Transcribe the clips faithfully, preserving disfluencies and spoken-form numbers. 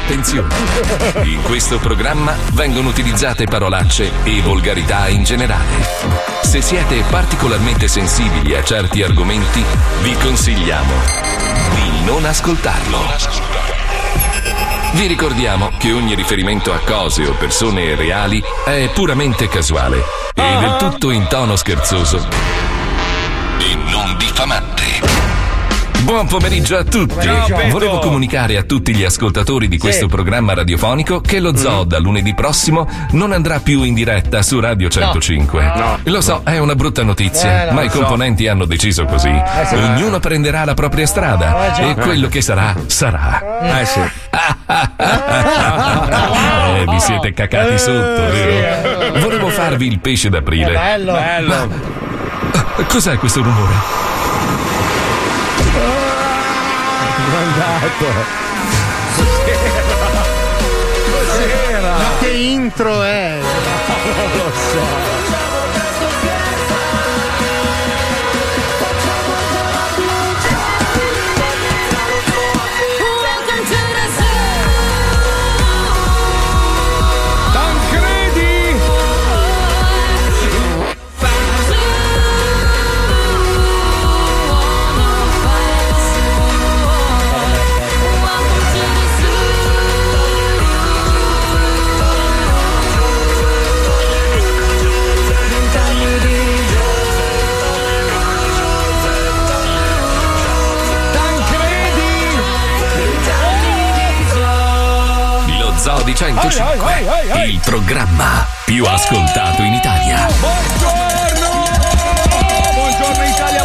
Attenzione! In questo programma vengono utilizzate parolacce e volgarità in generale. Se siete particolarmente sensibili a certi argomenti, vi consigliamo di non ascoltarlo. Vi ricordiamo che ogni riferimento a cose o persone reali è puramente casuale e del tutto in tono scherzoso e non diffamante. Buon pomeriggio a tutti. Volevo comunicare a tutti gli ascoltatori di questo sì. programma radiofonico che lo Zoo da lunedì prossimo non andrà più in diretta su Radio centocinque. No. No. Lo so, è una brutta notizia, eh, no, ma i componenti so. hanno deciso così. Eh, sì. Ognuno prenderà la propria strada eh, e quello che sarà, sarà. Eh sì. eh, vi siete cacati sotto, vero? Volevo farvi il pesce d'aprile. Bello. Bello. Ma, cos'è questo rumore? Mandato. Cos'era? Cos'era? Ma che intro è? Non lo so. Zoo di centocinque, il programma più ascoltato in Italia. Buongiorno! Buongiorno Italia,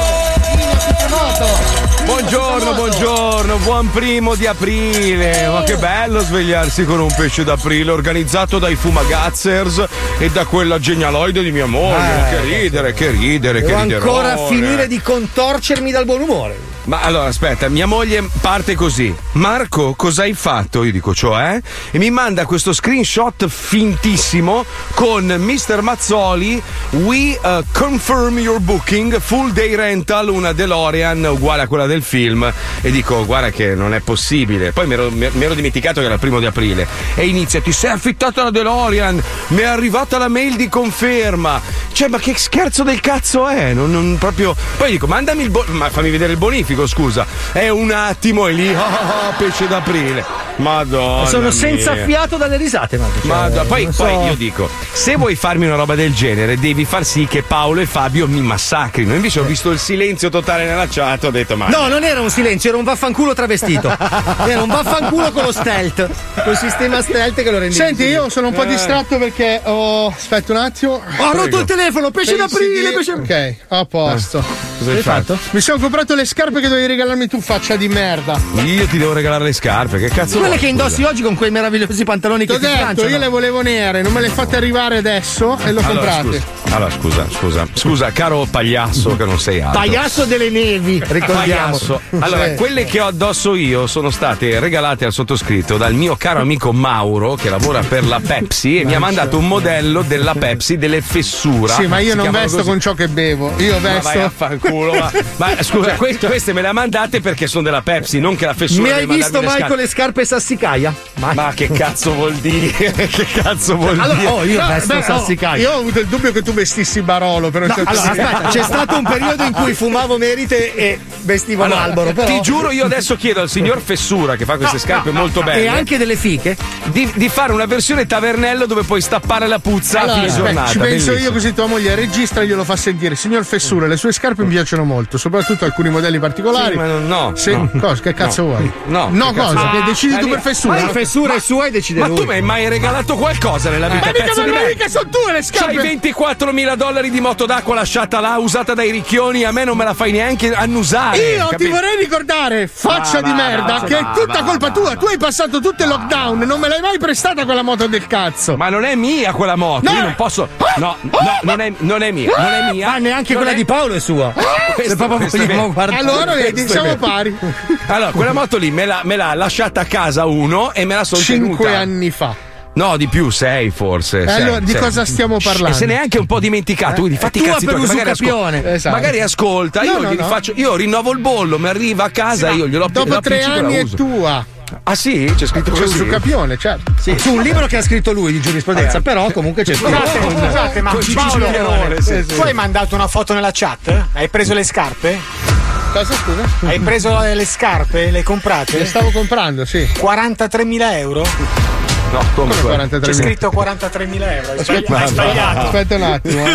buongiorno! Buongiorno, buongiorno, buon primo di aprile. Ma che bello svegliarsi con un pesce d'aprile organizzato dai Fumagazzers e da quella genialoide di mia moglie. Eh, che ridere, che ridere, devo che ridere. Devo ancora finire di contorcermi dal buon umore. Ma allora aspetta, mia moglie parte così: Marco, cosa hai fatto? Io dico cioè, e mi manda questo screenshot fintissimo con mister Mazzoli. We uh, confirm your booking, full day rental, una DeLorean uguale a quella del film. E dico, guarda che non è possibile. Poi mi ero, mi ero dimenticato che era il primo di aprile. E inizia: ti sei affittata la DeLorean, mi è arrivata la mail di conferma. Cioè, ma che scherzo del cazzo è? Non, non proprio. Poi dico, mandami il bo- ma fammi vedere il bonifico. Scusa, è un attimo e lì, oh, oh, pesce d'aprile. Madonna. Sono mia. senza fiato dalle risate, ma cioè, Madonna. Poi, so. poi io dico: se vuoi farmi una roba del genere, devi far sì che Paolo e Fabio mi massacrino. Invece ho visto il silenzio totale nella chat, ho detto: ma no, non era un silenzio, era un vaffanculo travestito. Era un vaffanculo con lo stealth, col sistema stealth che lo rende. Senti, io sono un po' distratto perché ho. Aspetta un attimo. Ho rotto il telefono, pesce Pensi d'aprile, di... pesce. Ok, a posto. Eh. Cosa hai fatto? Mi sono comprato le scarpe che dovevi regalarmi tu, faccia di merda. Io ti devo regalare le scarpe, che cazzo? Quelle vuoi, che indossi scusa? oggi con quei meravigliosi pantaloni T'ho che ti detto, sganciano. io le volevo nere, non me le fate arrivare adesso e l'ho allora, comprate. Scusa. Allora, scusa, scusa, scusa, caro pagliasso che non sei altro. Pagliasso delle nevi, ricordiamo. Pagliasso. Allora, Sì. quelle che ho addosso io sono state regalate al sottoscritto dal mio caro amico Mauro, che lavora per la Pepsi, e mi ha mandato un modello della Pepsi delle fessura. Sì, ma io Si non chiamano vesto così. con ciò che bevo. Io Ma vai vesto. a fanculo. Ma, ma scusa, queste, queste me le ha mandate perché sono della Pepsi, non che la fessura. Mi hai deve visto mandarmi mai le con le scarpe sassicaia? Mai. Ma che cazzo vuol dire? Che cazzo vuol Allora, dire? oh, io No, vesto beh, sassicaia. oh, io ho avuto il dubbio che tu vestissi Barolo per un No, certo allora, senso. aspetta, c'è stato un periodo in cui fumavo Merite e vestivo Allora, Marlboro, però. ti giuro, io adesso chiedo al signor Fessura, che fa queste No, scarpe no, molto no, belle, e anche delle fiche, di, di fare una versione tavernello dove puoi stappare la puzza Allora, a fine aspetta, giornata. ci penso bellissimo. io, così tua moglie registra e glielo fa sentire. Signor Fessura, le sue scarpe mi piacciono molto, soprattutto alcuni modelli particolari. Sì, ma non- no, Sì, no. cosa? Che cazzo No. vuoi? No, no che cazzo cosa? vuoi? Che decidi Ah, tu lì- per Fessura? ma il Fessura è sua e decide Ma lui. tu mi hai mai regalato qualcosa nella vita? Ma mica, pezzo di ma me? mica sono tue le C'hai scarpe! ventiquattromila dollari di moto d'acqua lasciata là, usata dai ricchioni, a me non me la fai neanche annusare. Io capito? ti vorrei ricordare, faccia Va, di va, merda, va, che va, è tutta va, colpa va, tua. va. Tu hai passato tutto il lockdown, non me l'hai mai prestata quella moto del cazzo. Ma non è mia quella moto, No. io non posso. No, no, non è, non è mia, non è mia. Ma neanche Non quella è- di Paolo è sua. Questo- Se proprio questo è vogliamo vero. guardare. Allora vedi, Questo è siamo vero. pari. Allora, quella moto lì me l'ha, me l'ha lasciata a casa uno e me la sono Cinque tenuta. anni fa. No, di più, sei forse. E sei, allora di sei. cosa stiamo parlando? E se ne è anche un po' dimenticato, quindi fatti i tua cazzi per tuoi, uso magari, capione. ascol- Esatto. magari ascolta, No, io no, gli no. faccio, io rinnovo il bollo, mi arriva a casa, io glielo Dopo lo tre appiccico e la anni è uso. tua. Ah sì? C'è scritto C'è così? su Capione, certo. Sì, su un libro che ha scritto lui di giurisprudenza, però comunque c'è scritto. Scusate, scusate, ma Con Gigi Paolo, Chiarone, sì, tu hai mandato una foto nella chat? Hai preso le scarpe? Cosa, scusa? Hai preso le scarpe? Le hai comprate? Le stavo comprando, sì. quarantatremila euro? No, come C'è quarantatremila? scritto quarantatremila euro. Hai sbagli- Aspetta, hai sbagliato. aspetta un attimo.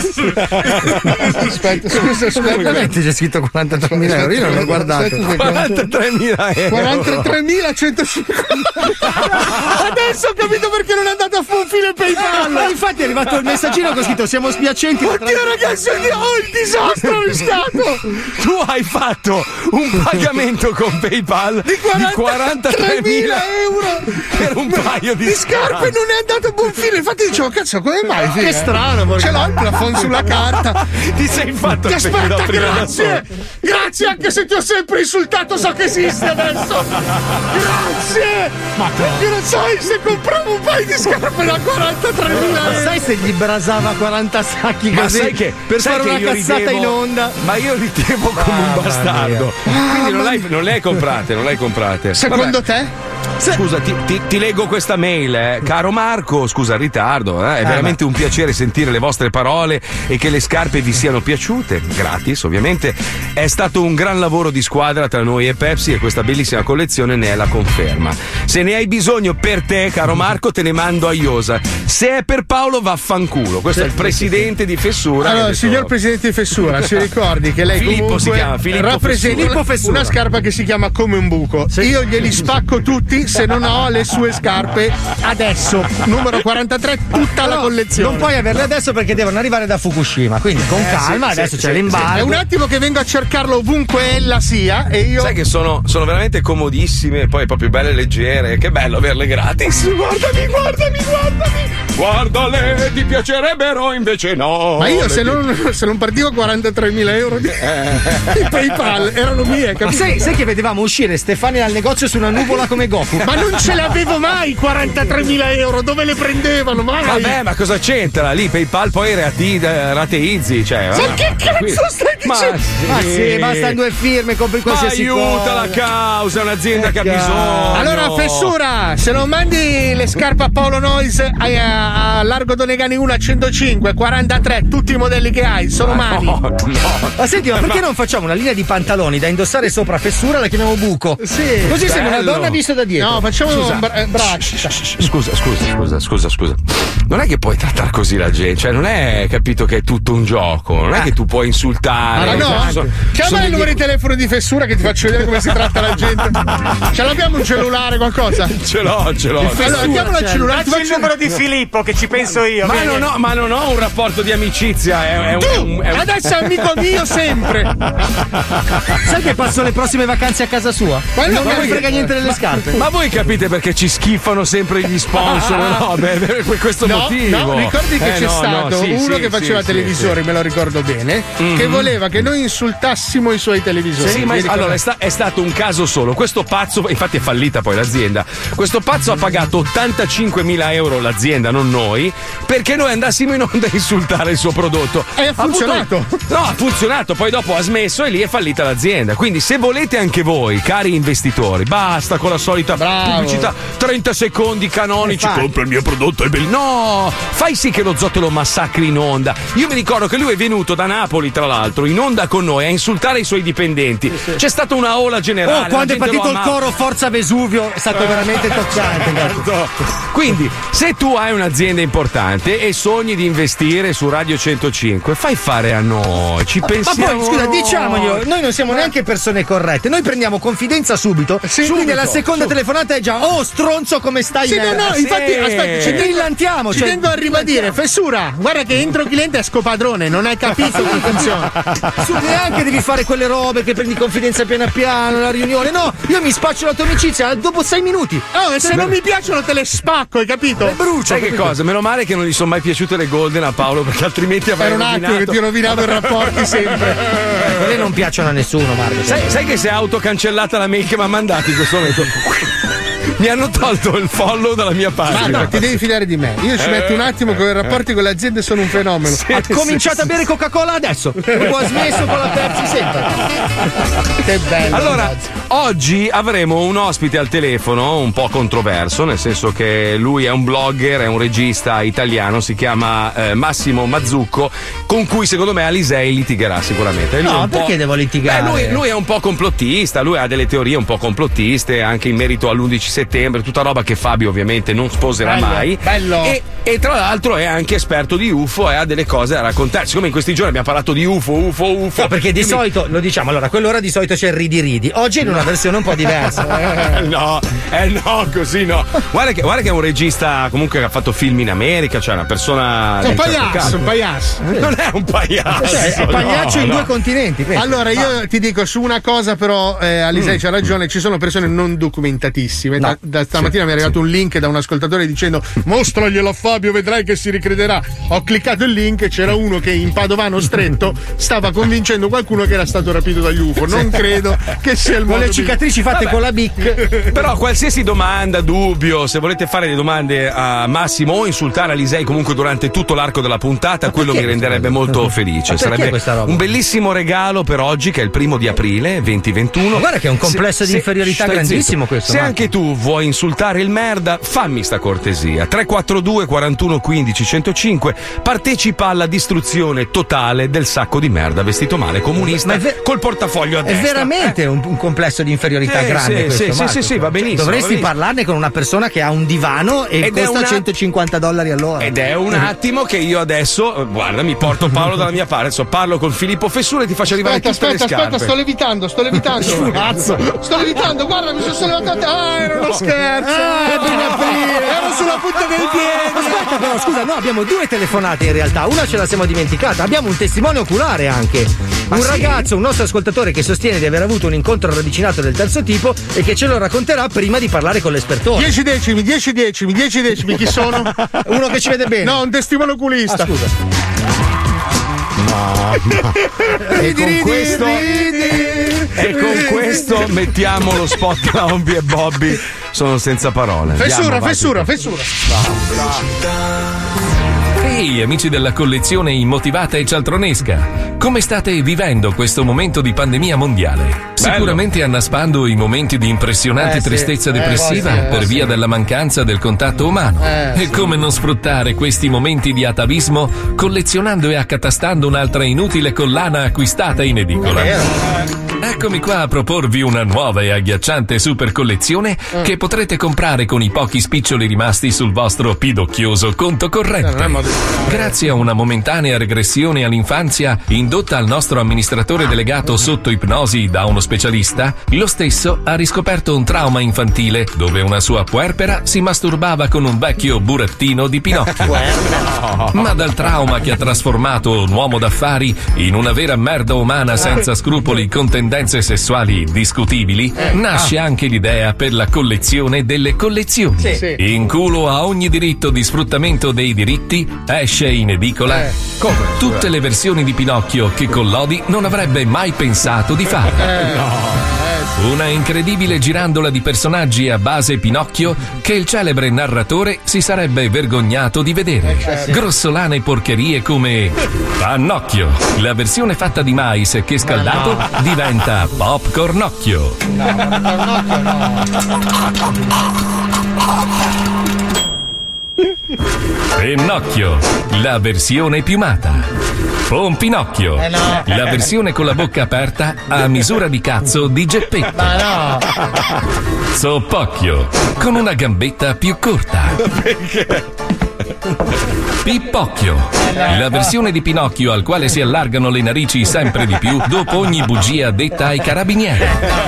eh. Aspetta, scusa, aspetta. Veramente c'è scritto quarantatremila euro, io non l'ho guardato. quarantatremila euro. quarantatremilacentocinquanta. Adesso ho capito perché non è andato a fonfile PayPal. Ma infatti è arrivato il messaggino che ho scritto siamo spiacenti. Oddio ragazzi, oddio, ho il disastro rischiato. Tu hai fatto un pagamento con PayPal di quarantatremila euro per un paio di, di scarpe, non è andato a buon fine. Infatti dicevo, cazzo, come mai? Figa? Che strano, Ce l'ho il plafond sulla carta. Ti sei fatto Ti il pelo aspetta, prima da grazie. solo. Grazie, anche se ti ho sempre insultato, so che esiste adesso. Grazie. Ma perché non sai se compravo un paio di scarpe da quarantatremila Ma euro? sai se gli brasava quaranta sacchi Ma così sai che per sai fare che una io cazzata ridevo- in onda? Ma io ritevo come un Mamma bastardo. Quindi non, l'hai, non le hai comprate, non le hai comprate. Secondo Vabbè. te? Scusa, ti, ti- ti leggo questa mail, eh. Caro Marco, scusa il ritardo, eh. è veramente un piacere sentire le vostre parole e che le scarpe vi siano piaciute, gratis ovviamente. È stato un gran lavoro di squadra tra noi e Pepsi e questa bellissima collezione ne è la conferma. Se ne hai bisogno per te, caro Marco, te ne mando a Iosa. Se è per Paolo, vaffanculo. Questo è il presidente di Fessura. che Allora, adesso- signor presidente di Fessura, si ricordi che lei Filippo comunque si chiama, Filippo rappresenta Fessura. una, Fessura. una scarpa che si chiama come un buco. Io glieli spacco tutti se non ho le sue scarpe adesso. Numero quarantatré, tutta la No, collezione. non puoi averle adesso perché devono arrivare da Fukushima. Quindi con calma, sì, adesso sì, c'è sì, È l'embargo. un attimo che vengo a cercarlo ovunque ella sia e io. Sai che sono, sono veramente comodissime, poi proprio belle e leggere. Che bello averle gratis. Guardami, guardami, guardami. Guardale, ti piacerebbero, invece no. Ma io Le se pi- non, se non partivo quarantatremila euro di, di PayPal erano mie, Ma capito? sai, sai che vedevamo uscire Stefania dal negozio su una nuvola come Goku? Ma non ce l'avevo mai quarantatremila euro, dove le prendevano mai? Vabbè, ma cosa c'entra? Lì PayPal poi rate- rateizzi, cioè. Ma ah, che cazzo qui- stai Ma dicendo? Ma sì, bastano due firme, compri Ma qualsiasi aiuta cosa. la causa, è un'azienda che ha Eh, bisogno. Allora, Fessura, se non mandi le scarpe a Paolo Noise a, a, a Largo Donegani uno a centocinque, quarantatré, tutti i modelli che hai, sono mani. No, no. Ma senti, ma perché non facciamo una linea di pantaloni da indossare sopra Fessura, la chiamiamo buco? Sì. Così sembra una bello. donna vista da dietro. No, facciamo Scusa. un bra- eh, braccio. Scusa, scusa, scusa, scusa, scusa. Non è che puoi trattare così la gente, cioè non è capito che è tutto un gioco, non è che tu puoi insultare. Ah, no? Cioè, sono- Chiama sono il numero degli- di telefono di Fessura che ti faccio vedere come si tratta la gente. Ce l'abbiamo un cellulare, qualcosa? Ce l'ho, ce l'ho. Allora, diamolo al cellulare. ti Dacci il faccio- numero di Filippo che ci penso io. Ma vieni. non, ho, ma non ho un rapporto di amicizia, è, è un- è Tu, un. È un adesso è amico mio sempre. Sai che passo le prossime vacanze a casa sua? Ma no, non ma me ne voi- frega niente delle scarpe. Ma voi capite perché ci schifano sempre gli sponsor? No, beh, per questo No, motivo. no, ricordi che Eh, c'è no, stato no, sì, uno sì, che faceva sì, televisori, sì, me lo ricordo bene, Mhm. che voleva che noi insultassimo i suoi televisori. Sì, ma Mi è- ricordo- allora è, sta- è stato un caso solo. Questo pazzo, infatti è fallita poi l'azienda. Questo pazzo ha pagato ottantacinquemila euro l'azienda, non noi, perché noi andassimo in onda a insultare il suo prodotto. E ha avuto- funzionato. no, ha funzionato, poi dopo ha smesso e lì è fallita l'azienda. Quindi se volete anche voi, cari investitori, basta con la solita Bravo. pubblicità trenta secondi canonici, Infatti. compra il mio prodotto, è bello. No, fai sì che lo Zotte lo massacri in onda. Io mi ricordo che lui è venuto da Napoli, tra l'altro, in onda con noi a insultare i suoi dipendenti. C'è stata una ola generale. Oh, quando la è gente partito lo il amava. coro Forza Vesuvio è stato veramente toccante. Certo. Quindi, se tu hai un'azienda importante e sogni di investire su Radio centocinque, fai fare a noi. Ci Ma pensiamo. poi, scusa, noi. diciamoglielo, noi non siamo neanche persone corrette, noi prendiamo confidenza subito, Sì, quindi subito, la seconda telefonata è già, oh stronzo come stai? Sì, no, merda?" no, sì. infatti, aspetta, ci brillantiamo, Ci cioè- tengo a ribadire, Fessura, guarda che entro cliente esco padrone, non hai capito come funziona. Su, neanche devi fare quelle robe che prendi confidenza piano piano, la riunione. No, io mi spaccio la tua amicizia dopo sei minuti. Oh, e se non mi piacciono te le spacco, hai capito? Brucio. Sai che cosa? Meno male che non gli sono mai piaciute le golden a Paolo, perché altrimenti avrei Era un attimo che rovinato. ti rovinavo i rapporti sempre. Quelle non piacciono a nessuno, Marco. Sai, sai che si è autocancellata la mail che mi ha mandato in questo momento? Mi hanno tolto il follow dalla mia pagina. Guarda, ti devi fidare di me. Io ci metto un attimo che i rapporti con le aziende sono un fenomeno. Ha cominciato a bere Coca-Cola adesso. Dopo ha smesso con la Pepsi sempre. Che bello. Allora, ragazzi. oggi avremo un ospite al telefono un po' controverso, nel senso che lui è un blogger, è un regista italiano, si chiama eh, Massimo Mazzucco, con cui secondo me Alisei litigherà sicuramente. Lui no, perché devo litigare? Beh, lui, lui è un po' complottista, lui ha delle teorie un po' complottiste anche in merito all'undici settembre, tutta roba che Fabio ovviamente non sposerà bello, mai. Bello. E, e tra l'altro è anche esperto di U F O e ha delle cose da raccontare. Siccome in questi giorni abbiamo parlato di U F O, U F O, U F O. No, perché di mi... solito, lo diciamo, allora, a quell'ora di solito c'è il ridi ridi. Oggi è in una versione un po' diversa. Eh, no, eh no, così no. Guarda che, guarda che è un regista comunque che ha fatto film in America, cioè una persona. È un di certo pagliaccio, calibro. un pagliaccio. Non è un pagliaccio. Cioè, è pagliaccio no, in no. due continenti. penso. Allora, io ti dico su una cosa, però, eh, Alisei Mm. c'ha ragione, ci sono persone non documentatissime. No. Da, da stamattina mi è arrivato un link da un ascoltatore dicendo mostraglielo a Fabio, vedrai che si ricrederà. Ho cliccato il link e c'era uno che in padovano stretto stava convincendo qualcuno che era stato rapito dagli U F O. Non credo che sia il Con modo le cicatrici fatte Vabbè. con la Bic. Però qualsiasi domanda, dubbio, se volete fare delle domande a Massimo o insultare Alisei comunque durante tutto l'arco della puntata, quello mi renderebbe molto felice. Ma perché Sarebbe questa roba? un bellissimo regalo per oggi, che è il primo di aprile duemilaventuno. Ma guarda che è un complesso di inferiorità stai grandissimo zitto. questo, Se Marco. anche tu vuoi insultare il merda, fammi sta cortesia. tre quattro due quarantuno quindici centocinque, partecipa alla distruzione totale del sacco di merda vestito male comunista Ma è ve- col portafoglio a È destra. veramente un, un complesso di inferiorità Sì, grande sì, questo, sì, sì, Marco. sì, sì, va benissimo, va Dovresti benissimo. parlarne con una persona che ha un divano e Ed è costa una- centocinquanta dollari all'ora. Ed è un attimo che io adesso, guarda, mi porto Paolo dalla mia parte, adesso parlo con Filippo Fessura e ti faccio arrivare Aspetta, tutte aspetta, le scarpe. aspetta, sto levitando, sto levitando. Cazzo. Sto levitando, guarda, mi sono sollevato. Ah, era uno scherzo. Ah, ben aprire. Ero sulla punta del piede. Aspetta però, scusa, no, abbiamo due telefonate in realtà, una ce la siamo dimenticata, abbiamo un testimone oculare anche. Un sì? ragazzo, un nostro ascoltatore che sostiene di aver avuto un incontro ravvicinato del terzo tipo e che ce lo racconterà prima di parlare con l'espertore. dieci decimi, dieci decimi, dieci decimi, chi sono? Uno che ci vede bene. No, un testimone oculista. Ah, scusa. E con questo E con questo mettiamo lo spot da Ombi e Bobby. Sono senza parole. Fessura, Andiamo, vai, fessura, Filippo. fessura. Ehi amici della collezione immotivata e cialtronesca, come state vivendo questo momento di pandemia mondiale? Sicuramente annaspando i momenti di impressionante Eh, sì. tristezza Eh, depressiva sì, eh, per sì. via della mancanza del contatto umano. Eh, e come non sfruttare questi momenti di atavismo collezionando e accatastando un'altra inutile collana acquistata in edicola? Eccomi qua a proporvi una nuova e agghiacciante super collezione che potrete comprare con i pochi spiccioli rimasti sul vostro pidocchioso conto corrente. Grazie a una momentanea regressione all'infanzia indotta al nostro amministratore delegato sotto ipnosi da uno specialista, lo stesso ha riscoperto un trauma infantile dove una sua puerpera si masturbava con un vecchio burattino di Pinocchio. Ma dal trauma che ha trasformato un uomo d'affari in una vera merda umana senza scrupoli con tendenze sessuali discutibili, nasce anche l'idea per la collezione delle collezioni. Sì. In culo a ogni diritto di sfruttamento dei diritti esce in edicola tutte le versioni di Pinocchio che Collodi non avrebbe mai pensato di fare. Una incredibile girandola di personaggi a base Pinocchio che il celebre narratore si sarebbe vergognato di vedere. Grossolane porcherie come Pannocchio, la versione fatta di mais che scaldato diventa Popcornocchio. Pennocchio, la versione piumata. Pompinocchio, la versione con la bocca aperta a misura di cazzo di Geppetto. Ma no. Zoppocchio, con una gambetta più corta. Pippocchio, la versione di Pinocchio al quale si allargano le narici sempre di più dopo ogni bugia detta ai carabinieri.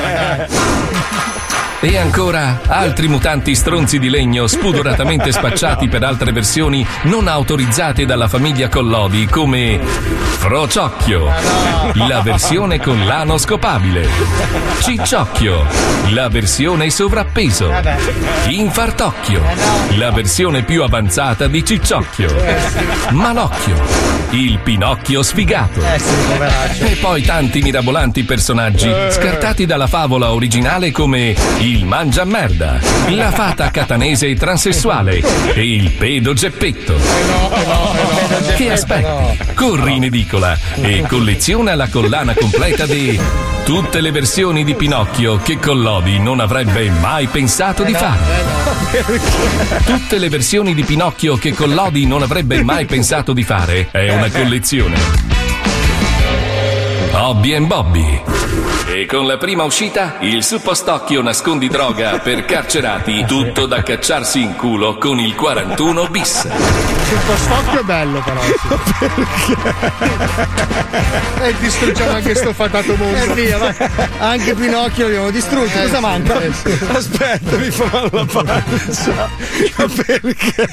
E ancora altri mutanti stronzi di legno spudoratamente spacciati per altre versioni non autorizzate dalla famiglia Collodi come Frociocchio, la versione con l'ano scopabile, Cicciocchio, la versione sovrappeso, Infartocchio, la versione più avanzata di Cicciocchio, Malocchio, il Pinocchio sfigato. E poi tanti mirabolanti personaggi scartati dalla favola originale come il il mangiamerda, la fata catanese transessuale e il pedo Geppetto. Che aspetti? Corri in edicola e colleziona la collana completa di tutte le versioni di Pinocchio che Collodi non avrebbe mai pensato di fare. Tutte le versioni di Pinocchio che Collodi non avrebbe mai pensato di fare è una collezione. Hobby and Bobby. E con la prima uscita, il suppostocchio nascondi droga per carcerati, tutto da cacciarsi in culo con il quarantuno bis. Il postocchio è bello però. E eh, distruggiamo anche sto fatato mondo. Eh via, ma anche Pinocchio l'abbiamo distrutto, eh, cosa sì, manca? Eh, sì. Aspetta, mi fa male la pancia. Ma perché?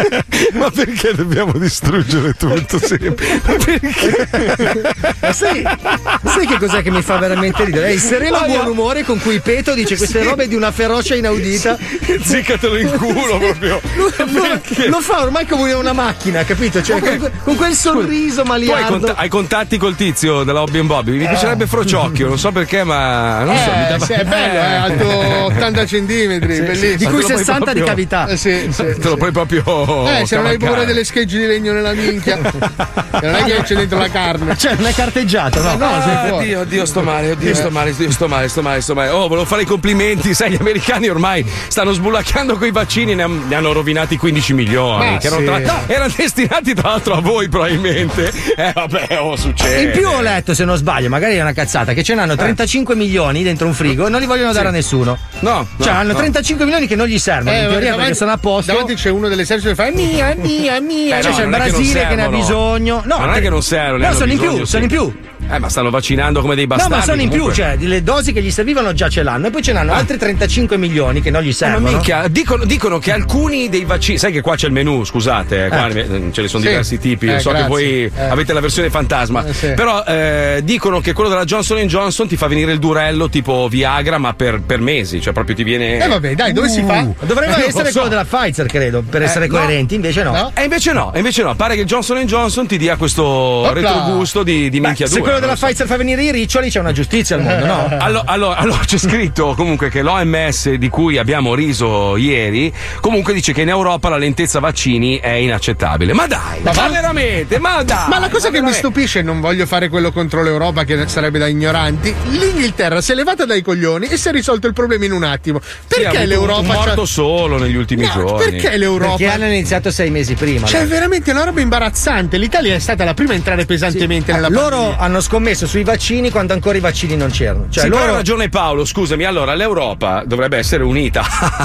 Ma perché dobbiamo distruggere tutto sempre? Ma perché? Ma sai, sai che cos'è che mi fa veramente ridere? È il sereno buon umore con cui Peto dice queste robe di una ferocia inaudita. Ziccatelo in culo proprio. Lo, lo, lo fa ormai come una macchina, capito? Cioè, con, con quel sorriso maliardo. Tu hai, cont- hai contatti col tizio della Hobby and Bobby? Mi piacerebbe Frociocchio, non so perché, ma non eh, so. Mi dava... sì, è bello, è alto ottanta centimetri, sì, bellissimo. Di cui sessanta proprio... di cavità. Eh, sì, sì, te lo sì. puoi proprio. Eh, se non hai paura delle schegge di legno nella minchia, non è che c'è dentro la carne. Cioè, non è carteggiato, no? Eh, no, Ah, sei fuori. Dio, Dio, sto male, oddio, sto male, dio, sto male, sto male, sto male. Oh, volevo fare i complimenti, sai, gli americani ormai stanno sbulaccando coi vaccini, ne, ne hanno rovinati quindici milioni. Ma che erano, sì. tra, no, erano destinati tra l'altro a voi, probabilmente. Eh, vabbè, oh, succede. In più ho letto, se non sbaglio, magari è una cazzata, che ce n'hanno trentacinque milioni dentro un frigo e non li vogliono dare a nessuno. No, Cioè, no, hanno no. trentacinque milioni che non gli servono, Eh, in teoria, davanti, perché sono a posto. davanti c'è uno dell'esercito che fa mia, mia, mia. Eh, Cioè, no, c'è il non è che non Brasile che, ne ha servono. bisogno. No, Ma non è che non servono, ne No, hanno sono in bisogno, più, sì. sono in più. Eh, ma stanno vaccinando come dei No, bastardi. ma sono in più, comunque. cioè, le dosi che gli servivano già ce l'hanno e poi ce n'hanno altri trentacinque milioni che non gli Eh, ma servono. minchia, dicono, dicono che alcuni dei vaccini, sai che qua c'è il menù, scusate, eh, qua eh, ce ne sono Sì. diversi tipi, io Eh, so grazie. che voi Eh. avete la versione fantasma, Eh, sì. però eh, dicono che quello della Johnson and Johnson ti fa venire il durello tipo Viagra, ma per, per mesi, cioè proprio ti viene. Eh vabbè, dai, dove si fa? Dovrebbe Eh, essere lo so. quello della Pfizer, credo, per essere no. coerenti, invece no. No? E invece no, e invece no, pare che il Johnson and Johnson ti dia questo Opla. retrogusto di, di Beh, minchia se due. quello non della lo so. Pfizer fa venire i riccioli c'è una giustizia al mondo, no? Allora, allora, allora c'è scritto comunque che l'O M S di cui abbiamo riso ieri comunque dice che in Europa la lentezza vaccini è inaccettabile. Ma dai, ma, va- veramente, ma dai. Ma la cosa ma che mi veramente. stupisce, non voglio fare quello contro l'Europa che sarebbe da ignoranti, l'Inghilterra si è levata dai coglioni e si è risolto il problema in un attimo. Sì, ha Perché avuto l'Europa un c'ha- morto solo negli ultimi No, giorni. perché l'Europa? Perché hanno iniziato sei mesi prima. Cioè, è dai. veramente una roba imbarazzante. L'Italia è stata la prima a entrare pesantemente nella Loro pandemia. hanno scommesso sui vaccini quando ancora i vaccini non c'erano. Cioè, sì, loro... però ha ragione Paolo, scusami, allora l'Europa dovrebbe essere unita.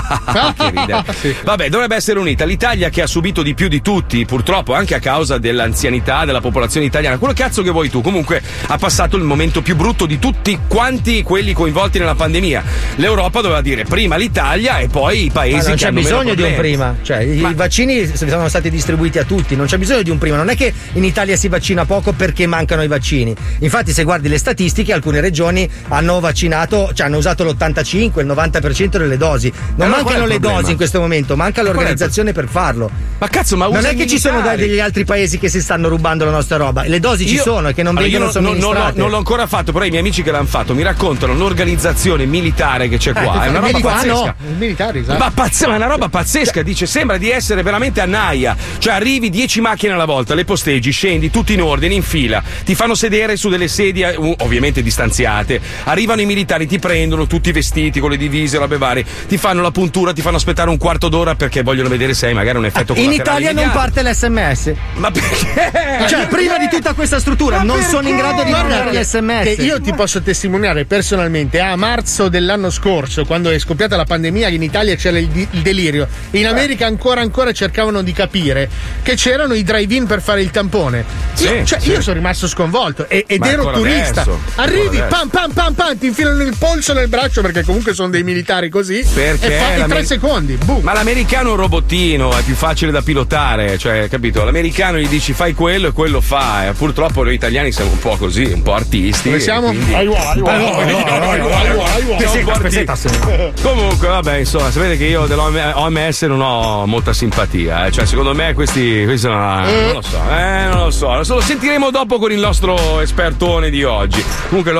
Che ride. Sì. Vabbè, dovrebbe essere unita. L'Italia che ha subito di più di tutti, purtroppo anche a causa dell'anzianità della popolazione italiana, quello cazzo che vuoi tu, comunque ha passato il momento più brutto di tutti quanti quelli coinvolti nella pandemia. L'Europa doveva dire prima l'Italia e poi i paesi Ma non che c'è hanno meno bisogno di un problemi. prima, cioè i Ma- i vaccini sono stati distribuiti a tutti, non c'è bisogno di un prima, non è che in Italia si vaccina poco perché mancano i vaccini. Infatti se guardi le statistiche alcune regioni hanno vaccinato, cioè hanno usato l'ottantacinque, il novanta per cento delle dosi. Non Allora, qual è mancano il le problema? dosi in questo momento, manca qual è il l'organizzazione per farlo. Ma cazzo, ma Non usa è i che ci sono militari. da- degli altri paesi che si stanno rubando la nostra roba, le dosi ci Io- sono e che non allora, vengono io non, non, non, l'ho, somministrate. non l'ho ancora fatto, però i miei amici che l'hanno fatto mi raccontano l'organizzazione militare che c'è qua. Eh, è una roba vedi qua, pazzesca. no. I militari, esatto. Ma, pazz- ma è una roba pazzesca, dice, sembra di essere veramente a naia. Cioè, arrivi dieci macchine alla volta, le posteggi, scendi tutti in ordine, in fila, ti fanno sedere su delle sedie, uh, ovviamente distanziate. Arrivano i militari, ti prendono tutti vestiti con le divise, robe varie, ti fanno la puntura, ti fanno aspettare un quarto d'ora perché vogliono vedere se hai magari un effetto In collaterale Italia non immediato. parte l'esse emme esse. Ma perché? Cioè, prima di tutta questa struttura non sono in grado di mandare gli esse emme esse. Che io ti posso testimoniare personalmente, a marzo dell'anno scorso, quando è scoppiata la pandemia, in Italia c'era il, di- il delirio. In America ancora ancora cercavano di capire che c'erano i drive-in per fare il tampone. Sì, io, cioè, sì. io sono rimasto sconvolto e- ed Ma ero ancora turista. adesso, Arrivi, ancora pam pam pam pam, ti infilano il polso nel braccio perché comunque sono dei militari così. Perché e fa in l'Amer- tre secondi. Boom. Ma l'americano è un robottino, è più facile da pilotare, cioè, capito? L'americano gli dici fai quello e quello fa. E purtroppo noi italiani siamo un po' così, un po' artisti. Dove e siamo? quindi- Aiuto, aiuto, aiuto, aiuto, aiuto, aiuto, aiuto. Siamo un po' artisti. Comunque, vabbè, insomma, sapete che io dell'O M S non ho molta simpatia, eh. Cioè, secondo me questi, questi sono. Non lo so, eh, non lo so. Adesso lo sentiremo dopo con il nostro espertone di oggi. Comunque l'O M S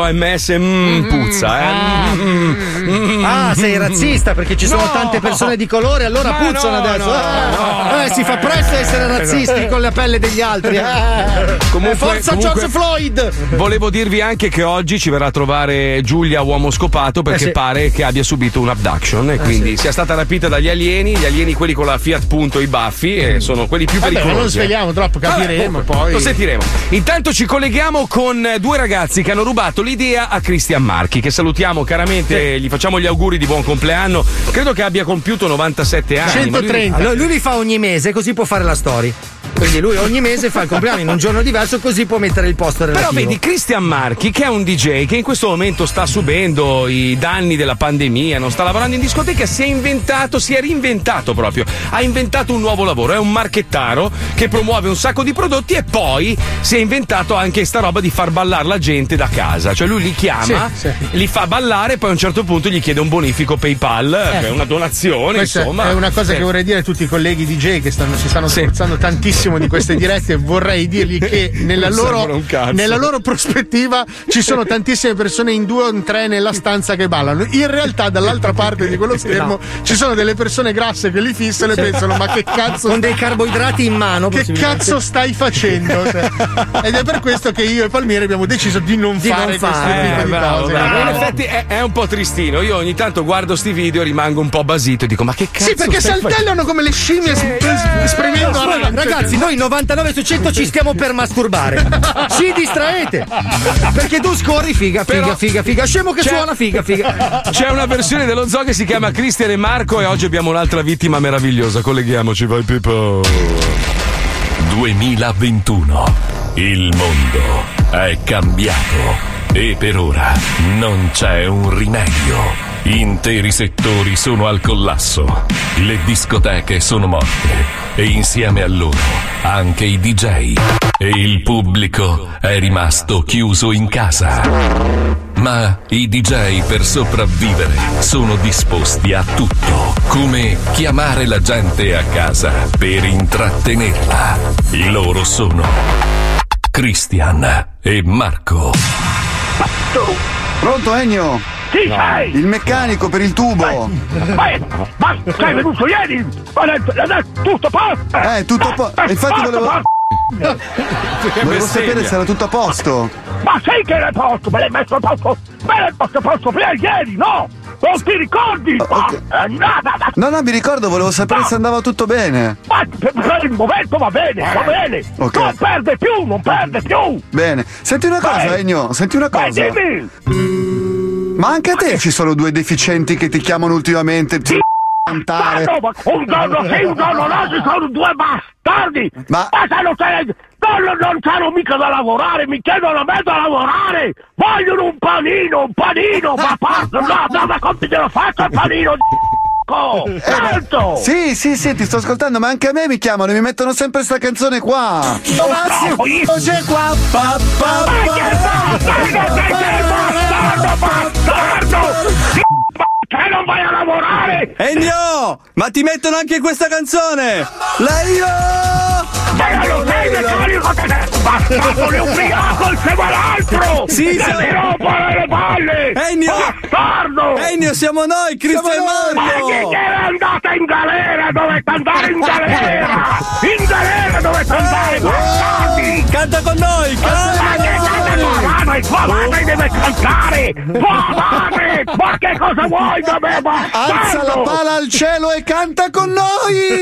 S mm, puzza, eh. Mm, mm, ah, sei razzista perché ci sono no. tante persone di colore, allora Ma puzzano no, adesso. no, eh, no. eh, si fa presto a essere razzisti con la pelle degli altri. Eh. Comunque, eh, forza comunque, George Floyd! Volevo dirvi anche che oggi ci verrà a trovare Giulia uomo scopato perché eh sì. pare che abbia subito un abduction e quindi eh sì. sia stata rapita dagli alieni, gli alieni quelli con la Fiat Punto, i baffi, e sono quelli più Vabbè, pericolosi. ma non svegliamo troppo, capiremo. Vabbè, poi lo sentiremo. Intanto ci colleghiamo con due ragazzi che hanno rubato l'idea a Christian Marchi, che salutiamo caramente, gli facciamo gli auguri di buon compleanno. Credo che abbia compiuto novantasette anni. centotrenta. Lui, allora, lui li fa ogni mese, così può fare la story. Quindi lui ogni mese fa il compleanno in un giorno diverso, così può mettere il posto relativo. Però vedi Christian Marchi, che è un D J che in questo momento sta subendo i danni della pandemia, non sta lavorando in discoteca, si è inventato, si è reinventato proprio, ha inventato un nuovo lavoro, è un marchettaro che promuove un sacco di prodotti e poi si è inventato anche sta roba di far ballare la gente da casa, cioè lui li chiama, sì, sì. li fa ballare e poi a un certo punto gli chiede un bonifico PayPal, eh, che è una donazione, questa insomma. È una cosa sì. che vorrei dire a tutti i colleghi D J che stanno, si stanno sì. sforzando tantissimo di queste dirette, vorrei dirgli che nella loro, nella loro prospettiva ci sono tantissime persone in due o in tre nella stanza che ballano. In realtà dall'altra parte di quello schermo no. ci sono delle persone grasse che li fissano e pensano ma che cazzo con dei carboidrati in mano che cazzo stai facendo? Cioè, ed è per questo che io e Palmieri abbiamo deciso di non di fare non questo fare. tipo Eh, di bravo, cose. bravo. Bravo. In effetti è, è un po' tristino. Io ogni tanto guardo sti video e rimango un po' basito e dico ma che cazzo Sì, perché stai saltellano come le scimmie Sì, sp- esprimendo Poi, arance. ragazzi, noi novantanove su cento ci stiamo per masturbare. Ci distraete. Perché tu scorri figa, figa, Però- figa, figa. Scemo che C'è- suona figa, figa. C'è una versione dello zoo che si chiama Cristian e Marco e oggi abbiamo un'altra vittima meravigliosa. Colleghiamoci, vai Pippo. duemilaventuno. Il mondo è cambiato e per ora non c'è un rimedio. Interi settori sono al collasso. Le discoteche sono morte e insieme a loro anche i D J. E il pubblico è rimasto chiuso in casa. Ma i D J per sopravvivere sono disposti a tutto, come chiamare la gente a casa per intrattenerla. I loro sono Christian e Marco. Pronto Ennio? Chi sei? Il meccanico per il tubo. Ma, ma sei venuto ieri? Ma è, è tutto a posto? Eh, tutto a posto. Infatti volevo Volevo sapere se era tutto a posto. Ma sai che era a posto? Me l'hai messo a posto? Me l'hai messo a posto prima ieri, no? Non ti ricordi? Okay. Ma, eh, no, no, no. No, no, mi ricordo, volevo sapere No. se andava tutto bene. Ma per, per il momento va bene, va bene. Ok. Non perde più, non perde più. Bene. Senti una cosa, Vai. Ennio, senti una Vai, cosa. dimmi. Ma anche a te ci sono due deficienti che ti chiamano ultimamente. Sì. Cantare. Ma no, ma un giorno sì, un giorno no, ci sono due bastardi. Ma- Ma se non sei... Non, non c'hanno mica da lavorare, mi chiedono a me da lavorare! Vogliono un panino, un panino, ma parto, no, no, ma come te lo faccio il panino di certo! Sì, sì, sì, ti sto ascoltando, ma anche a me mi chiamano e mi mettono sempre sta canzone qua. Massimo, C'è qua. Pa, pa, ma che bastardo, sei che bastardo, bastardo! Che non vai a lavorare! Ennio! Ma ti mettono anche questa canzone! Laio! Ma lo sei meccanico che sei! Bastardo, è ubriaco insieme all'altro! Sì, Che siamo- mi rompono le balle! Ennio! Bastardo! Ennio, siamo noi, Cristian e Ma Marco! che che andate in galera? Dovete andare in galera! In galera dovete andare, bastardi! Canta con noi! Ma che state tua madre? Tua madre deve cantare! Tua madre! Ma che cosa vuoi da me, bastardo? Alza la pala al cielo e canta con noi!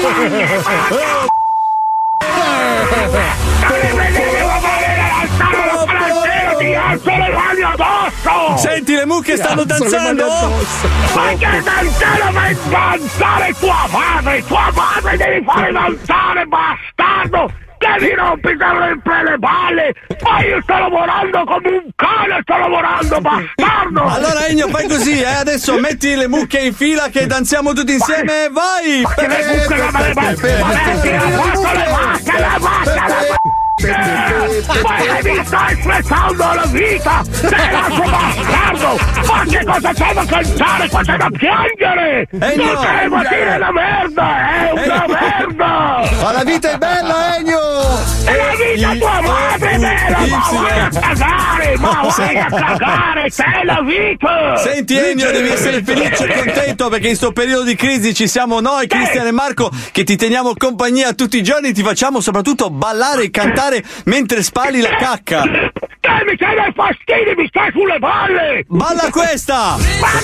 Dove vedere la balena alzare la pala al cielo, ti alzo le mani addosso! Senti, le mucche stanno danzando! Ma che danzare vai a danzare tua madre? Tua madre devi fare danzare, bastardo! Che mi rompi sempre le balle! Ma io sto lavorando come un cane, sto lavorando, bastardo! Allora Ennio, fai così, eh? Adesso metti le mucche in fila che danziamo tutti insieme, vai! Ma che le mucche la male balle! Ma metti la faccia le vacche, la vacca, la vacca! Ma che mi stai sprecando la vita! Sei l'altro bastardo! Ma che cosa c'è da cantare? Qua c'è da piangere! Ennio! Non c'è da dire la merda! È una merda! Ma la vita è bella, Ennio! E la vita tua madre vera, ma vai a cagare, ma vai a cagare, sei la vita! Senti Ennio, devi essere felice e contento perché in sto periodo di crisi ci siamo noi, Cristian e Marco, che ti teniamo compagnia tutti i giorni, ti facciamo soprattutto ballare e cantare mentre spali la cacca. Dai, mi stai dai fastidi, mi stai sulle balle! Balla questa!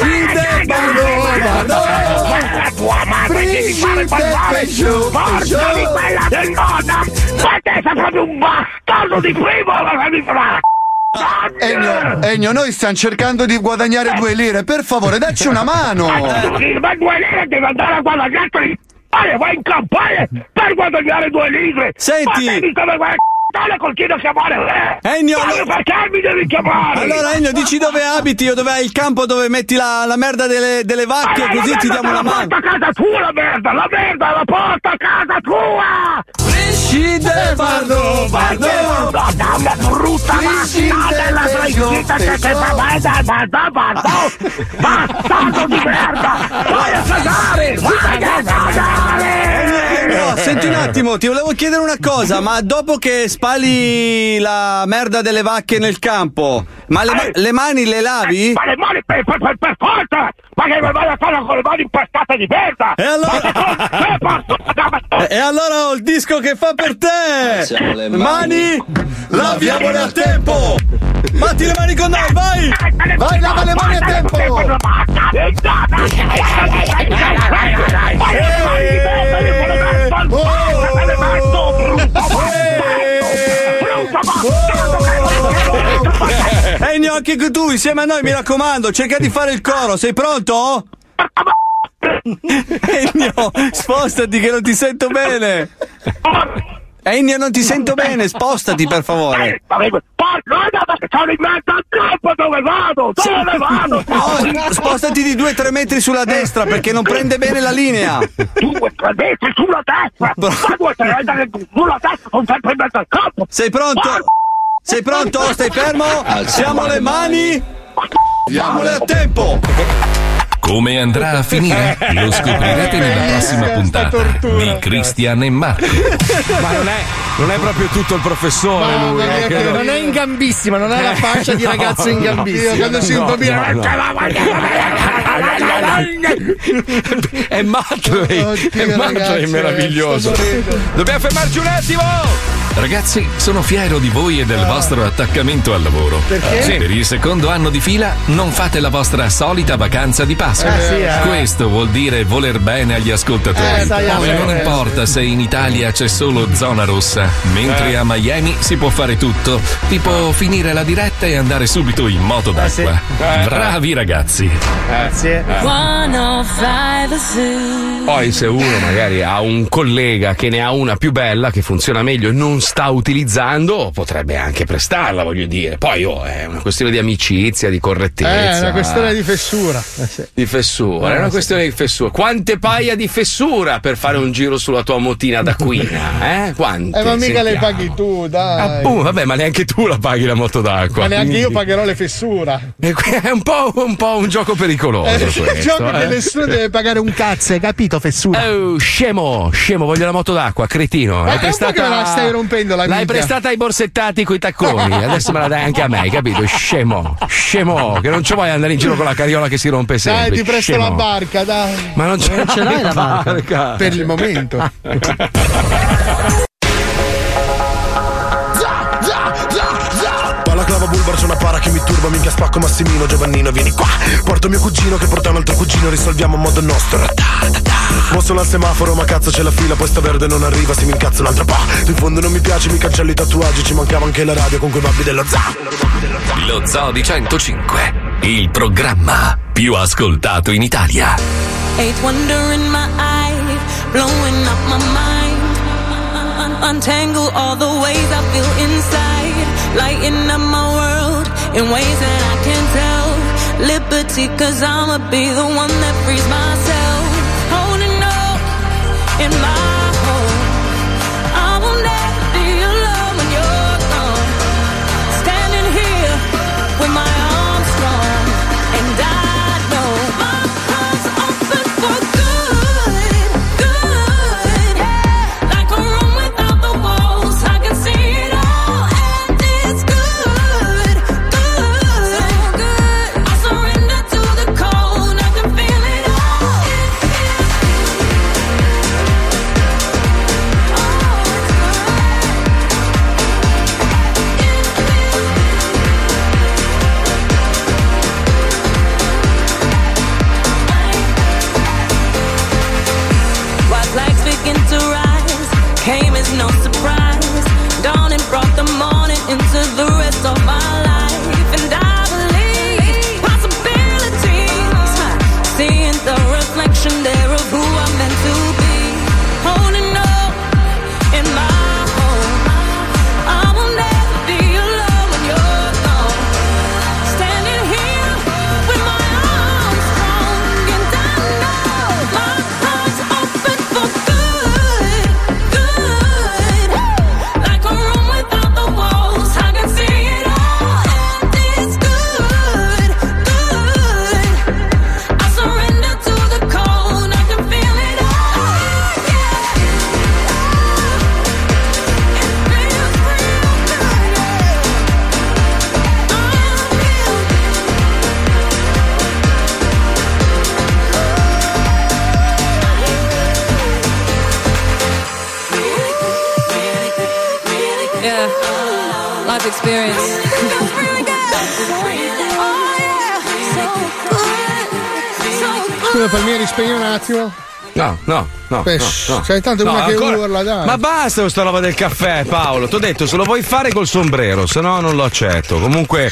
La tua madre devi fare ballare! Porca di quella del nonna! Ma te sei proprio un bastardo di prima! La mi fra! Ennio, Ennio, noi stiamo cercando di guadagnare due lire, per favore, dacci una mano! Ma due lire devi andare a guadagnare! Vai in campagna per guadagnare due lire! Senti! Ma devi come quella c***o continua a chiamare! Eh? Ennio! Ma perché mi devi chiamare? Allora Ennio, dici dove abiti o dove hai il campo dove metti la, la merda delle, delle vacche, allora, così ti diamo una mano! La porta a casa tua la merda! La merda la porta a casa tua! Scinde Bardo, Bardo! Una brutta bastarda della traicita che ti fa mai da Bardo, Bardo! Bastardo di merda! Vai a cagare! Vai a cagare! Ennio, senti un attimo, ti volevo chiedere una cosa, ma dopo che spali la merda delle vacche nel campo, ma le, ma- le mani le lavi? Ma le mani per, per, per, per forza! Ma che mi vai a fare con le mani impastate di merda! E allora... e allora ho il disco che fa per te! Le mani, laviamole a tempo! Batti le mani con noi, vai! Vai, lava le mani a tempo! Ennio, anche tu insieme a noi, mi raccomando, cerca di fare il coro, sei pronto? Ennio, spostati che non ti sento bene! Ennio, non ti sento bene, spostati per favore! Sono in mezzo al campo, dove vado? Dove vado? No, spostati di due o tre metri sulla destra perché non prende bene la linea! Due tre metri sulla destra! Ma due tre metri sulla destra, non sempre in mezzo al campo! Sei pronto? Sei pronto? Stai fermo? Alziamo le mani! Diamole a tempo! Come andrà a finire? Lo scoprirete nella prossima puntata di Cristian e Marco. Ma non è, non è proprio tutto il professore lui, eh, che che non è in gambissima, non ha la faccia di ragazzo in gambissima. Io quando si un po' è Matley, Oddio, è Matley ragazzi, meraviglioso. Dobbiamo fermarci un attimo. Ragazzi, sono fiero di voi e del vostro attaccamento al lavoro. Perché? Sì. Per il secondo anno di fila non fate la vostra solita vacanza di Pasqua. Eh, sì, eh. Questo vuol dire voler bene agli ascoltatori. Eh, sai, Poi eh, non eh, importa se in Italia c'è solo zona rossa, mentre Eh. a Miami si può fare tutto, tipo finire la diretta e andare subito in moto d'acqua. sì. Eh. Bravi ragazzi. Grazie. Poi se uno magari ha un collega che ne ha una più bella che funziona meglio e non sta utilizzando, potrebbe anche prestarla, voglio dire. Poi oh, è una questione di amicizia, di correttezza. Eh, è una questione di fessura. Di fessura, Eh, è una sì. questione di fessura. Quante paia di fessura per fare un giro sulla tua motina d'acquina? Eh? Quante? Eh, ma mica le Sentiamo. paghi tu, dai. Appunto, vabbè, ma neanche tu la paghi la moto d'acqua. Ma neanche io quindi- pagherò le fessura. È è un po', un po' un gioco pericoloso. Eh, questo, il gioco che eh. nessuno deve pagare un cazzo, hai capito, fessura? Oh, scemo, scemo, voglio la moto d'acqua, cretino. Ma L'hai è un po' che me la stai rompendo la L'hai minchia. prestata ai borsettati coi tacconi, adesso me la dai anche a me, hai capito? Scemo, scemo, che non ci vuoi andare in giro con la carriola che si rompe sempre. Dai, ti presto scemo. la barca, dai. Ma non ce, ce l'hai la barca? Per il momento. Balaclava bulbar, c'è una para che mi turba, minchia spacco Massimino, Giovannino vieni qua. Porto mio cugino che porta un altro cugino, risolviamo a modo nostro. Mo sono al semaforo ma cazzo c'è la fila, poi sta verde non arriva, si mi incazzo un altro po'. In fondo non mi piace, mi cancello i tatuaggi, ci mancava anche la radio con quei babbi dello Zoo. Lo Zoo di centocinque, il programma più ascoltato in Italia. Eighth wonder in my eye, blowing up my mind. Un- untangle all the ways I feel inside, lighting up my world in ways that I can't tell. Liberty, cause I'ma be the one that frees myself. Holding up in my home, I will never be alone when you're gone. Standing here with my arms strong, and I know my heart's open for good, good. Like a room without the walls, I can see is no surprise. Dawning brought the morning into the rest of my life. And I believe possibilities, seeing the reflection there of who I'm meant to be. Holding up in my home, I will never be alone when you're gone. Standing here with my arms strong, and I know my heart's open for good, good. Like a room without the walls, I can see it all, and it's good, good. I surrender to the cold, I can feel it all, yeah. It feels real good, yeah. Life experience. It feels really good. Oh yeah, so good, so Scusa good. Palmieri, spegni un attimo. No, no, no. Beh, no, no. c'è tanto No, una che ancora- urla, dai. Ma basta questa roba del caffè, Paolo. T'ho detto, se lo vuoi fare col sombrero, se no non lo accetto. Comunque.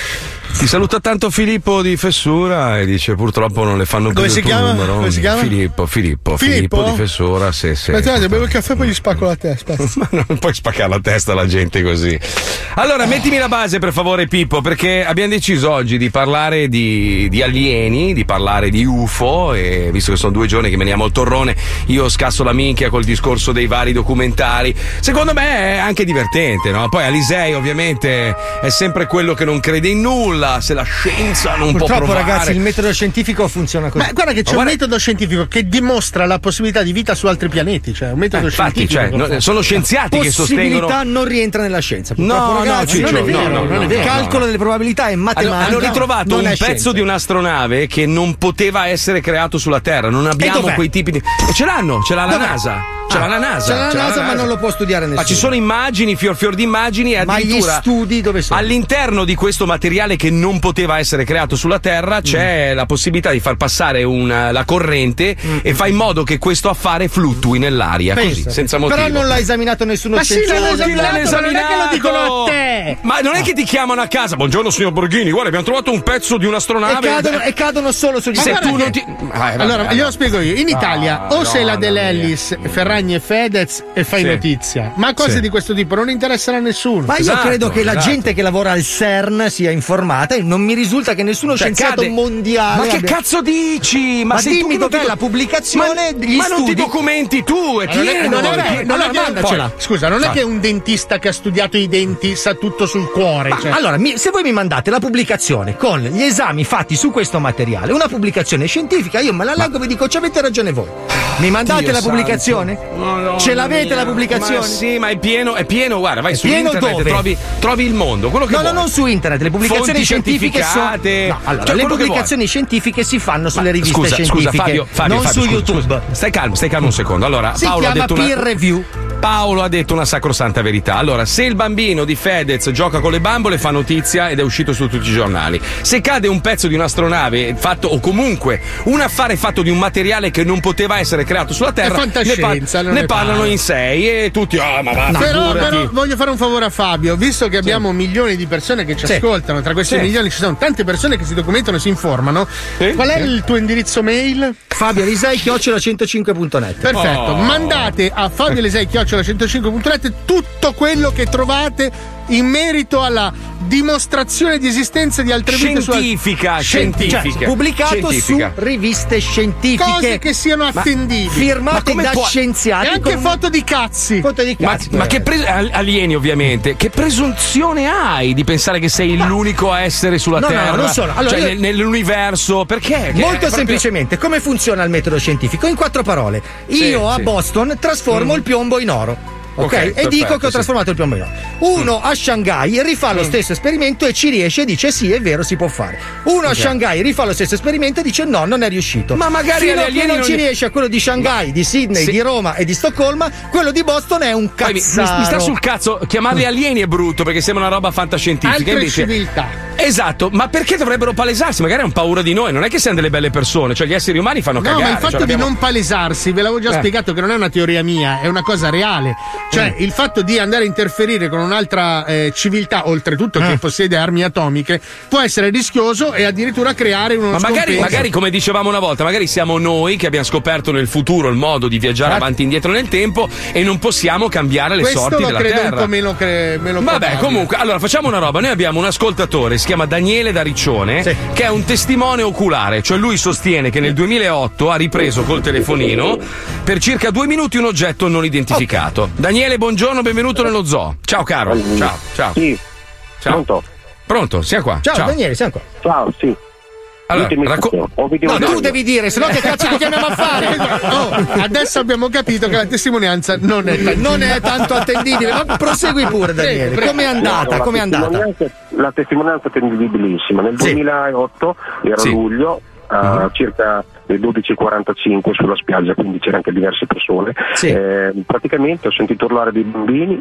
Ti saluta tanto Filippo di Fessura e dice purtroppo non le fanno più Come il si tuo chiama? numero. Come si chiama? Filippo, Filippo, Filippo? Filippo di Fessura, sì, sì. Aspetta, aspetta, bevo il caffè e poi gli spacco la testa. Ma non puoi spaccare la testa alla gente così. Allora, mettimi la base per favore, Pippo, perché abbiamo deciso oggi di parlare di, di alieni, di parlare di U F O, e visto che sono due giorni che veniamo al torrone, io scasso la minchia col discorso dei vari documentari. Secondo me è anche divertente, no? Poi Alisei, ovviamente, è sempre quello che non crede in nulla, se la scienza non può Purtroppo, provare. ragazzi, il metodo scientifico funziona così. Ma guarda che c'è Ma un guarda- metodo scientifico che dimostra la possibilità di vita su altri pianeti, cioè un metodo Eh, infatti, scientifico. cioè, che lo no, fa. sono scienziati che sostengono. Possibilità non rientra nella scienza. No, Purtroppo, no, ragazzi, Ciccio, non è vero, no, no, non è no, vero. no, Calcolo no. delle probabilità è Hanno, matematica. hanno ritrovato non un è pezzo scienza. di un'astronave che non poteva essere creato sulla Terra. Non abbiamo dov'è? quei tipi di. E ce l'hanno, ce l'ha la Dov'è? NASA. Ce l'ha Ah, la NASA. ce l'ha la ce l'ha NASA, ma non lo può studiare nessuno. Ma ci sono immagini, fior fior di immagini, e Ma gli addirittura studi dove sono? all'interno di questo materiale che non poteva essere creato sulla Terra c'è Mm. la possibilità di far passare una- la corrente e fa in modo che questo affare fluttui nell'aria, Pensa. così, senza motivo. Però non l'ha esaminato nessuno Ma sì, scienziato. l'hanno Chi l'hanno esaminato, ma non è che lo dicono a te. Ma non è che ti chiamano a casa. Buongiorno signor Borghini, guarda, abbiamo trovato un pezzo di E un'astronave. cadono, e cadono solo sugli Se guarda tu che- non ti. Ah, vabbè, Allora, vabbè. glielo spiego io. In Italia Ah, o sei la Madonna dell'Ellis, Ferragni e Fedez e fai Sì. notizia. Ma cose Sì. di questo tipo non interessano a nessuno. Ma io Esatto, credo che la esatto. gente che lavora al CERN sia informata e non mi risulta che nessuno Cioè, scienziato cade- mondiale. Ma che abbia- cazzo dici? Ma, Ma sei tu dimmi che non dov'è ti- la pubblicazione ma, degli ma non ti studi? documenti tu, è Ma non è- pieno. non è- è non è- pieno. non è che- mandacela. poi, Scusa, non è Vai. che un dentista che ha studiato i denti sa tutto sul cuore. Ma cioè. allora, mi- se voi mi mandate la pubblicazione con gli esami fatti su questo materiale, una pubblicazione scientifica, io me la leggo e vi dico, ci avete ragione voi. Mi mandate Dio la santo. pubblicazione? Madonna Ce l'avete mia. la pubblicazione? Ma sì, ma è pieno, è pieno, guarda, vai su pieno internet, dove? trovi, trovi il mondo, quello che No, no, vuoi. non su internet, le pubblicazioni Fonti scientifiche sono. certificate. No, allora, Cioè, le quello che pubblicazioni scientifiche si fanno sulle Ma riviste scusa, scientifiche, scusa, Fabio, Fabio, non Fabio, su scusa, YouTube. scusa. Stai calmo, stai calmo un secondo. Allora, Si Paolo ha chiama detto una... peer review. Paolo ha detto una sacrosanta verità. Allora, se il bambino di Fedez gioca con le bambole, fa notizia ed è uscito su tutti i giornali. Se cade un pezzo di un'astronave fatto, o comunque un affare fatto di un materiale che non poteva essere creato sulla Terra, È fantascienza, ne, non ne ne parlano parla. in sei e tutti, ah, ma va, Però, figurati. però voglio fare un favore a Fabio, visto che abbiamo milioni di persone che ci Sì. ascoltano, tra questi Sì. milioni ci sono tante persone che si documentano e si informano. Sì. Qual è il tuo indirizzo mail? Fabio Alisei chiocciola centocinque punto net. Perfetto, Oh. mandate a fabio lesei chiocciola centocinque punto net tutto quello che trovate in merito alla dimostrazione di esistenza di altre vite su altri- Scientifica, Scien- scientifica. Cioè, pubblicato Scientifica. su riviste scientifiche. cose che siano attendibili. firmate Ma come da può- scienziati E anche con foto di cazzi. foto di Ma, cazzo. ma che pres- al- alieni, ovviamente. Che presunzione hai di pensare che sei l'unico a essere sulla No, no, Terra? no, non solo. Allora, cioè, io- nel- nell'universo? Perché? Che è Molto proprio- semplicemente, come funziona il metodo scientifico? In quattro parole. Sì, Io a sì. Boston trasformo il piombo in oro. Ok? Ok, e perfetto, dico che ho sì. trasformato il piombo in oro. Uno a Shanghai rifà lo stesso esperimento e ci riesce e dice sì, è vero, si può fare. Uno a Shanghai rifà lo stesso esperimento e dice no, non è riuscito. Ma magari Fino agli a che alieni non non ci gli- riesce a quello di Shanghai, di Sydney, Sì. di Roma e di Stoccolma, quello di Boston è un Poi mi, mi- cazzaro. mi sta sul cazzo, chiamarli alieni è brutto perché sembra una roba fantascientifica. Altre Invece, civiltà. Esatto, ma perché dovrebbero palesarsi? Magari hanno paura di noi, non è che siamo delle belle persone, cioè gli esseri umani fanno no, cagare. No, ma il fatto cioè, di abbiamo... non palesarsi, ve l'avevo già eh. spiegato che non è una teoria mia, è una cosa reale. Cioè, mm. il fatto di andare a interferire con un'altra eh, civiltà, oltretutto mm. che possiede armi atomiche, può essere rischioso e addirittura creare uno Ma magari, scompenso. magari, come dicevamo una volta, magari siamo noi che abbiamo scoperto nel futuro il modo di viaggiare avanti e indietro nel tempo e non possiamo cambiare le Questo sorti della Terra. Terra. Questo lo credo un po' meno, cre- meno Vabbè, probabile. comunque, allora facciamo una roba. Noi abbiamo un ascoltatore, si chiama Daniele da Riccione, sì. che è un testimone oculare. Cioè lui sostiene che nel duemilaotto ha ripreso col telefonino per circa due minuti un oggetto non identificato. Okay. Daniele, buongiorno, benvenuto nello zoo. Ciao caro. Ciao, ciao. Sì. Ciao. Pronto? Pronto, siamo qua. Ciao, ciao. Daniele, siamo qua. Ciao, sì. Allora, racco- no, tu devi dire, se no che cazzo ti chiamiamo a fare? Oh, adesso abbiamo capito che la testimonianza non è, t- non è tanto attendibile. Ma prosegui pure, Daniele. Com'è andata? No, Com'è andata? La testimonianza è attendibilissima. Nel sì. duemilaotto era sì. luglio, a uh-huh. circa le dodici e quarantacinque sulla spiaggia, quindi c'erano anche diverse persone. Sì. Eh, praticamente ho sentito urlare dei bambini,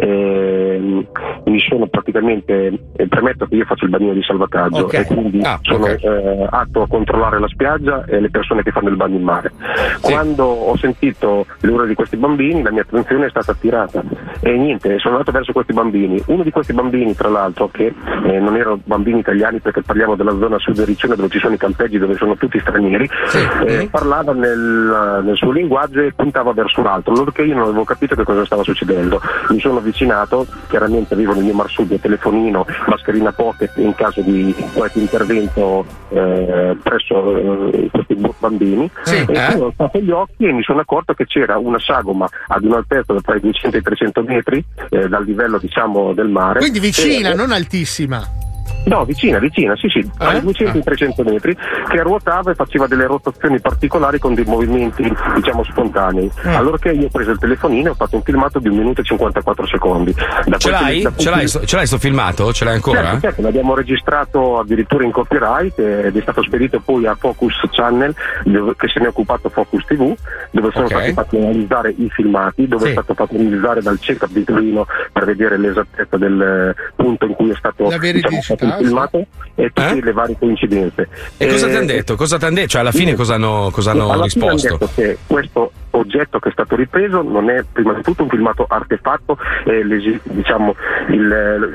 eh, mi sono praticamente, eh, premetto che io faccio il bagnino di salvataggio, okay. e quindi ah, sono okay. eh, atto a controllare la spiaggia e le persone che fanno il bagno in mare. Sì. Quando ho sentito le urla di questi bambini, la mia attenzione è stata attirata e niente, sono andato verso questi bambini. Uno di questi bambini, tra l'altro, che eh, non erano bambini italiani perché parliamo della zona sud di Riccione dove ci sono i campeggi dove sono tutti stranieri, sì. eh, parlava nel, nel suo linguaggio e puntava verso un altro, allora che io non avevo capito che cosa stava succedendo. Mi sono avvicinato, chiaramente avevo nel mio marsupio telefonino, mascherina pocket in caso di qualche intervento eh, presso eh, questi bambini, sì, e eh? ho fatto gli occhi e mi sono accorto che c'era una sagoma ad un'altezza tra i duecento e i trecento metri eh, dal livello, diciamo, del mare. Quindi vicina, e, non altissima. No, vicina, vicina, sì, sì, tra i duecento e i trecento metri, che ruotava e faceva delle rotazioni particolari con dei movimenti, diciamo, spontanei. Mm. Allora che io ho preso il telefonino e ho fatto un filmato di un minuto e cinquantaquattro secondi. Da ce l'hai? Da ce l'hai? Ce l'hai sto filmato? Ce l'hai ancora? Certo, certo, l'abbiamo registrato addirittura in copyright ed è stato spedito poi a Focus Channel, dove, che se ne è occupato Focus tivù, dove sono okay. stati fatti analizzare i filmati, dove sì. è stato fatto analizzare dal check-up di Torino per vedere l'esattezza del punto in cui è stato, diciamo, fatto filmato e tutte eh? le varie coincidenze. E, e cosa ti hanno eh, detto? Cosa ti hanno detto? Cioè alla fine cosa hanno, cosa hanno alla risposto? Fine hanno detto che questo oggetto che è stato ripreso non è prima di tutto un filmato artefatto, eh, diciamo il,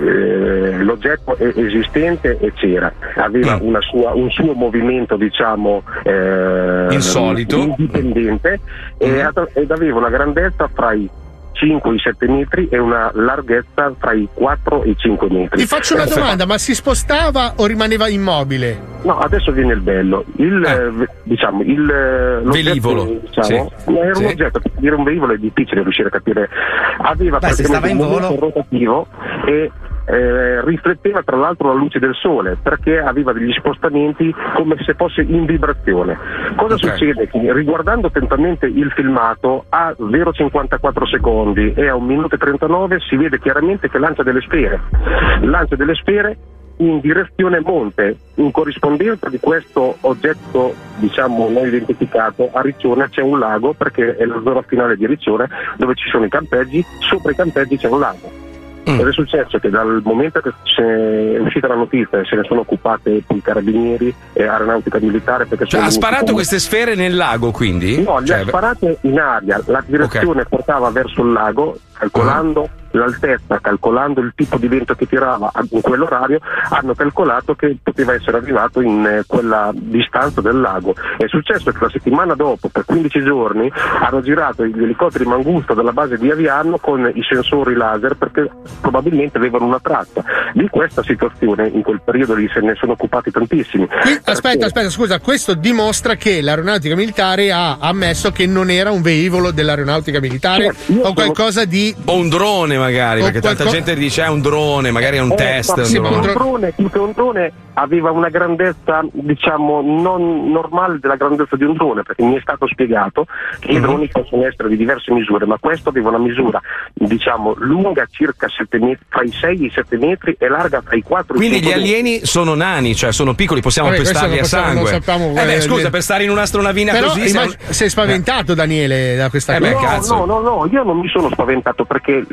eh, l'oggetto è esistente e c'era, aveva mm. una sua, un suo movimento, diciamo, eh, insolito, indipendente, mm. e, ed aveva una grandezza fra i cinque e i sette metri e una larghezza fra i quattro e i cinque metri. Ti faccio una domanda, ma si spostava o rimaneva immobile? No, adesso viene il bello. Il eh. diciamo il velivolo, diciamo, sì. era un sì. oggetto, per dire un velivolo è difficile riuscire a capire. Aveva Beh, praticamente un movimento rotativo e Eh, rifletteva tra l'altro la luce del sole perché aveva degli spostamenti come se fosse in vibrazione. Cosa okay. succede? Che riguardando attentamente il filmato a zero virgola cinquantaquattro secondi e a un minuto e trentanove si vede chiaramente che lancia delle sfere lancia delle sfere in direzione monte. In corrispondenza di questo oggetto, diciamo, non identificato, a Riccione c'è un lago perché è la zona finale di Riccione dove ci sono i campeggi, sopra i campeggi c'è un lago. Mm. Ed è successo che dal momento che è uscita la notizia se ne sono occupate i carabinieri e aeronautica militare, perché cioè, ha sparato queste sfere nel lago, quindi? No, le cioè... ha sparate in aria, la direzione okay. portava verso il lago, calcolando uh-huh. l'altezza, calcolando il tipo di vento che tirava in quell'orario, hanno calcolato che poteva essere arrivato in eh, quella distanza del lago. È successo che la settimana dopo, per quindici giorni, hanno girato gli elicotteri Mangusta dalla base di Aviano con i sensori laser perché probabilmente avevano una traccia di questa situazione. In quel periodo lì se ne sono occupati tantissimi. Qui, aspetta, aspetta, scusa, questo dimostra che l'aeronautica militare ha ammesso che non era un velivolo dell'aeronautica militare cioè, o qualcosa di o un drone magari, perché tanta qualco... gente dice è un drone, magari è un eh, test. Sì, no? un drone, un drone aveva una grandezza, diciamo, non normale della grandezza di un drone, perché mi è stato spiegato che mm-hmm. i droni possono essere di diverse misure, ma questo aveva una misura, diciamo, lunga circa sette metri, tra i sei e i sette metri e larga tra i quattro Quindi e i cinque gli alieni metri. Sono nani, cioè sono piccoli, possiamo Vabbè, pestarli a sangue. Sappiamo, eh beh, scusa, per stare in un'astronavina però così immag- sei spaventato, eh. Daniele, da questa eh cosa? beh, no, cazzo. no, no, no, io non mi sono spaventato perché lì per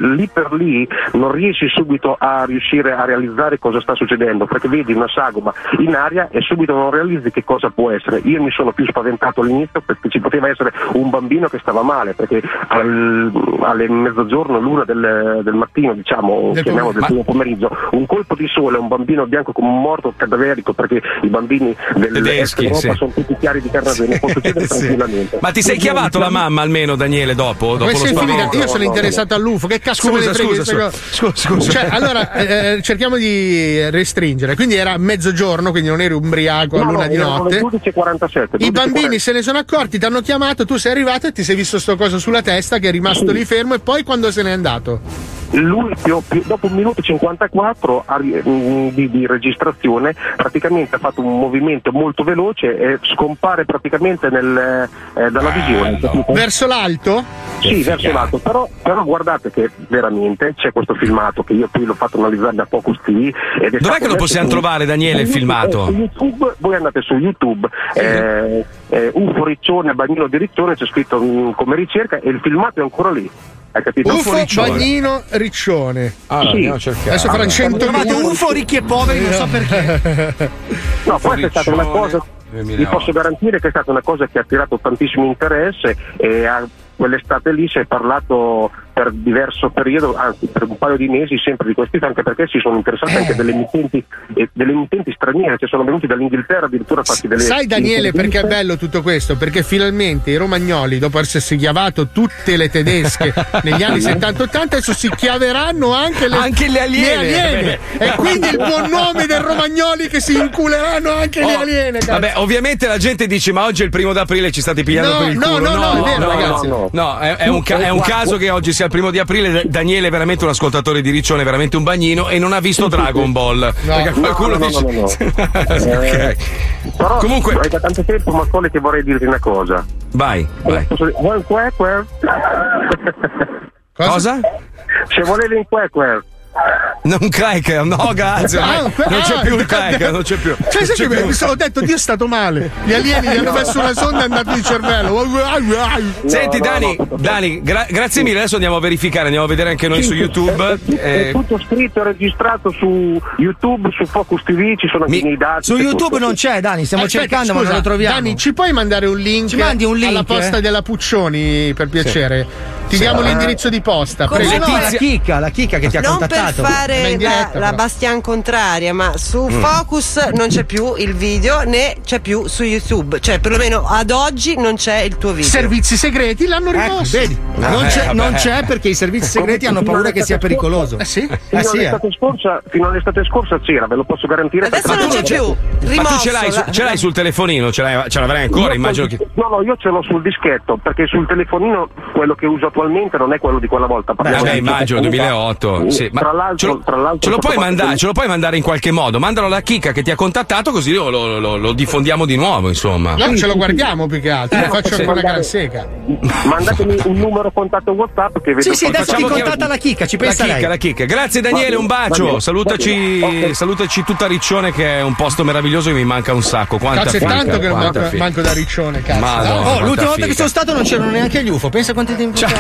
per lì non riesci subito a riuscire a realizzare cosa sta succedendo, perché vedi una sagoma in aria e subito non realizzi che cosa può essere. Io mi sono più spaventato all'inizio perché ci poteva essere un bambino che stava male, perché al, alle mezzogiorno, l'una del, del mattino, diciamo, del chiamiamo del primo pomeriggio, un colpo di sole, un bambino bianco come un morto cadaverico, perché i bambini dell'est Europa sì. sono tutti chiari di carnagione, può succedere sì. tranquillamente. Ma ti sei chiamato la mamma almeno, Daniele, dopo? dopo lo spavento? Io sono interessato all'U F O, che cazzo me ne frega? Scusa, scusa, scusa. Cioè, allora eh, cerchiamo di restringere. Quindi era mezzogiorno, quindi non eri ubriaco a no, luna no, di notte. dodici e quarantasette, I bambini se ne sono accorti, ti hanno chiamato, tu sei arrivato e ti sei visto sto coso sulla testa che è rimasto sì. lì fermo, e poi quando se n'è andato? Lui più, più, dopo un minuto e cinquantaquattro di, di registrazione praticamente ha fatto un movimento molto veloce e scompare praticamente nel, eh, dalla visione. No. Verso l'alto? Sì, verso l'alto, però, però guardate che veramente c'è questo filmato che io qui l'ho fatto analizzare da Focus T V. Ed è Dov'è che lo possiamo su, trovare, Daniele, il filmato? Su YouTube, voi andate su YouTube, sì. eh, eh, U F O Riccione, Bagnino di Riccione, c'è scritto um, come ricerca e il filmato è ancora lì. Hai capito? U F O Bagnino Riccione. Allora, sì. andiamo a cercare. Adesso farà cento U F O ricchi e poveri, non so perché. No, poi è stata una cosa. Vi posso garantire che è stata una cosa che ha attirato tantissimo interesse e a quell'estate lì si è parlato per diverso periodo, anzi per un paio di mesi, sempre di questi, anche perché si sono interessati eh. anche delle emittenti, eh, delle emittenti straniere che sono venuti dall'Inghilterra, addirittura fatti delle. Sai Daniele perché è bello tutto questo? Perché finalmente i romagnoli, dopo essersi chiavato tutte le tedesche negli anni settanta ottanta, adesso si chiaveranno anche le, anche le aliene, le aliene. E quindi il buon nome del romagnoli che si inculeranno anche oh, le aliene. Cazzo. Vabbè, ovviamente la gente dice ma oggi è il primo d'aprile, ci state pigliando no, per il no, culo. No, no, no, è vero, no, ragazzi. No, no. no è, è, un ca- è un caso che oggi sia il primo di aprile. Daniele è veramente un ascoltatore di Riccione, veramente un bagnino, e non ha visto Dragon Ball. No, perché qualcuno no, no, dice. No, no, no. okay. eh, però comunque hai da tanto tempo, ma solo che vorrei dirti una cosa. Vai, vai. Cosa? Cosa? Se volevi in quack. Non cracker, no grazie, ah, non c'è più il cracker, non c'è più. Cioè, sai che mi sono detto Dio è stato male. Gli alieni gli hanno messo una sonda e è andato di cervello. Senti no, Dani, no, no. Dani, gra- grazie mille, adesso andiamo a verificare, andiamo a vedere anche noi sì, su YouTube. È, è, è tutto scritto e registrato su YouTube, su Focus T V, ci sono anche i miei dati. Su YouTube tutto. Non c'è, Dani, stiamo Aspetta, cercando scusa, ma non lo troviamo. Dani, ci puoi mandare un link, ci mandi un link alla posta eh? della Puccioni, per piacere? Sì. Ti sì, diamo eh. l'indirizzo di posta. Come no, la chicca, la chicca che ti ha non contattato. Non per fare diretta, la, la Bastian contraria, ma su mm. Focus non c'è più il video né c'è più su YouTube. Cioè, perlomeno ad oggi non c'è il tuo video. Servizi segreti l'hanno rimosso. Ecco, vedi? Ah, non, beh, c'è, vabbè. non c'è perché i servizi segreti hanno paura che sia pericoloso. Eh sì? Fino, eh sì, all'estate eh. scorsa, fino all'estate scorsa c'era, ve lo posso garantire. Adesso non c'è più. Rimosso, ma tu ce l'hai, la... ce l'hai sul telefonino? Ce, l'hai, ce l'avrai ancora? Io Immagino sul, che. No, no, io ce l'ho sul dischetto, perché sul telefonino quello che uso attualmente non è quello di quella volta. Beh, immagino duemilaotto. Sì, ma tra l'altro, ce lo, tra l'altro ce lo puoi mandare, fatto... ce lo puoi mandare in qualche modo. Mandalo alla chicca che ti ha contattato, così lo, lo, lo, lo diffondiamo di nuovo, insomma. No, ce lo guardiamo più che altro. Eh, lo faccio con una gran seca. Mandatemi un numero contatto WhatsApp che vedo. Sì, sì, adesso ti contatta chiam- la chicca, ci pensa la chicca, lei. la chicca. Grazie Daniele, un bacio. Salutaci, okay. salutaci tutta Riccione, che è un posto meraviglioso che mi manca un sacco. Quanta cazzo, è fica, tanto che non manco, fica. manco da Riccione, cazzo. Madonna, oh, l'ultima volta fica. che sono stato non c'erano neanche gli U F O. Pensa quanti tempo Cioè,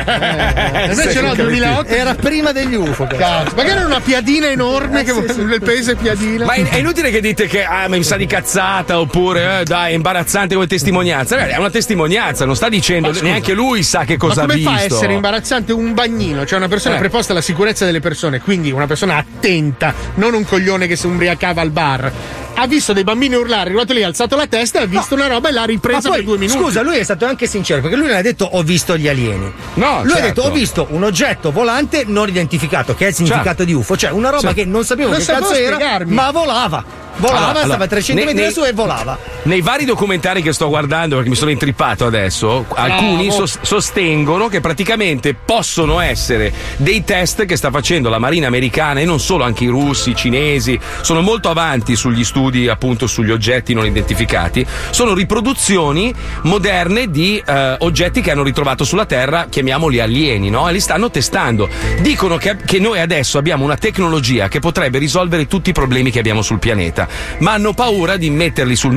eh, invece no, duemilaotto era prima degli U F O. Cazzo, magari era una piadina enorme, eh, che sì, sì. Nel paese piadina. Ma è, è inutile che dite che ah, mi sa di cazzata, oppure eh, dai, è imbarazzante come testimonianza. Ragazzi, è una testimonianza, non sta dicendo, neanche lui sa che cosa ha visto. Ma come fa a essere imbarazzante un bagnino? Cioè una persona eh. preposta alla sicurezza delle persone, quindi una persona attenta, non un coglione che si ubriacava al bar. Ha visto dei bambini urlare, è arrivato lì, ha alzato la testa e ha visto no. una roba e l'ha ripresa poi, per due minuti. Scusa, lui è stato anche sincero, perché lui non ha detto ho visto gli alieni. No, lui certo. ha detto ho visto un oggetto volante non identificato, che è il significato certo. di U F O, cioè una roba certo. che non sapevo non che cazzo era, ma volava. Volava, allora, stava allora, a trecento metri nei, su e volava. Nei vari documentari che sto guardando, perché mi sono intrippato adesso, alcuni sos- sostengono che praticamente possono essere dei test che sta facendo la Marina americana, e non solo, anche i russi, i cinesi, sono molto avanti sugli studi appunto sugli oggetti non identificati. Sono riproduzioni moderne di eh, oggetti che hanno ritrovato sulla Terra, chiamiamoli alieni, no? E li stanno testando. Dicono che, che noi adesso abbiamo una tecnologia che potrebbe risolvere tutti i problemi che abbiamo sul pianeta, ma hanno paura di metterli sul mercato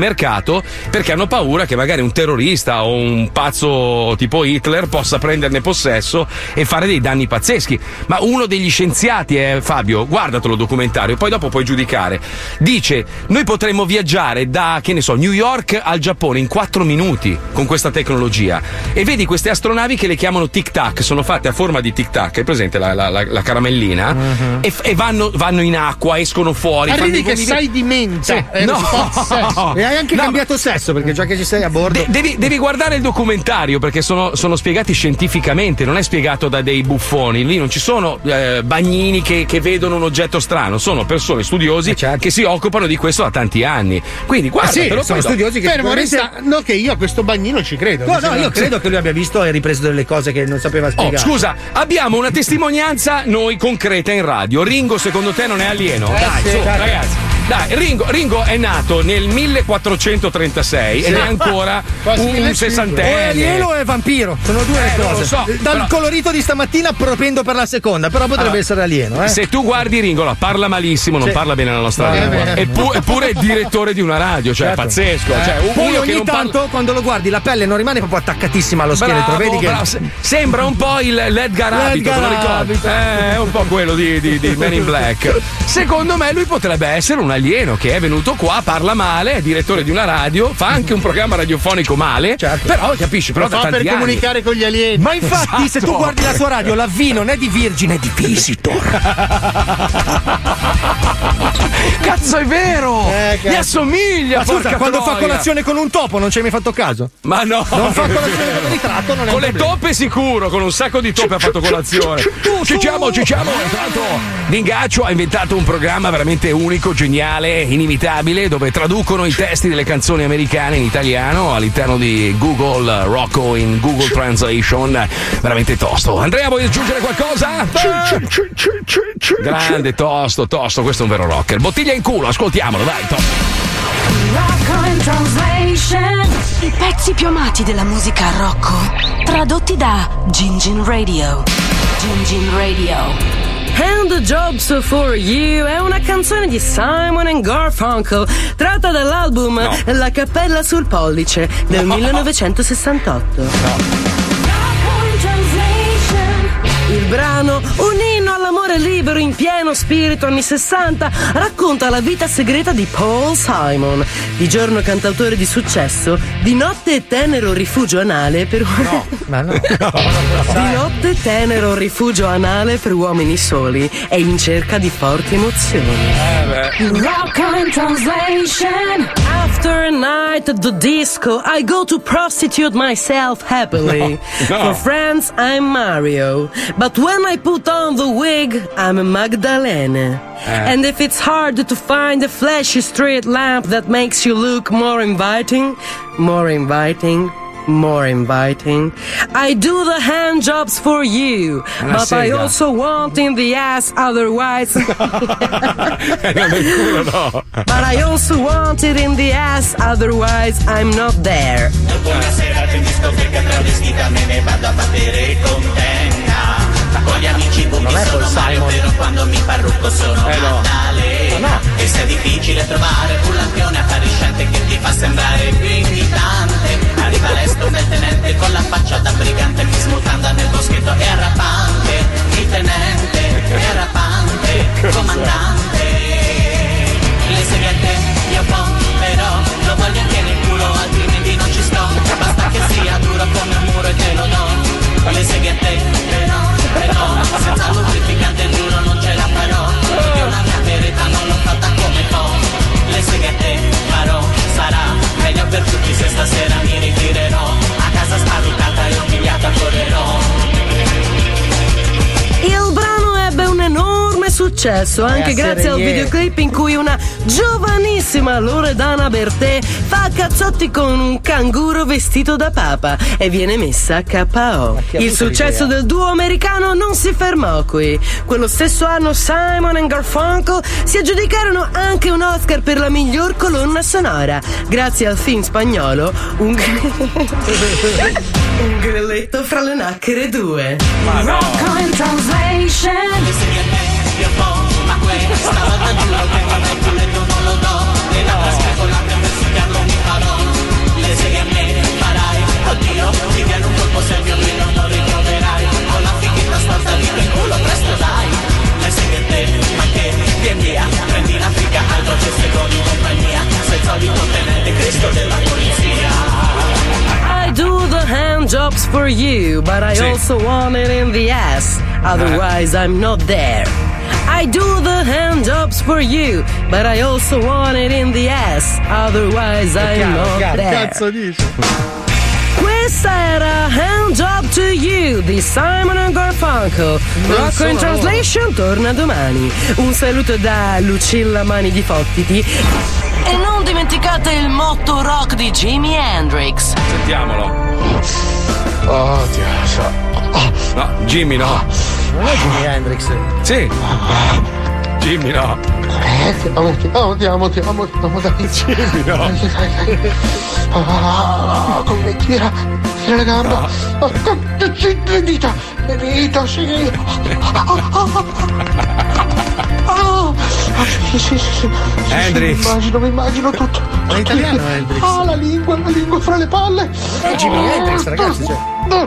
vietato perché hanno paura che magari un terrorista o un pazzo tipo Hitler possa prenderne possesso e fare dei danni pazzeschi. Ma uno degli scienziati, eh, Fabio, guardatelo il documentario, poi dopo puoi giudicare, dice: noi potremmo viaggiare da, che ne so, New York al Giappone in quattro minuti con questa tecnologia. E vedi queste astronavi che le chiamano tic tac, sono fatte a forma di tic tac, è presente la, la, la, la caramellina, uh-huh. e, e vanno, vanno in acqua, escono fuori. Arrivi che sai di menta. Sì. Eh, no. no. E hai anche no, cambiato sesso, perché già che ci sei a bordo. De- devi, devi guardare il documentario, perché sono, sono spiegati scientificamente, non è spiegato da dei buffoni. Lì non ci sono eh, bagnini che, che vedono un oggetto strano, sono persone studiosi eh certo. che si occupano di questo da tanti anni. Quindi guardatelo. Ah, sì, sono studiosi che fermo resta, no, che io a questo bagnino ci credo. No, no, io credo che lui abbia visto e ripreso delle cose che non sapeva spiegare. Oh, scusa, abbiamo una testimonianza noi concreta in radio. Ringo, secondo te non è alieno? Eh, Dai, sì, su, certo. ragazzi. Dai, Ringo, Ringo è nato nel millequattrocentotrentasei sì. ed è ancora un, un sessantenne. O è alieno o è vampiro, sono due eh, le cose. Non lo so, Dal però... colorito di stamattina propendo per la seconda, però potrebbe allora, essere alieno. Eh? Se tu guardi Ringo, parla malissimo, non sì. parla bene la nostra no, lingua. Eppu- eppure è direttore di una radio, cioè certo. è pazzesco. Eh. Cioè, Poi uno ogni che non tanto, parla... quando lo guardi, la pelle non rimane proprio attaccatissima allo scheletro. Bravo, Vedi che bravo. Sembra un po' il Ledgar Abito, te lo ricordi? Eh, è un po' quello di, di, di Men in Black. Secondo me lui potrebbe essere un alieno che è venuto qua, parla male, è direttore di una radio, fa anche un programma radiofonico male, certo. però capisci, però lo da fa tanti per anni. comunicare con gli alieni. Ma infatti, esatto. se tu guardi la sua radio, la V non è di Virgin, è di Visitor. Cazzo, è vero! Eh, Mi assomiglia! Ma scusa, quando troia. fa colazione con un topo, non ci hai mai fatto caso? Ma no! Non fa colazione con un ritratto, non è con un le toppe sicuro, con un sacco di toppe ha fatto colazione. Ci siamo, ci siamo! Tra l'altro, Dingaccio ha inventato un programma veramente unico, geniale, inimitabile, dove traducono i testi delle canzoni americane in italiano all'interno di Google Rocco in Google Translation. Veramente tosto. Andrea, vuoi aggiungere qualcosa? Grande, tosto, tosto, questo è un vero rocker. Bottiglia in culo, ascoltiamolo, dai, tosto. Rocco in Translation. I pezzi più amati della musica Rocco, tradotti da Gingin Radio. Gingin Radio. And the Jobs for You è una canzone di Simon and Garfunkel tratta dall'album no. La cappella sul pollice del no. millenovecentosessantotto. No. Il brano, un inno all'amore libero in pieno spirito anni sessanta, racconta la vita segreta di Paul Simon, di giorno cantautore di successo, di notte tenero rifugio anale per no, ma no. di notte tenero rifugio anale per uomini soli e in cerca di forti emozioni. Eh Rock in Translation. After a night at the disco, I go to prostitute myself happily. No, no. For friends, I'm Mario. But when I put on the wig, I'm a Magdalene. Eh. And if it's hard to find a flashy street lamp that makes you look more inviting, more inviting, more inviting, I do the hand jobs for you. Una but sega. I also want in the ass otherwise. But I also want it in the ass, otherwise I'm not there. Buonasera, in discoteca travestita me ne vado a battere contenta. Con gli amici bumbi sono Mario, però quando mi parrucco sono eh no. Maddalena. No. E se è difficile trovare un lampione appariscente che ti fa sembrare più invitante, arriva lesto un bel tenente con la faccia da brigante, mi smutanda nel boschetto, è rappante, il tenente, è rappante, comandante. Le segrete io però lo voglio anche nel culo, altrimenti non ci sto, basta che sia duro come un muro e te lo do. Le segrete però, però, senza lubrificante duro non ce la farò, io la mia verità non l'ho fatta come po'. Le segrete farò, sarà meglio per tutti se stasera mi ritirerò, a casa sparrucata e umiliata correrò. Il brano ebbe un enorme successo anche grazie al videoclip in cui una giovanissima Loredana Bertè fa cazzotti con un canguro vestito da papa e viene messa a K O. Il successo del duo americano non si fermò qui. Quello stesso anno Simon and Garfunkel si aggiudicarono anche un Oscar per la miglior colonna sonora grazie al film spagnolo Un, un grilletto fra le nacchere due. Ma no! Rocco in Translation. Io po', ma questa volta giuro che quando il culetto non lo do, e la trascrivo la mia versione cambiarlo mi farò. Le seghe a me farai, oddio, ti viene un colpo se il mio brillo non ritroverai. Con la fighetta storta di in culo presto dai. Le seghe a te, ma che, vien via, prendi in Africa al dolce secondo in compagnia. Sei il solito tenente Cristo della polizia. I do the hand jobs for you, but I Sì. also want it in the ass. Otherwise, I'm not there. I do the hand jobs for you, but I also want it in the ass. Otherwise, I'm chiaro, not chiaro. there. Cazzo dici? Questa era Hand Job to You di Simon and Garfunkel. Non Rocco in sono Translation torna domani. Un saluto da Lucilla Mani di Fottiti. E non dimenticate il motto rock di Jimi Hendrix. Sentiamolo. Oh, Dio. No, Jimmy no. Non è Jimi Hendrix. Sì. Jimmy no. Eh, ti amo, ti amo, ti amo, ti amo, ti amo, dai. Jimmy no. Dai, dai, dai. Ah, come tira, tira la gamba. Ah, le dita, le dita, sì. Ah, sì, sì, sì, sì. Hendrix. Mi immagino, mi immagino tutto. È italiano Hendrix. Ah, la lingua, la lingua fra le palle. È Jimi Hendrix, ragazzi. Cioè.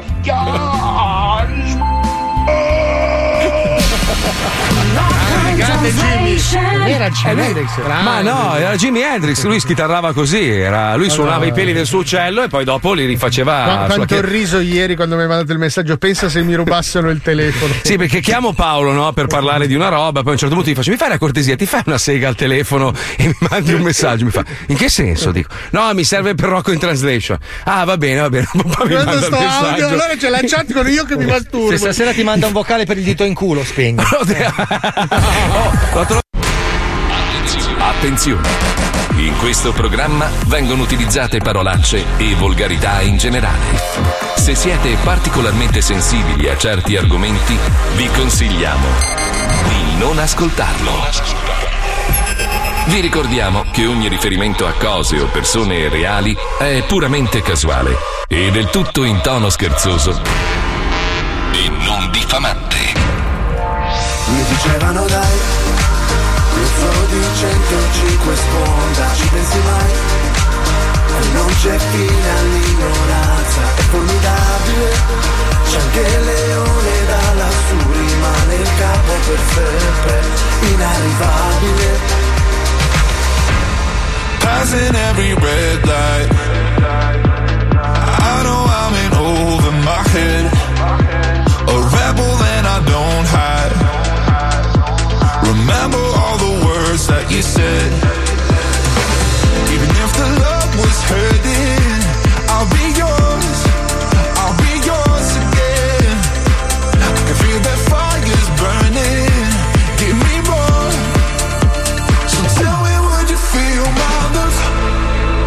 Grande Jimmy. Non era Jimi Eh, lui- Hendrix. Ma no, era Jimi Hendrix, lui schitarrava così, era, lui suonava i peli del suo uccello e poi dopo li rifaceva. Ma sulla quanto ho chi- riso ieri quando mi hai mandato il messaggio. Pensa se mi rubassero il telefono. Sì, perché chiamo Paolo, no, per parlare di una roba, poi a un certo punto gli faccio: mi fai la cortesia, ti fai una sega al telefono e mi mandi un messaggio. Mi fa: in che senso? Dico: no, mi serve per Rocco in Translation. Ah, va bene, va bene. Poi mi Quando manda il sto messaggio. audio, allora c'è la chat con io che mi masturbo. Se stasera ti manda un vocale per il dito in culo, spegni. Attenzione! In questo programma vengono utilizzate parolacce e volgarità in generale. Se siete particolarmente sensibili a certi argomenti, vi consigliamo di non ascoltarlo. Vi ricordiamo che ogni riferimento a cose o persone reali è puramente casuale e del tutto in tono scherzoso e non diffamante. Mi dicevano dai, lo zoo di centocinque sponda, ci pensi mai? E non c'è fine all'ignoranza, è formidabile, c'è anche il leone da lassù, rimane il capo per sempre, inarrivabile. Passing every red light, I know I'm in over my head, a rebel and I don't hide. Remember all the words that you said. Even if the love was hurting, I'll be yours, I'll be yours again. I can feel that fire's burning, give me more. So tell me, would you feel my love?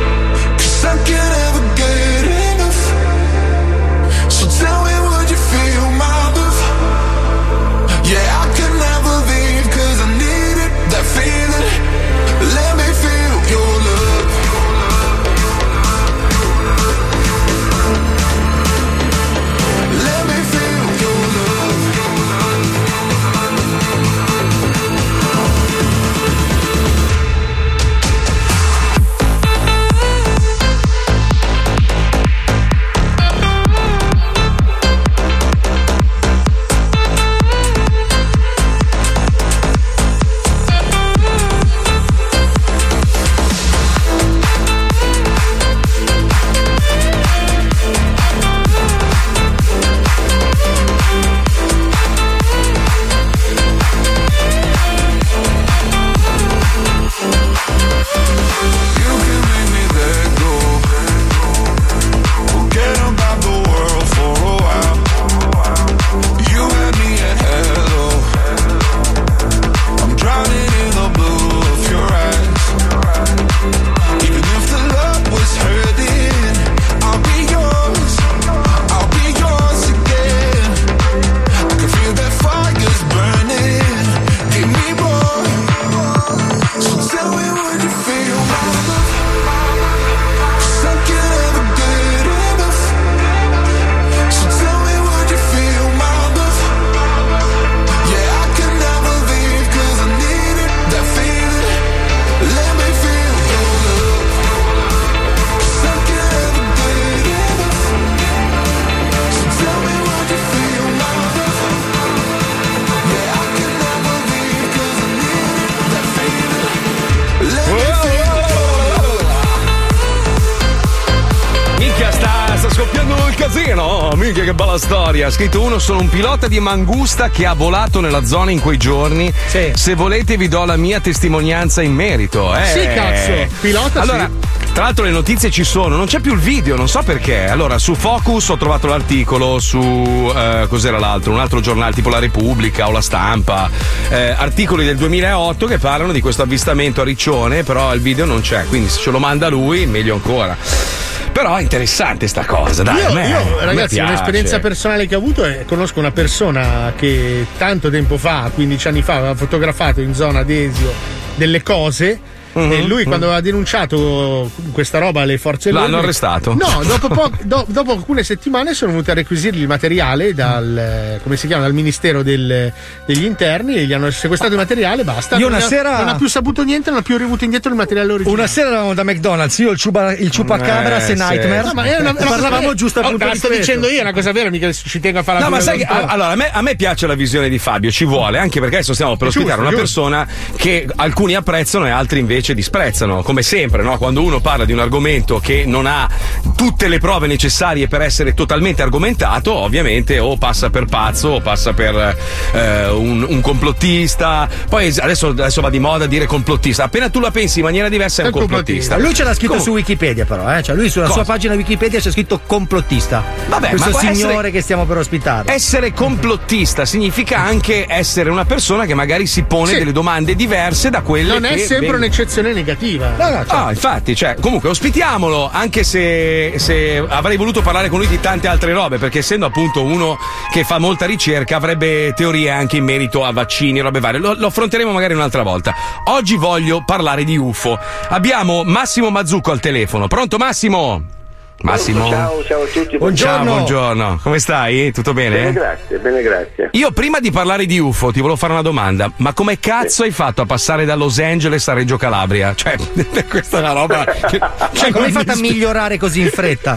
casino! Minchia che bella storia! Ha scritto uno: sono un pilota di mangusta che ha volato nella zona in quei giorni. Sì. Se volete vi do la mia testimonianza in merito. Eh. Sì, cazzo, pilota allora, sì. Tra l'altro le notizie ci sono, non c'è più il video, non so perché. Allora, su Focus ho trovato l'articolo, su eh, cos'era l'altro? Un altro giornale tipo La Repubblica o La Stampa. Eh, articoli del duemilaotto che parlano di questo avvistamento a Riccione, però il video non c'è, quindi se ce lo manda lui, meglio ancora. Però è interessante sta cosa, dai. Io, a me, io a ragazzi, me un'esperienza personale che ho avuto è conosco una persona che tanto tempo fa, quindici anni fa, aveva fotografato in zona Desio delle cose. Mm-hmm. E lui, quando aveva denunciato questa roba alle forze l'hanno dell'ordine, arrestato. No, dopo, po- do- dopo alcune settimane sono venuti a requisirgli il materiale dal, come si chiama, dal Ministero del, degli Interni, e gli hanno sequestrato il materiale, basta. Io non, una ha, sera non ha più saputo niente, non ha più riavuto indietro il materiale originale. Una sera eravamo da McDonald's, io il, ciuba, il Chupacabras Eh, e sì. Nightmare. No, ma è una, è una parlavamo cosa- giusto oh, appunto la di sto questo. dicendo io, è una cosa vera, mica ci tengo a fare la No, ma fine sai che dello sport. allora a me, a me piace la visione di Fabio, ci vuole, anche perché adesso stiamo per È ospitare giusto, una giusto. persona che alcuni apprezzano e altri invece disprezzano, come sempre, no? Quando uno parla di un argomento che non ha tutte le prove necessarie per essere totalmente argomentato, ovviamente o passa per pazzo o passa per eh, un, un complottista. Poi adesso, adesso va di moda dire complottista. Appena tu la pensi in maniera diversa è un complottista. Lui ce l'ha scritto Com- su Wikipedia, però, eh? Cioè, lui sulla Cosa? sua pagina Wikipedia c'è scritto complottista. Vabbè, questo ma può signore essere- che stiamo per ospitare. Essere complottista significa anche essere una persona che magari si pone Sì. delle domande diverse da quelle Non che è sempre vengono- un'eccezione negativa. No, no, certo. Ah, infatti, cioè, comunque ospitiamolo, anche se, se avrei voluto parlare con lui di tante altre robe, perché essendo appunto uno che fa molta ricerca avrebbe teorie anche in merito a vaccini, robe varie. Lo, lo affronteremo magari un'altra volta. Oggi voglio parlare di U F O. Abbiamo Massimo Mazzucco al telefono. Pronto Massimo? Massimo. Ciao, ciao a tutti. Ciao, buongiorno. Come stai? Tutto bene? Bene, grazie, bene, grazie. Io prima di parlare di U F O ti volevo fare una domanda, ma come cazzo hai fatto a passare da Los Angeles a Reggio Calabria? Cioè, questa è una roba che, Cioè, come hai non fatto a mi- migliorare così in fretta?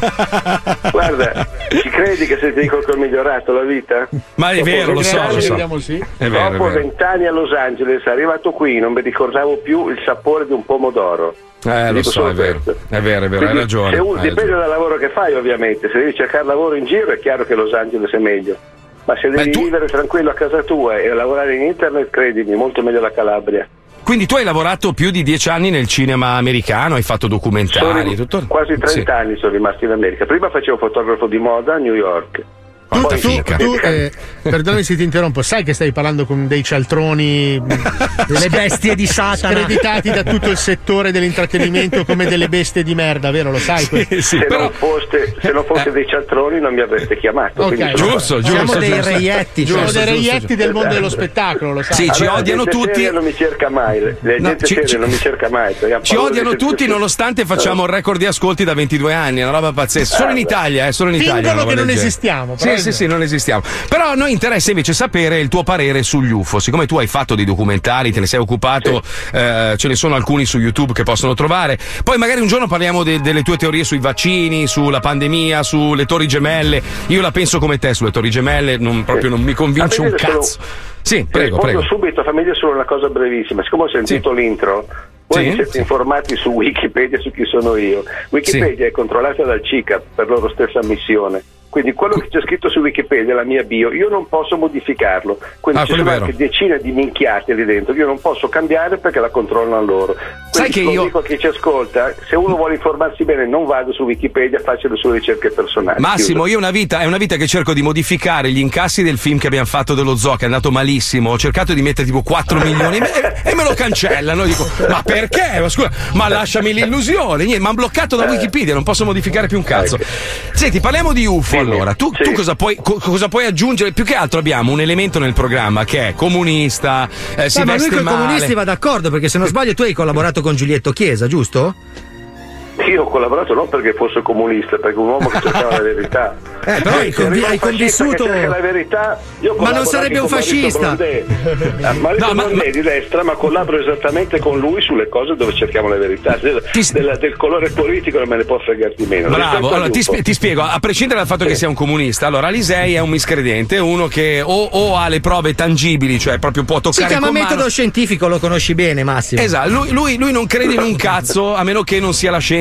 Guarda, ci credi che se ti dico che ho migliorato la vita? Ma è Dopo vero, lo so, vent'anni- lo so. Vediamo sì. È vero, è Dopo vero. vent'anni a Los Angeles, arrivato qui, non mi ricordavo più il sapore di un pomodoro. Eh, Ti lo dico so, solo è vero. questo. È vero, è vero, hai Quindi, ragione. se uno- hai dipende ragione. dal lavoro che fai, ovviamente. Se devi cercare lavoro in giro è chiaro che Los Angeles è meglio. Ma se devi tu- vivere tranquillo a casa tua e lavorare in internet, credimi, molto meglio la Calabria. Quindi tu hai lavorato più di dieci anni nel cinema americano, hai fatto documentari, Sono- tutto? Quasi trenta Sì. anni sono rimasto in America. Prima facevo fotografo di moda a New York. Tu, Poi- tu, tu, eh, perdonami se ti interrompo, sai che stai parlando con dei cialtroni, delle bestie di Satana, screditati da tutto il settore dell'intrattenimento come delle bestie di merda, vero? Lo sai? questo? se, non foste, se non foste dei cialtroni non mi avreste chiamato. Ok. quindi sono- Giusto, Siamo giusto, dei giusto. reietti, Siamo Giusto, dei giusto, reietti giusto. del mondo dello spettacolo, lo sai? Sì, ci Allora, odiano gente tutti. seria non mi cerca mai, la No, gente ci- seria ci- non mi cerca mai. perché ha Ci paura odiano di tutti sentirsi- nonostante facciamo il record di ascolti da ventidue anni, è una roba pazzesca. Solo in Italia, eh, solo in Italia. Fingono una roba che del non genere. esistiamo, Sì, però- sì, sì, non esistiamo. Però a noi interessa invece sapere il tuo parere sugli U F O. Siccome tu hai fatto dei documentari, te ne sei occupato, eh, ce ne sono alcuni su YouTube che possono trovare. Poi magari un giorno parliamo de- delle tue teorie sui vaccini, sulla pandemia, sulle torri gemelle. Io la penso come te sulle torri gemelle, non, proprio non mi convince Fammi un dire solo- cazzo. Sì, Ti prego, rispondo prego. subito, fammi dire solo una cosa brevissima. Siccome ho sentito l'intro, voi Sì, vi siete sì. informati su Wikipedia su chi sono io. Wikipedia è controllata dal C I C A per loro stessa ammissione. Quindi quello che c'è scritto su Wikipedia, la mia bio, io non posso modificarlo. Quindi Ah, ci quello sono è vero. anche decine di minchiate lì dentro. Io non posso cambiare perché la controllano loro. Sai Quindi che lo io- dico a chi ci ascolta, se uno vuole informarsi bene non vado su Wikipedia, faccia le sue ricerche personali. Massimo, Chiuso. io una vita, è una vita che cerco di modificare gli incassi del film che abbiamo fatto dello zoo, che è andato malissimo. Ho cercato di mettere tipo quattro milioni e me, e me lo cancellano. Dico, ma perché? Ma scusa, ma lasciami l'illusione. Niente, mi hanno bloccato da Wikipedia, non posso modificare più un cazzo. Senti, parliamo di U F O allora. Tu, tu cosa, puoi, co- cosa puoi aggiungere? Più che altro abbiamo un elemento nel programma che è comunista, eh, si Beh, ma lui veste con i male. comunisti va d'accordo, perché se non sbaglio tu hai collaborato con Giulietto Chiesa, giusto? Io ho collaborato non perché fosse comunista, perché un uomo che cercava la verità. Eh, però hai, Se convi- arriva un hai fascista convissuto. che cerca la verità, io Ma collaboro non sarebbe anche un con Maurizio fascista. Blondet. Eh, Maurizio No, ma- Blondet è di destra, ma collaboro esattamente con lui sulle cose dove cerchiamo la verità. Del, della- del colore politico non me ne può fregare di meno. Bravo, Rispetto allora agli ti, U F O. spie- ti spiego, a prescindere dal fatto che sia un comunista, allora Alisei è un miscredente, uno che o, o ha le prove tangibili, cioè proprio può Si toccare chiama con metodo mano. scientifico, lo conosci bene, Massimo. Esatto, lui, lui- lui non crede in un cazzo a meno che non sia la scienza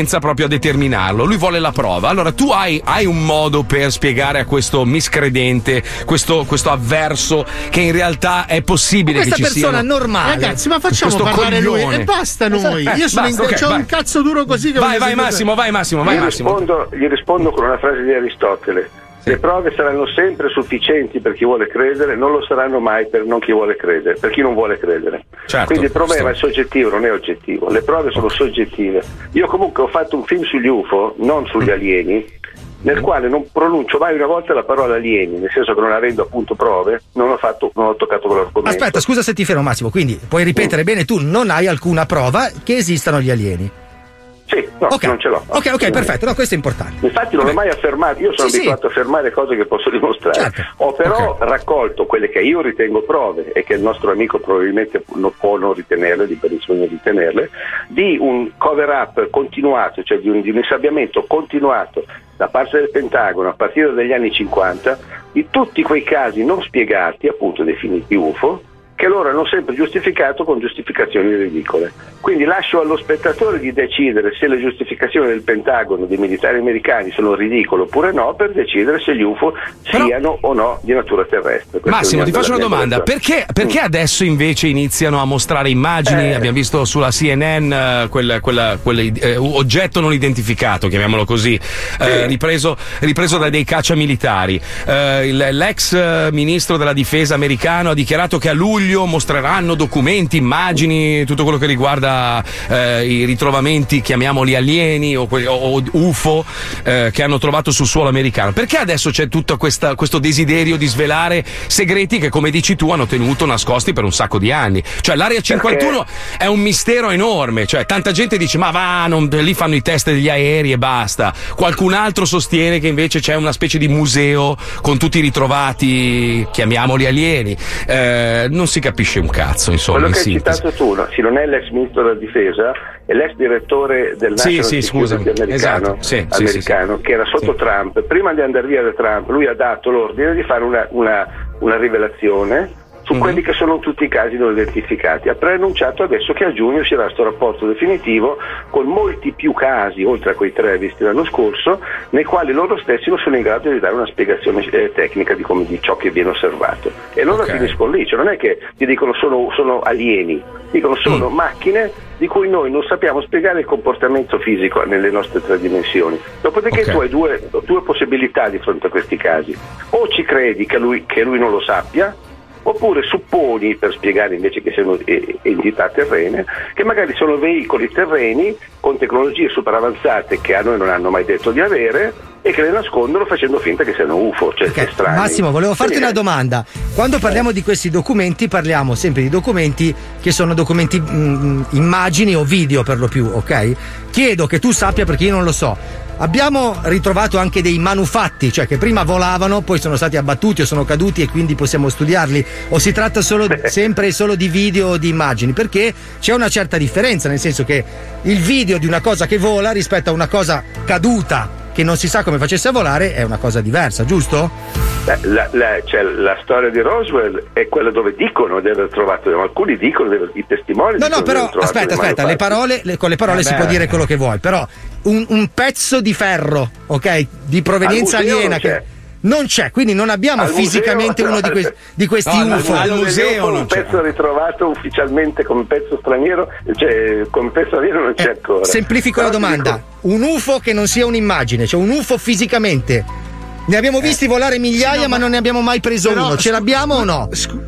scienza proprio a determinarlo. Lui vuole la prova. Allora tu hai, hai un modo per spiegare a questo miscredente, questo, questo avverso, che in realtà è possibile questa che ci sia persona normale. Ragazzi, ma facciamo parlare coglione. lui e basta noi. Eh, Io sono basta, in, okay, c'ho vai. un cazzo duro così che vai vai sempre... Massimo vai Massimo vai gli, Massimo rispondo, gli rispondo con una frase di Aristotele: le prove saranno sempre sufficienti per chi vuole credere, non lo saranno mai per non chi vuole credere, per chi non vuole credere. Certo, quindi il problema sto... è soggettivo, non è oggettivo. Le prove sono soggettive. Io comunque ho fatto un film sugli U F O, non sugli alieni, nel quale non pronuncio mai una volta la parola alieni, nel senso che non avendo appunto prove non ho fatto, non ho toccato quell'argomento. Aspetta, scusa se ti fermo Massimo, quindi puoi ripetere mm. bene, tu non hai alcuna prova che esistano gli alieni. Sì, no, okay. non ce l'ho. Ok, ok, perfetto, no, questo è importante. Infatti non l'ho mai affermato, io sono sì, abituato sì. a affermare cose che posso dimostrare. Certo. Ho però okay. raccolto quelle che io ritengo prove e che il nostro amico probabilmente non può non ritenerle, liberissimo di ritenerle, di un cover up continuato, cioè di un, di un insabbiamento continuato da parte del Pentagono a partire dagli anni cinquanta di tutti quei casi non spiegati, appunto definiti U F O, che loro hanno sempre giustificato con giustificazioni ridicole. Quindi lascio allo spettatore di decidere se le giustificazioni del Pentagono, dei militari americani, sono ridicole oppure no, per decidere se gli U F O Però... siano o no di natura terrestre. Questo Massimo, ti faccio una domanda: perché, perché mm. adesso invece iniziano a mostrare immagini? Eh. Abbiamo visto sulla C N N uh, quel, quella, quel eh, oggetto non identificato, chiamiamolo così, sì. eh, ripreso, ripreso da dei cacciamilitari. Eh, il, l'ex ministro della difesa americano ha dichiarato che a luglio mostreranno documenti, immagini, tutto quello che riguarda eh, i ritrovamenti, chiamiamoli alieni o, que- o U F O eh, che hanno trovato sul suolo americano. Perché adesso c'è tutto questa, questo desiderio di svelare segreti che, come dici tu, hanno tenuto nascosti per un sacco di anni? Cioè l'area cinquantuno è un mistero enorme, cioè tanta gente dice ma va, non, lì fanno i test degli aerei e basta. Qualcun altro sostiene che invece c'è una specie di museo con tutti i ritrovati, chiamiamoli alieni. Eh, non si capisce un cazzo, insomma. Quello in che hai sintesi. citato tu, no? Sì, non è l'ex ministro della difesa, è l'ex direttore del sì, National sì, Security americano, esatto. sì, americano sì, sì, che era sotto sì. Trump. Prima di andare via da Trump, lui ha dato l'ordine di fare una, una, una rivelazione su mm-hmm. quelli che sono tutti i casi non identificati. Ha preannunciato adesso che a giugno ci sarà questo rapporto definitivo con molti più casi, oltre a quei tre visti l'anno scorso, nei quali loro stessi non sono in grado di dare una spiegazione eh, tecnica di, come, di ciò che viene osservato. E allora okay. finiscono lì, cioè non è che ti dicono sono, sono alieni, dicono sono mm. macchine di cui noi non sappiamo spiegare il comportamento fisico nelle nostre tre dimensioni. Dopodiché okay. tu hai due, due possibilità di fronte a questi casi: o ci credi che lui, che lui non lo sappia, oppure supponi, per spiegare invece che siano entità terrene, che magari sono veicoli terreni con tecnologie super avanzate che a noi non hanno mai detto di avere e che le nascondono facendo finta che siano U F O, cioè okay. strani. Massimo, volevo farti una domanda. Quando parliamo di questi documenti parliamo sempre di documenti che sono documenti mh, immagini o video per lo più, ok? Chiedo che tu sappia, perché io non lo so. Abbiamo ritrovato anche dei manufatti, cioè che prima volavano, poi sono stati abbattuti o sono caduti e quindi possiamo studiarli, o si tratta solo, sempre e solo di video o di immagini? Perché c'è una certa differenza, nel senso che il video di una cosa che vola rispetto a una cosa caduta che non si sa come facesse a volare è una cosa diversa, giusto? La, la, cioè, la storia di Roswell è quella dove dicono di aver trovato, alcuni dicono, i testimoni. No, no, però aspetta, aspetta, le parole, le, con le parole eh si beh, può dire quello che vuoi, però un, un pezzo di ferro, ok, di provenienza aliena che non c'è, quindi non abbiamo al fisicamente museo, uno di, que- di questi no, U F O. Al, al museo non un c'è. Pezzo ritrovato ufficialmente come pezzo straniero, cioè come pezzo alieno non c'è eh, ancora. Semplifico però la domanda: dico... un U F O che non sia un'immagine, cioè un U F O fisicamente. Ne abbiamo visti eh. volare migliaia, sì, no, ma non ne abbiamo mai preso però, uno. Ce l'abbiamo o no? Scu-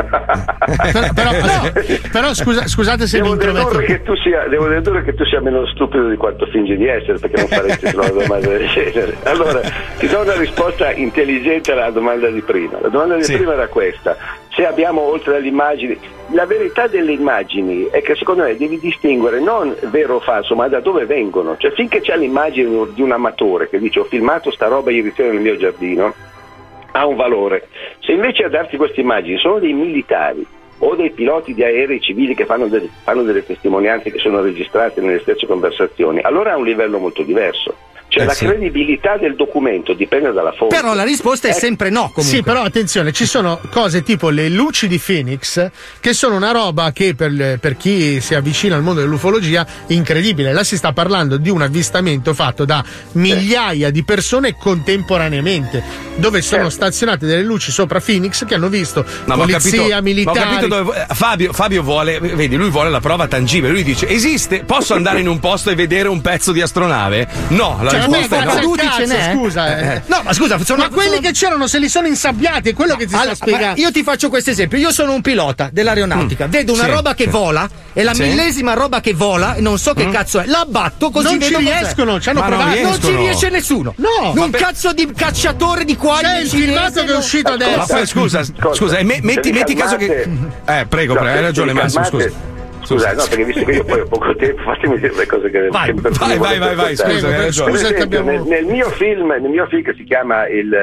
però, però, no, però scusa, scusate se devo mi intrometto. Che tu sia, devo dedurre che tu sia meno stupido di quanto fingi di essere, perché non faresti una domanda del genere. Allora, ti do una risposta intelligente alla domanda di prima. La domanda di sì. prima era questa: se abbiamo, oltre alle immagini, la verità delle immagini è che secondo me devi distinguere non vero o falso, ma da dove vengono. Cioè, finché c'è l'immagine di un amatore che dice ho filmato sta roba ieri sera nel mio giardino, ha un valore. Se invece a darti queste immagini sono dei militari o dei piloti di aerei civili che fanno, del, fanno delle testimonianze che sono registrate nelle stesse conversazioni, allora ha un livello molto diverso. Cioè Eh, la sì. credibilità del documento dipende dalla fonte. Però la risposta è Eh, sempre no, comunque. Sì, però attenzione, ci sono cose tipo le luci di Phoenix, che sono una roba che per, per chi si avvicina al mondo dell'ufologia incredibile. Là si sta parlando di un avvistamento fatto da migliaia di persone contemporaneamente, dove sono stazionate delle luci sopra Phoenix che hanno visto No, ma ho polizia, capito, ma ho militari. capito dove, Fabio, Fabio vuole, vedi, lui vuole la prova tangibile. Lui dice: esiste, posso andare in un posto e vedere un pezzo di astronave? No, la Cioè, risposta è no. caduti ce n'è? Scusa, eh. No, ma scusa, sono, ma quelli sono- che c'erano se li sono insabbiati, è quello che ti Allora, sto spiegando. ma io ti faccio questo esempio. Io sono un pilota dell'aeronautica, Mm. vedo una Sì. roba che Sì. vola e la Sì. millesima roba che vola, non so che Mm. cazzo è, la abbatto così Non vedo ci cos'è. riescono, ci hanno Ma non provato. Non ci riescono. riesce nessuno. No, un vabbè. cazzo di cacciatore di quaglie C'è il cinese, filmato che è no. uscito adesso. Ma poi scusa, scusa, e me- metti, Se vi metti caso che. calmate- Eh, prego, No, prego, se hai ragione, vi Massimo, calmate- scusa. Scusa, no, perché visto che io poi ho poco tempo, fatemi dire le cose che Vai, che per vai, cui vai, volevo vai, vai, raccontare. scusa, hai ragione. Per Scusa che esempio, abbiamo- nel, nel mio film, nel mio film che si chiama il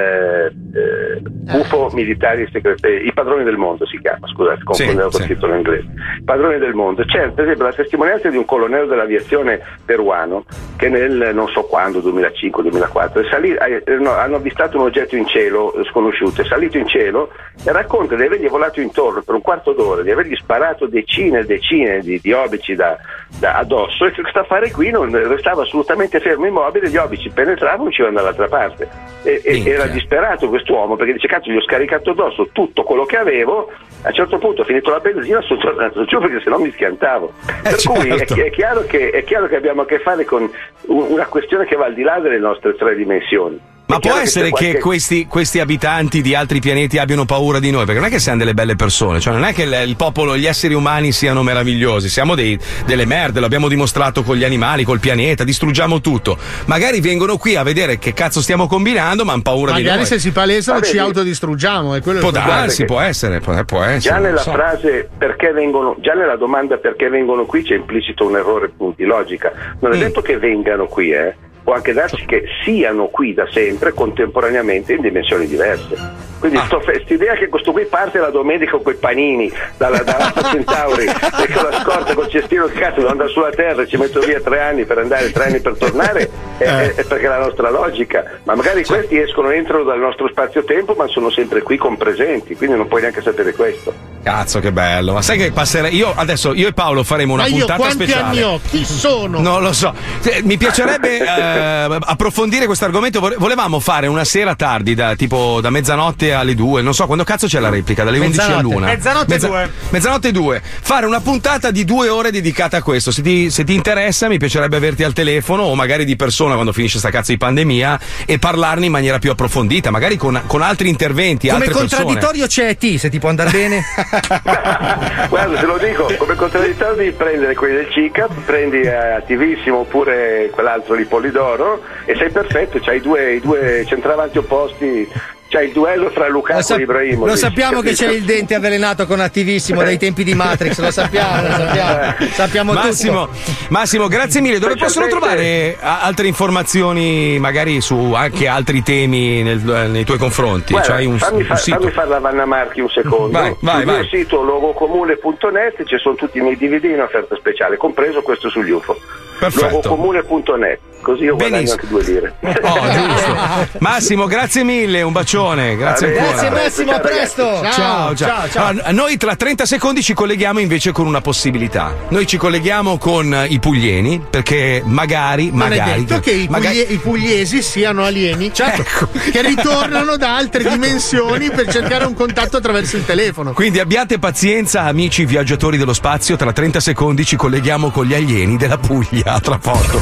eh, U F O Militari Segreti, I Padroni del Mondo si chiama, scusate, confondevo Sì, col sì. titolo inglese. Padroni del Mondo, c'è per esempio la testimonianza di un colonnello dell'aviazione peruano che nel non so quando, duemilacinque duemilaquattro, è salì- eh, no, hanno avvistato un oggetto in cielo eh, sconosciuto, è salito in cielo e racconta di avergli volato intorno per un quarto d'ora, di avergli sparato decine e decine di, di obici da, da addosso, e che questo affare qui non restava assolutamente fermo, immobile, gli obici penetravano e uscivano dall'altra parte. E, e era disperato quest'uomo perché dice: cazzo, gli ho scaricato addosso tutto quello che avevo, a un certo punto ho finito la benzina, sono tornato giù perché sennò mi schiantavo. Per cui è, certo. chi- è chiaro che, è chiaro che abbiamo a che fare con un- una questione che va al di là delle nostre tre dimensioni. Ma È può chiaro essere c'è che qualche- questi, questi abitanti di altri pianeti abbiano paura di noi? Perché non è che siamo delle belle persone, cioè non è che il, il popolo, gli esseri umani siano meravigliosi, siamo dei, delle merde, l'abbiamo dimostrato con gli animali, col pianeta, distruggiamo tutto. Magari vengono qui a vedere che cazzo stiamo combinando, ma hanno paura di Magari noi. se si palesano Vabbè, ci sì. autodistruggiamo. È quello Può il problema. darsi, può essere, può, può essere. Già non nella so. frase perché vengono, già nella domanda perché vengono qui c'è implicito un errore di logica. Non è Mm. detto che vengano qui, eh. Può anche darsi che siano qui da sempre, contemporaneamente in dimensioni diverse. Quindi Ah. questa idea che questo qui parte la domenica con quei panini dalla, dalla Alfa Centauri e con la scorta col cestino di cazzo devo andare sulla Terra e ci metto via tre anni per andare, tre anni per tornare, è, è- è perché è la nostra logica. Ma magari questi escono, entrano dal nostro spazio-tempo, ma sono sempre qui compresenti, quindi non puoi neanche sapere questo. Cazzo, che bello. Ma sai che passerei. Io adesso, io e Paolo faremo una Ma io puntata quanti speciale. anni ho? Chi sono? Non lo so. Eh, Mi piacerebbe eh, approfondire questo argomento. Vole- Volevamo fare una sera tardi, da tipo da mezzanotte alle due. Non so quando cazzo c'è la replica, dalle undici Mezzanotte. all'una. Mezzanotte due. Mezzanotte due. Fare una puntata di due ore dedicata a questo. Se ti, se ti interessa, mi piacerebbe averti al telefono o magari di persona quando finisce sta cazzo di pandemia e parlarne in maniera più approfondita, magari con, con altri interventi. Come altre persone. contraddittorio c'è T, se ti può andare bene. Guarda, te lo dico, come contraddittorio devi prendere quelli del C I C A P, prendi eh, Attivissimo oppure quell'altro lì Polidoro e sei perfetto, c'hai i due, i due centravanti opposti, c'hai il duello fra Lo, Lukaku sap- e Ibrahimovic. lo sappiamo che capito? c'è il dente avvelenato con Attivissimo dai tempi di Matrix, lo sappiamo, lo sappiamo. Sappiamo Massimo, tutto. Massimo, grazie mille. Dove possono trovare a- altre informazioni, magari su anche altri temi nel- nei tuoi confronti? Guarda, C'hai un, fammi, un fa- sito? fammi fare la Vanna Marchi un secondo. Vai, vai, Sul vai. mio sito logocomune punto net ci sono tutti i miei D V D in offerta speciale, compreso questo sugli U F O. Perfetto. logocomune punto net, così io guadagno Benissimo. anche due lire. Oh, giusto. Massimo, grazie mille, un bacione. Grazie Va bene. ancora. Grazie Massimo, a presto. Ciao, ciao. ciao, ciao. Allora, noi tra trenta secondi ci colleghiamo invece con una possibilità. Noi ci colleghiamo con eh, i puglieni perché magari, Non magari, è detto che i, magari- puglie- i pugliesi siano alieni, Certo. che ritornano da altre dimensioni per cercare un contatto attraverso il telefono. Quindi abbiate pazienza, amici viaggiatori dello spazio, tra trenta secondi ci colleghiamo con gli alieni della Puglia, tra poco.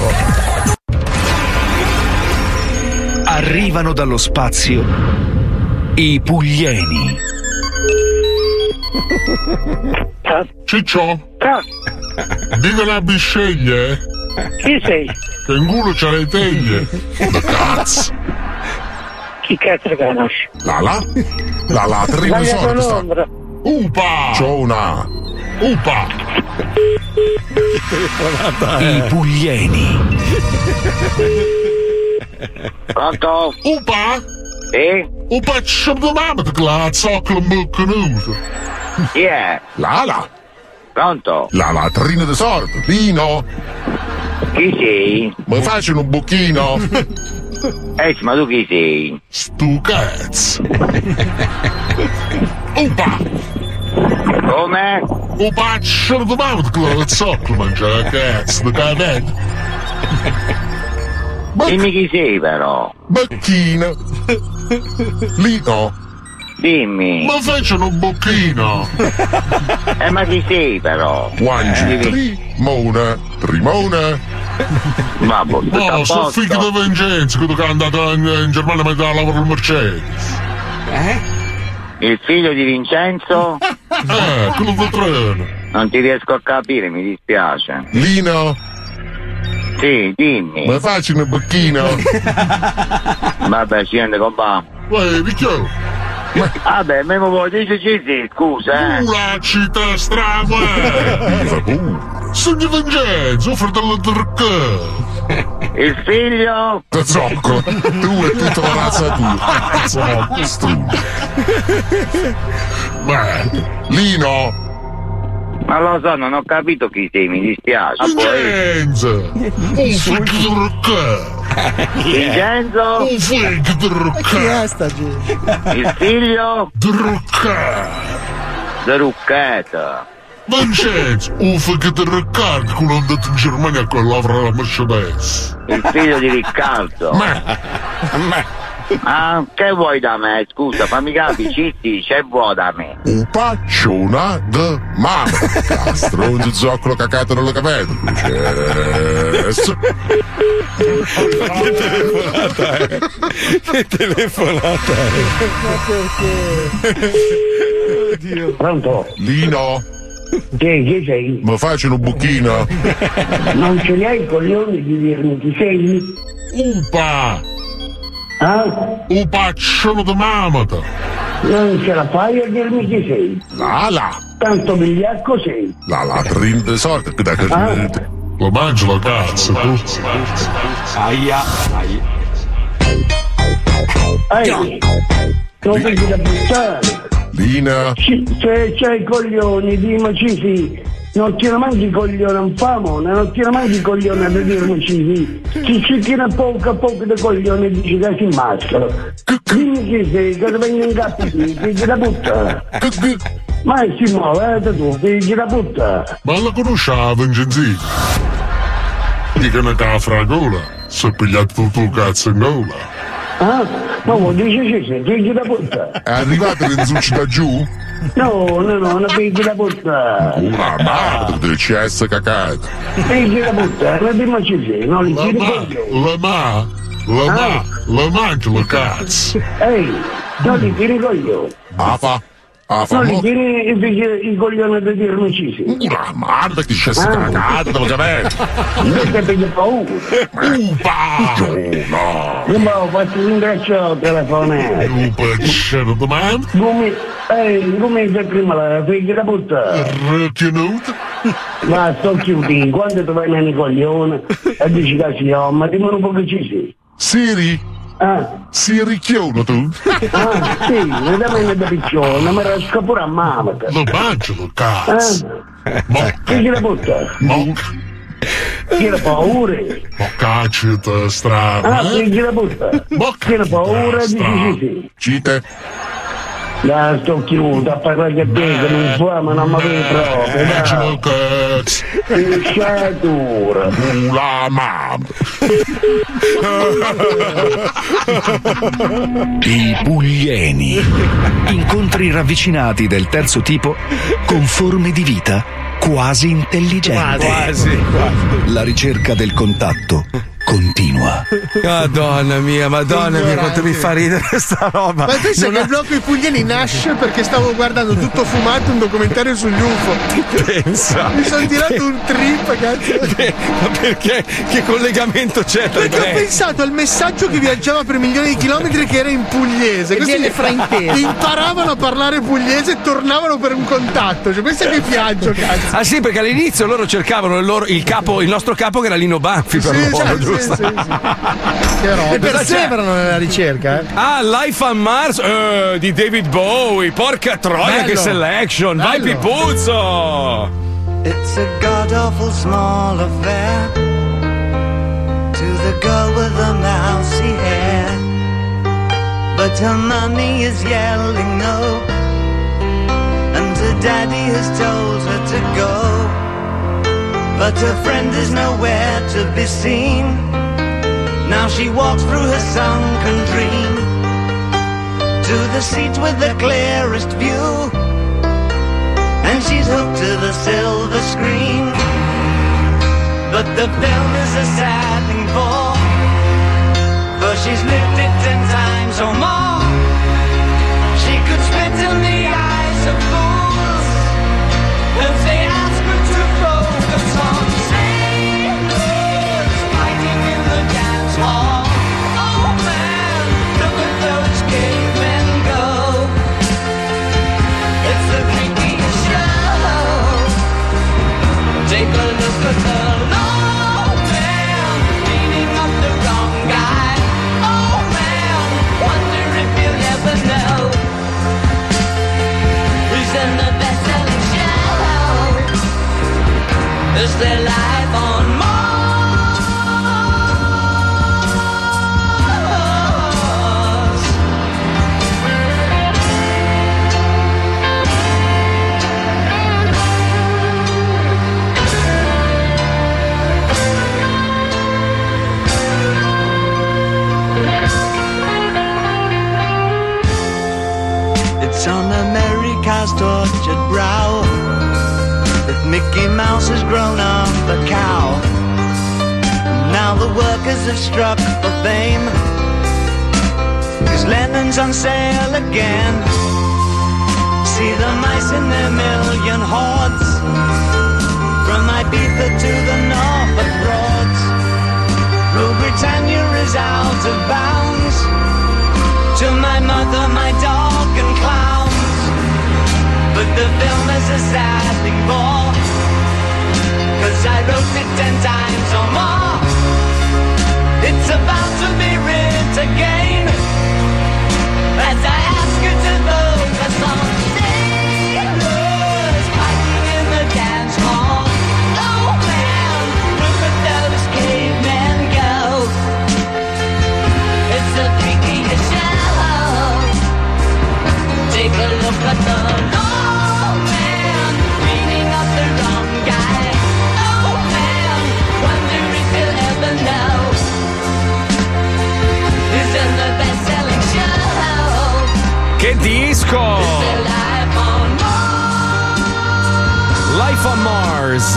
Arrivano dallo spazio i puglieni. Ciccio? Dico la bisceglie? Chi sei? Che in culo c'ha le teglie. Da cazzo. Chi cazzo conosci? La la? La la, terribile Sbagliato sorte sta. numero. Upa! C'ho una. Upa! I puglieni. Pronto? Upa? Sì? Upa, c'è domanda che la zoccola un boccanuto. Chi è? La la. Pronto? La latrina di sorte. Lino. Chi sei? Mi faccio un buchino? Eh, ma tu chi sei? Stu cazzo. Opa! Come? Un paccio di mamma che lo zocco mangiare cazzo, di cavello. Dimmi chi sei però. Bacchino. Lino. Dimmi. Ma facciano un bocchino. Eh, ma chi sei però? Guangi, Trimona, Trimona. Ma boh, tutto a No, sono posto. figlio di Vincenzo, quello che è andato in, in Germania a mettere a lavoro al Mercedes. Eh? Il figlio di Vincenzo? Eh, quello del treno. Non ti riesco a capire, mi dispiace. Lino. Sì, dimmi. Ma faccio un bocchino. Vabbè, scende compa. Uè, picchio. Vabbè, me lo vuoi dire sì, sì, scusa, eh. Una città strana. Viva pure. Sono di Vincenzo, fratello del Ricca. Il figlio? Te zocco. Tu e tutta la razza tua. Zocco, strungo. Beh, Lino. Ma lo so, non ho capito chi sei, mi dispiace. Vincenzo. Un figlio del Ricca. Vincenzo? Un figlio del Ricca. Il figlio? Del Ricca. De Rucchetto. Vincenzo, un figlio del Riccardo, quello è andato in Germania con lavora alla Mercedes. Il figlio di Riccardo. Ma, ma. Ah, che vuoi da me? Scusa, fammi capire, Citti, che vuoi da me? Un pacciona de mamma. Stronzo zoccolo cacato nello capello. Yes. Che telefonata è? Che telefonata è? Ma perché? Oddio. Pronto? Lino. Che, chi sei? Mi faccio un buchino? Non ce li hai i coglioni di dirmi chi sei? Upa! Ah? Un paccione di mamata! Non ce la fai a dirmi chi sei? La la! Tanto vigliacco sei! La la, rinde sorte, che da che Ah? lo mangio la cazzo, tu! Aia! Aia! Ehi! Non devi da buttare! Lina! Se c'hai i coglioni, dimaci sì! Non ti mangi i coglioni a un famone, non ti mangi i coglioni a dirmi sì! Ci si tira poco a poco di coglioni e dici che si maschera! Dimmi chi sei, che ti vengo in capo qui, figli da puttana! Ma si muove, eh, tu, figli da puttana! Ma la conosciamo, Vincenzino? Dica una cafra a gola, si è pigliato tutto il cazzo in gola! Ah? Ma vuoi dire sì, sì, figli da puttana! È arrivato Renzucci da giù? No, no, no, una figli da puttana! Una madre del C S cacato! Figli da puttana, dimaci sì, non li La tiri ma, coglioni! la ma, la ma, la mangio la cazzo! Ehi, non li tiri coglioni! Ah fa, ah fa, Non li mo- tiri i, figli- i coglioni da dirmi sì, sì! una madre che C S Ah. cacato, te lo capito? Questo è per il paura! Upa! No! Io me lo faccio ringraziare al telefono! Un paccione di mamma? Come, ehi, come sei prima la figlia da puttana? Rettenuto? Ma sto chiudendo, quando ti vai nei coglioni e dici che si ma dimmi un po' che ci sei. Siri? Ah, Si ricchiono tu? ah, sì, mi dai me da piccione, ma riesco pure a mamma. Lo mangio lo cazzo! Ah, figlia da puttana, Moc, tieni paura. mo cacciata Ah, strana, eh? figlia da puttana, tieni paura e dici sì, sì. Cite? Dai, sto chiuso a parlare che te, non fa, ma non mi vedi proprio, Mangio dai. lo cazzo! Che sciatura. La mamma! I Puglieni. Incontri ravvicinati del terzo tipo con forme di vita quasi intelligenti. Quasi, quasi. La ricerca del contatto continua. Madonna mia, madonna mia, quanto mi fa ridere sta roba. Ma pensa Non che ho- il blocco I Puglieni nasce perché stavo guardando tutto fumato un documentario sugli U F O. Pensa. Mi sono tirato un trip, cazzo. Ma perché? Che collegamento c'è tra i Perché ho due? pensato al messaggio che viaggiava per milioni di chilometri che era in pugliese. E Così viene frainteso. imparavano a parlare pugliese e tornavano per un contatto. Cioè, pensa che viaggio, cazzo. Ah sì, perché all'inizio loro cercavano il, loro, il, capo, il nostro capo che era Lino Banfi per Sì, loro, sì, giusto? sì, sì, sì. Che roba. E perseverano nella ricerca, eh. Ah, Life on Mars eh, di David Bowie, porca troia, Bello. che selection, vai Bello. Pipuzzo! It's a god awful small affair a girl with a mousy hair, but her mommy is yelling no, and her daddy has told her to go, but her friend is nowhere to be seen. Now she walks through her sunken dream to the seat with the clearest view, and she's hooked to the silver screen. But the film is a sad thing for, for she's lived it ten times or more. She could spit in the eyes of fools if they ask her to focus on sailors fighting in the dance hall. Oh man, look at those cavemen go. It's the creepiest show. Take a look at the old man beating up the wrong guy. Oh man, wonder if you'll ever know who's in the best-selling show. Is there life on Mars? It's on America's tortured brow that Mickey Mouse has grown up a cow. Now the workers have struck for fame, 'cause Lennon's on sale again. See the mice in their million hordes, from Ibiza to the Norfolk Broads. Rule Britannia is out of bounds, to my mother, my dog and clowns. But the film is a sad thing for, 'cause I wrote it ten times or more. It's about to be writ again, as I ask you to focus on sailors fighting in the dance hall. Oh man, look at those cavemen go. It's a freakiest show. Take a look at the old man beating up the wrong guy. Oh man, wonder if you'll ever know who's in the best-selling show. Che disco! Is there life on Life on Mars.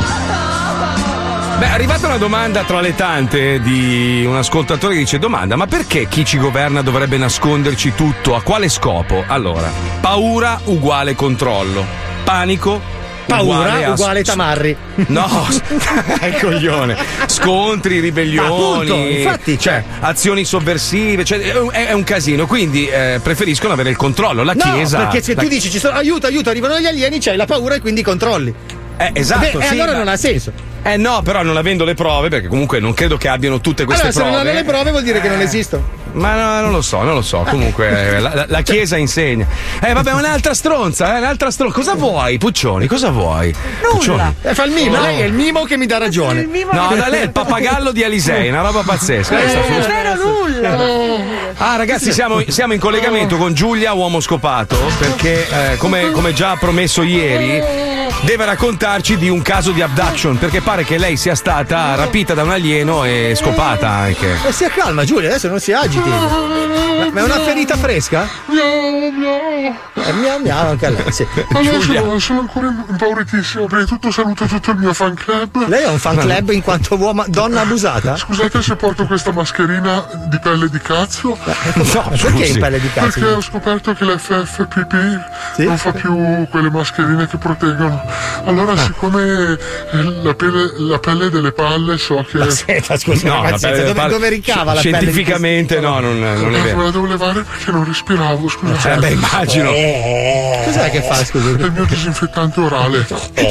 Beh, è arrivata una domanda tra le tante di un ascoltatore che dice: domanda, ma perché chi ci governa dovrebbe nasconderci tutto? A quale scopo? Allora, paura uguale controllo, panico Paura uguale, a... uguale tamarri. No, è coglione. Scontri, ribellioni, Appunto, infatti, cioè, azioni sovversive, cioè, è, un, è un casino. Quindi eh, preferiscono avere il controllo. La No, Chiesa. perché se la... tu dici ci sono, aiuto, aiuto, arrivano gli alieni, c'hai la paura e quindi controlli. Eh, esatto. Beh, sì, e allora ma... non ha senso. Eh no, però non avendo le prove, perché comunque non credo che abbiano tutte queste Allora, se prove. non hanno le prove vuol dire che non esistono. Ma no, non lo so, non lo so. Comunque la, la, la Chiesa insegna. Eh vabbè, un'altra stronza, eh, un'altra stronza. Cosa vuoi, Puccioni? Cosa vuoi? Puccioni. Eh, fa il mimo, No. lei è il mimo che mi dà ragione. No, da lei è il pappagallo di Alisei, una roba pazzesca. Eh, Lei sta non è sul- vero nulla. Ah, ragazzi, siamo, siamo in collegamento con Giulia, uomo scopato, perché eh, come, come già promesso ieri, deve raccontarci di un caso di abduction, perché pare che lei sia stata rapita da un alieno e scopata anche. E si calma, Giulia, adesso non si agiti. Ma, ma è una ferita fresca? Miau, miau. Eh, miau miau anche a lei, sì. Allora Giulia. sono, sono ancora impauritissimo. Prima di tutto saluto tutto il mio fan club. Lei ha un fan club in quanto uomo, donna abusata? Scusate se porto questa mascherina di pelle di cazzo. No, perché in pelle di cazzo? Perché ho scoperto che l'F F P P non fa più quelle mascherine che proteggono. Allora, siccome eh, la pelle, la pelle delle palle so che. Ma senta, scusi, No, ragazzi, la pelle dove, del par- dove ricava la pelle? di Scientificamente no, non, non è Me vero. la devo levare perché non respiravo, scusate. Eh, beh, immagino. Cos'è che fa, scusi? È il mio disinfettante orale.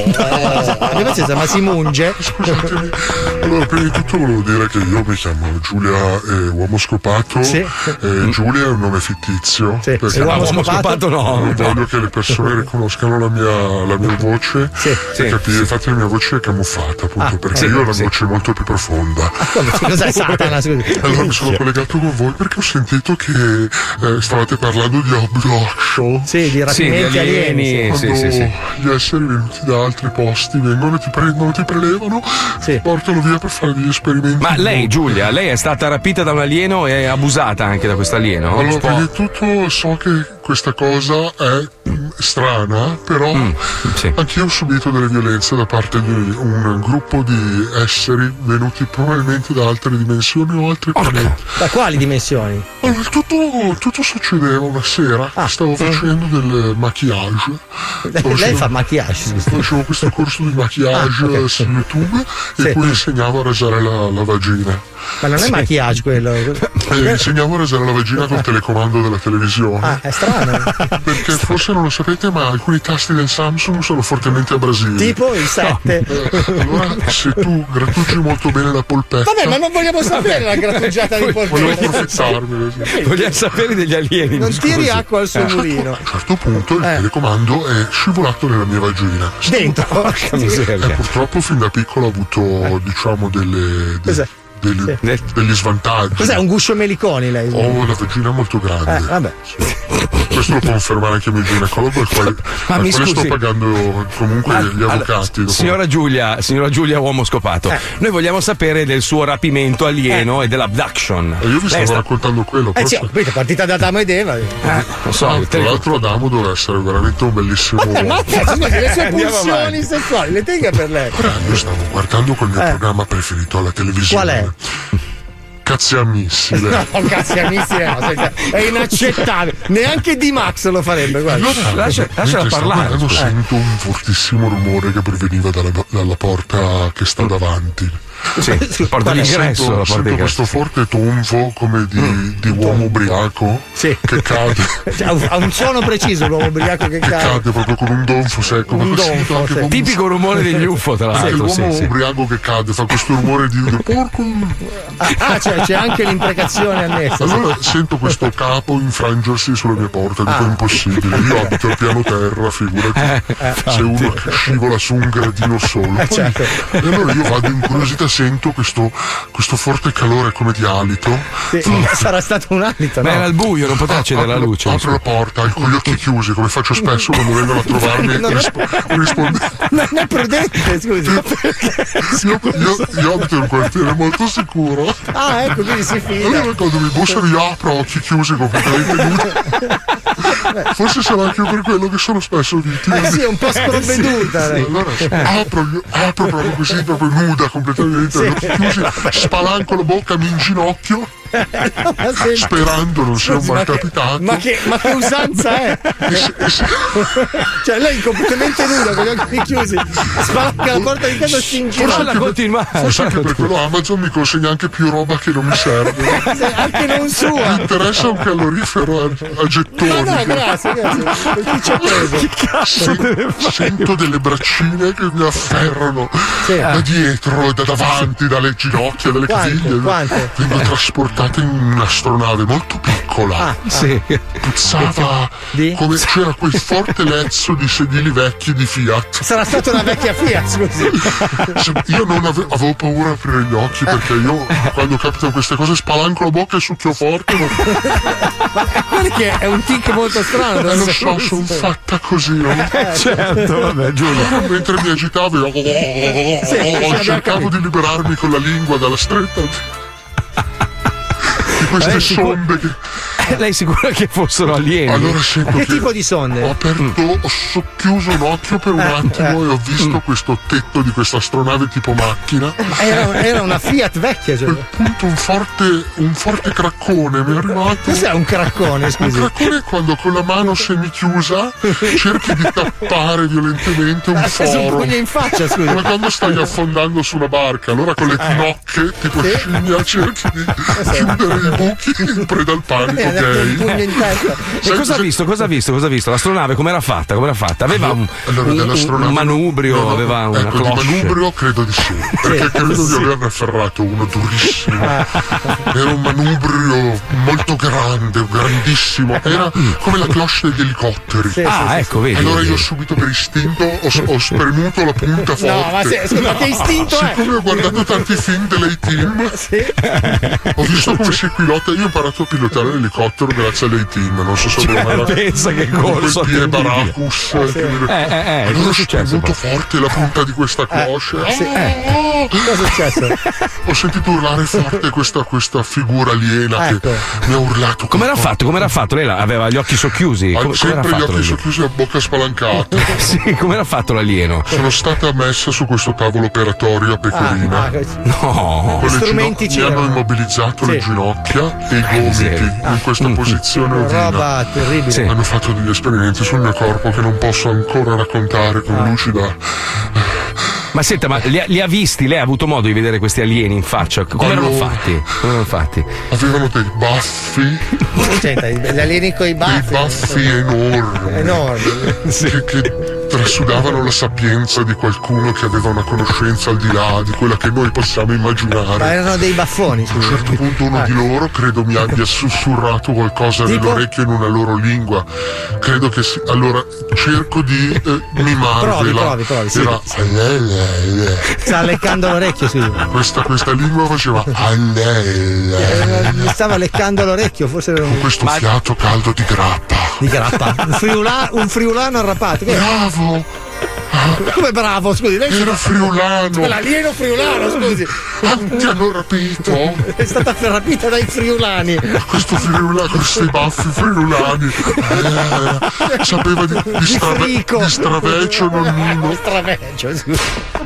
Eh, ma si munge? Scusatemi. Allora, prima di tutto volevo dire che io mi chiamo Giulia, eh, uomo scopato. Sì. Eh, Giulia è un nome fittizio. Sì. Perché E uomo non scopato? no. voglio che le persone riconoscano la mia, la mia voce voce sì, e sì, capire, sì. infatti la mia voce è camuffata appunto Ah, perché sì, io ho la sì. voce molto più profonda. Come? Cos'è Satana? Scusi. Allora mi sono collegato con voi perché ho sentito che eh, stavate parlando di abduction. Sì, di rapimenti Sì, di alieni, alieni. Quando sì, sì, sì. gli esseri venuti da altri posti vengono, ti prendono, ti prelevano, ti portano via per fare degli esperimenti. Ma lei, con- Giulia, lei è stata rapita da un alieno e abusata anche da questo alieno? Allora, Si può- prima di tutto so che questa cosa è mm, strana, però Mm, sì. anch'io ho subito delle violenze da parte di un gruppo di esseri venuti probabilmente da altre dimensioni o altri pianeti. Da quali dimensioni? Allora, tutto, tutto succedeva una sera che stavo facendo del maquillage. Stavo Lei facendo- fa maquillage, scusi. Facevo questo corso di maquillage Ah, ok. su YouTube e Sì. poi insegnavo a rasare la, la vagina. Ma non è Sì. maquillage quello. E insegnavo a rasare la vagina col telecomando della televisione. Ah, è strano. Perché forse non lo sapete, ma alcuni tasti del Samsung sono fortemente abrasivi. Tipo il sette. Eh, allora, se tu grattugi molto bene la polpetta. Vabbè, ma non vogliamo sapere la grattugiata di Volevo polpetta. approfittarmi. Vogliamo sapere degli alieni. Non mi tiri scusi. acqua al suo Eh, mulino. A un certo punto il telecomando è scivolato nella mia vagina. Dentro. Porca E purtroppo fin da piccolo ho avuto, diciamo, delle, de- Cos'è? delle- Sì. degli svantaggi. Cos'è, un guscio meliconi lei? Ho la vagina molto grande. Eh, vabbè. Questo lo può confermare anche il mio ginecologo, al quale, Ma al mi quale scusi. sto pagando comunque Ma- gli allora, avvocati. dopo. signora Giulia, signora Giulia, uomo scopato, Eh. noi vogliamo sapere del suo rapimento alieno e dell'abduction. E io vi Lei stavo sta- raccontando quello. Eh sì, forse- ho capito, è partita da Adamo ed Eva. Eh, non so, Ah, il tra tele- l'altro Adamo doveva essere veramente un bellissimo. Ma cazzo, scusi, le sue Andiamo pulsioni avanti. sessuali, le tenga per lei. Ora io stavo guardando quel mio Eh. programma preferito alla televisione. Qual è? Cazzo a missile. No, cazzo, amici, no, senta, è inaccettabile. Neanche D-Max lo farebbe, guarda. Allora, lascia- mentre lasciala stavo parlare, guardando, scusa. sento un fortissimo rumore che proveniva dalla, dalla porta che sta davanti. Sì, la porta E d'ingresso, sento, la porta sento d'ingresso. questo forte tonfo come di, di uomo ubriaco Sì. che cade, Cioè, ha un- ha un suono preciso l'uomo ubriaco che che cade. cade proprio con un donfo secco. Un ma così donfo, anche sì. come- Tipico rumore degli U F O, tra anche l'altro. l'uomo Sì, sì. ubriaco che cade fa questo rumore di, di porco. Ah, cioè, c'è anche l'imprecazione annessa. Allora sento questo capo infrangersi sulla mia porta, dico Ah. impossibile, io abito al piano terra, figurati se uno che scivola su un gradino solo. Poi- certo. E allora io vado incuriosita, sento questo, questo forte calore come di alito. Sì, sarà stato un alito, Ma era no? al buio, non poteva accendere la Apro- luce. Apro la porta con gli occhi chiusi, come faccio spesso quando vengono a trovarmi Non è- rispo- risponde- Non è prudente, scusi. io, io, io abito in un quartiere molto sicuro. Ah, ecco, quindi si fida. Allora quando mi bussano io apro a occhi chiusi completamente nudi. Forse sarà anche per quello che sono spesso vittima. Eh sì, è un po' sprovveduta. Sì, lei. allora apro, gli- apro proprio così, proprio nuda completamente, Sì. gli occhi chiusi, spalanco la bocca, mi inginocchio, Ma senti, sperando non sia un scusi, ma che- malcapitato. Ma che, ma che usanza è? E se- e se- Cioè, lei completamente nuda con gli occhi chiusi, spalanca la porta di casa e si Forse inginocchia. anche, continuare. forse anche per quello Amazon mi consegna anche più roba che non mi serve. Anche non Mi sua. interessa un calorifero a, a gettoni. Ma no, grazie, grazie. Per chi ci ha preso? Sen- sento delle braccine che mi afferrano Sì. da dietro, da davanti, dalle ginocchia, dalle Quante? caviglie. Quante? Vengo trasportato in un'astronave molto piccola. Ah, Sì. Puzzava Di? come c'era quel forte lezzo di sedili vecchi di Fiat. Sarà stata una vecchia Fiat, scusi. Se- Io non ave- avevo paura a aprire gli occhi perché io quando capitano queste cose spalanco la bocca e succhio forte. Non, Ma perché è un tic molto strano. eh, non lo so, sono fatta così. No? Certo, vabbè, Giulia. Mentre mi agitavo io abbiamo cercavo capito. di liberarmi con la lingua dalla stretta di queste Lei sicur- sonde che... Lei è sicura che fossero alieni? Allora sento Che che tipo di ho sonde? aperto, ho socchiuso un occhio per un Eh, attimo eh. e ho visto questo tetto di questa astronave tipo macchina. Era, era una Fiat vecchia, A cioè. quel punto un forte, un forte craccone mi è arrivato. Cos'è un craccone, Un scusi? craccone è quando con la mano semichiusa cerchi di tappare violentemente un Ha preso un foro. pugno in faccia, scusi. Come quando stai affondando su una barca, allora con le Eh. finocche, tipo scimmia, cerchi di chiudere i buchi in preda al panico. Eh, un pugno in testa. E cosa ha visto? Cosa ha visto? Cosa ha visto? L'astronave com'era fatta? Com'era fatta? Aveva un, Allora, un- dell'astronave- un manubrio, No, no, aveva una ecco, di cloche. manubrio credo di sì, perché credo sì. di averne afferrato uno durissimo. Era un manubrio molto grande, grandissimo, era come la cloche degli elicotteri. Sì, Ah, sì, sì, ecco, sì. vedi, Allora vedi. io subito per istinto ho, ho spremuto la punta forte. No, ma se- scusa, che istinto è? Siccome ho guardato tanti film dell'A-Team, ho visto come si pilota. Io ho imparato a pilotare l'elicottero grazie all'A-Team. Non so se Cioè, avevo mai- pensa che con corso quel piede attendibile. Baracus. Eh, sì. che mi- Eh, eh, eh, allora cosa ho è successo spremuto poi? forte la punta di questa cloche. sì, eh. Cosa è successo? Ho sentito urlare forte questa, questa figura aliena Ecco. che mi ha urlato. Com'era fatto? Com'era fatto? Lei aveva gli occhi socchiusi. Ha Come, sempre com'era gli fatto occhi l'alieno? socchiusi e a bocca spalancata. Sì, com'era fatto l'alieno? Sono stata messa su questo tavolo operatorio a pecorina. Ah, ah, No. Con le strumenti ginocchia- mi hanno c'erano. immobilizzato Sì. le ginocchia e i gomiti miseria. in questa posizione ovina. Roba terribile. Sì. Hanno fatto degli esperimenti sul mio corpo che non posso ancora raccontare con lucida. Ma senta, ma li ha, li ha visti? Lei ha avuto modo di vedere questi alieni in faccia? Come erano Allora. fatti? Come erano fatti? Avevano dei baffi, Senta, gli alieni con i dei baffi. baffi enormi. Enormi. Che, che trasudavano la sapienza di qualcuno che aveva una conoscenza al di là di quella che noi possiamo immaginare. Ma erano dei baffoni, A un scusa. certo punto uno di loro credo mi abbia sussurrato qualcosa Tipo? nell'orecchio in una loro lingua. Credo che si... Allora cerco di eh, mimarvela. Provi, provi, provi, sì. Era Sta leccando l'orecchio, scusa. questa, questa lingua faceva Eh, Mi stava leccando l'orecchio, forse era un... questo fiato caldo di grappa. Di grappa. Un, friula- un friulano arrapato. Che- Bravo! Come bravo, scusi? Lei Era friulano. L'alieno friulano, scusi. Ah, ti hanno rapito? È stata rapita dai friulani. Questo friulano, questi baffi friulani. Eh, sapeva di, di, strave- frico. di stravecio nonnino. Straveccio, scusa.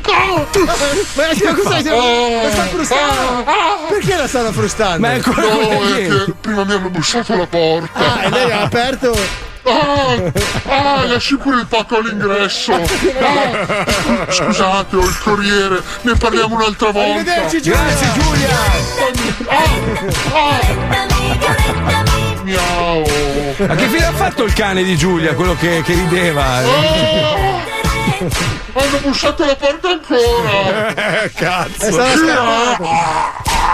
Ma cos'è? La sta frustando? Perché la stanno frustando? Ma è ancora No, quella è aliena. che prima mi hanno bussato alla porta. Ah, e lei ha aperto. Ah, ah, lasci pure il pacco all'ingresso. Ah, scusate, ho il corriere, ne parliamo un'altra volta. Arrivederci, Giulia. Grazie Giulia. Ah, ah. Miau. Ma che fine ha fatto il cane di Giulia? Quello che, che rideva? Ah, hanno bussato alla porta ancora. Eh, cazzo. È stata scappata.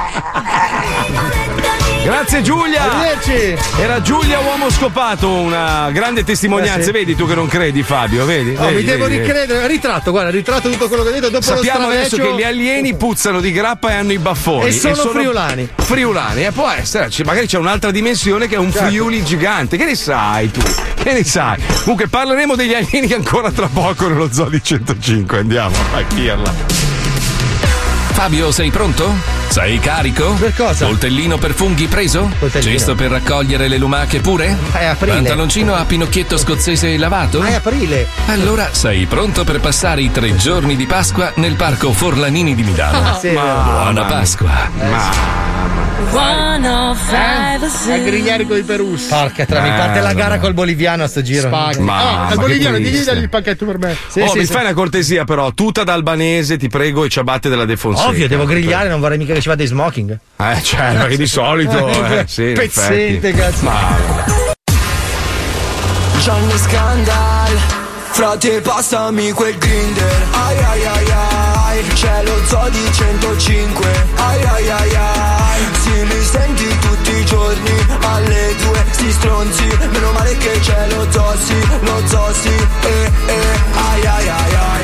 Grazie Giulia! Arrivederci. Era Giulia uomo scopato, una grande testimonianza. Eh, sì. Vedi tu che non credi, Fabio, vedi? Oh, Vedi, mi devo vedi, vedi. ricredere. Ritratto, guarda, ritratto tutto quello che ho detto. Dopo Sappiamo lo adesso straveccio. che gli alieni puzzano di grappa e hanno i baffoni. E sono friulani. Friulani, e può essere, c- magari c'è un'altra dimensione che è un Certo. Friuli gigante. Che ne sai tu? Che ne sai? Comunque parleremo degli alieni ancora tra poco nello Zoo di centocinque. Andiamo, vai, pirla. Fabio, sei pronto? Sei carico? Per cosa? Coltellino per funghi preso? Coltellino. Cesto per raccogliere le lumache pure? È aprile. Pantaloncino a pinocchietto scozzese lavato? Ma è aprile. Allora sei pronto per passare i tre giorni di Pasqua nel parco Forlanini di Milano? Sì, Buona Pasqua! A grigliare con i perus. Porca tra, mi Eh, parte la vabbè. gara col boliviano a sto giro. Spacca. Ma- Ah, ma al che boliviano, digli triste. dagli il pacchetto per me. Sì, oh, sì, mi sì. fai una cortesia, però, tuta da albanese, ti prego, e ciabatte della De Fonseca. Ovvio, devo grigliare, non vorrei mica che ci vada in smoking. Eh, certo, perché di solito. Eh, sì, in Pezzente, effetti. cazzo. Ma Johnny Scandal, frate passami quel grinder. Ai ai ai ai, c'è lo zoo di centocinque. Ai ai ai ai, si li senti tutti i giorni alle due, sti stronzi. Meno male che c'è lo zoo, sì, lo zoo, sì. Eh eh, ai ai ai ai.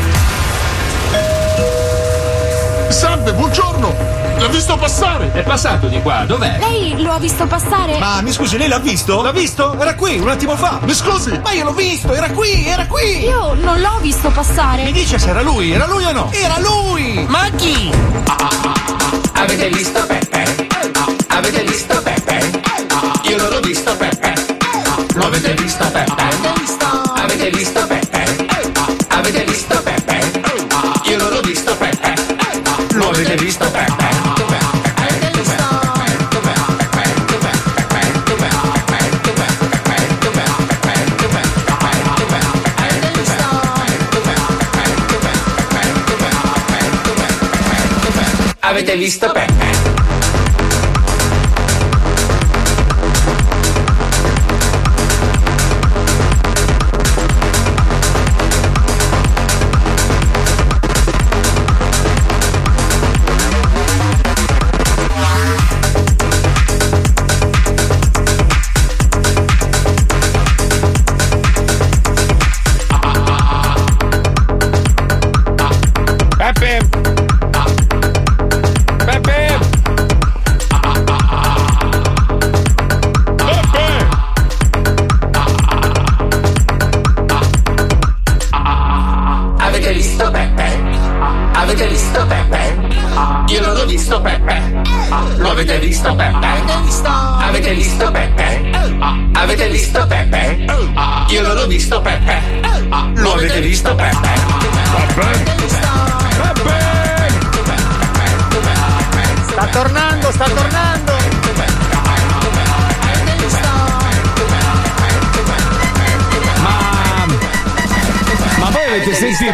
Salve, buongiorno! L'ha visto passare! È passato di qua, dov'è? Lei lo ha visto passare? Ma mi scusi, lei l'ha visto? L'ha visto? Era qui, un attimo fa. Mi scusi! Ma io l'ho visto, era qui, era qui. Io non l'ho visto passare. Mi dice se era lui, era lui o no? Era lui! Ma chi? Avete visto Peppe? Avete visto Peppe? Io non l'ho visto Peppe. Lo avete visto Peppe? Avete visto Peppe? Avete visto Peppe? Io non l'ho visto Peppe. Lo avete visto Peppe? Avete visto Peppe? Lo avete visto Peppe? Avete visto Peppe? Avete visto Peppe? Io non l'ho visto Peppe. Lo avete visto Peppe? Sta tornando, sta tornando. Ma voi avete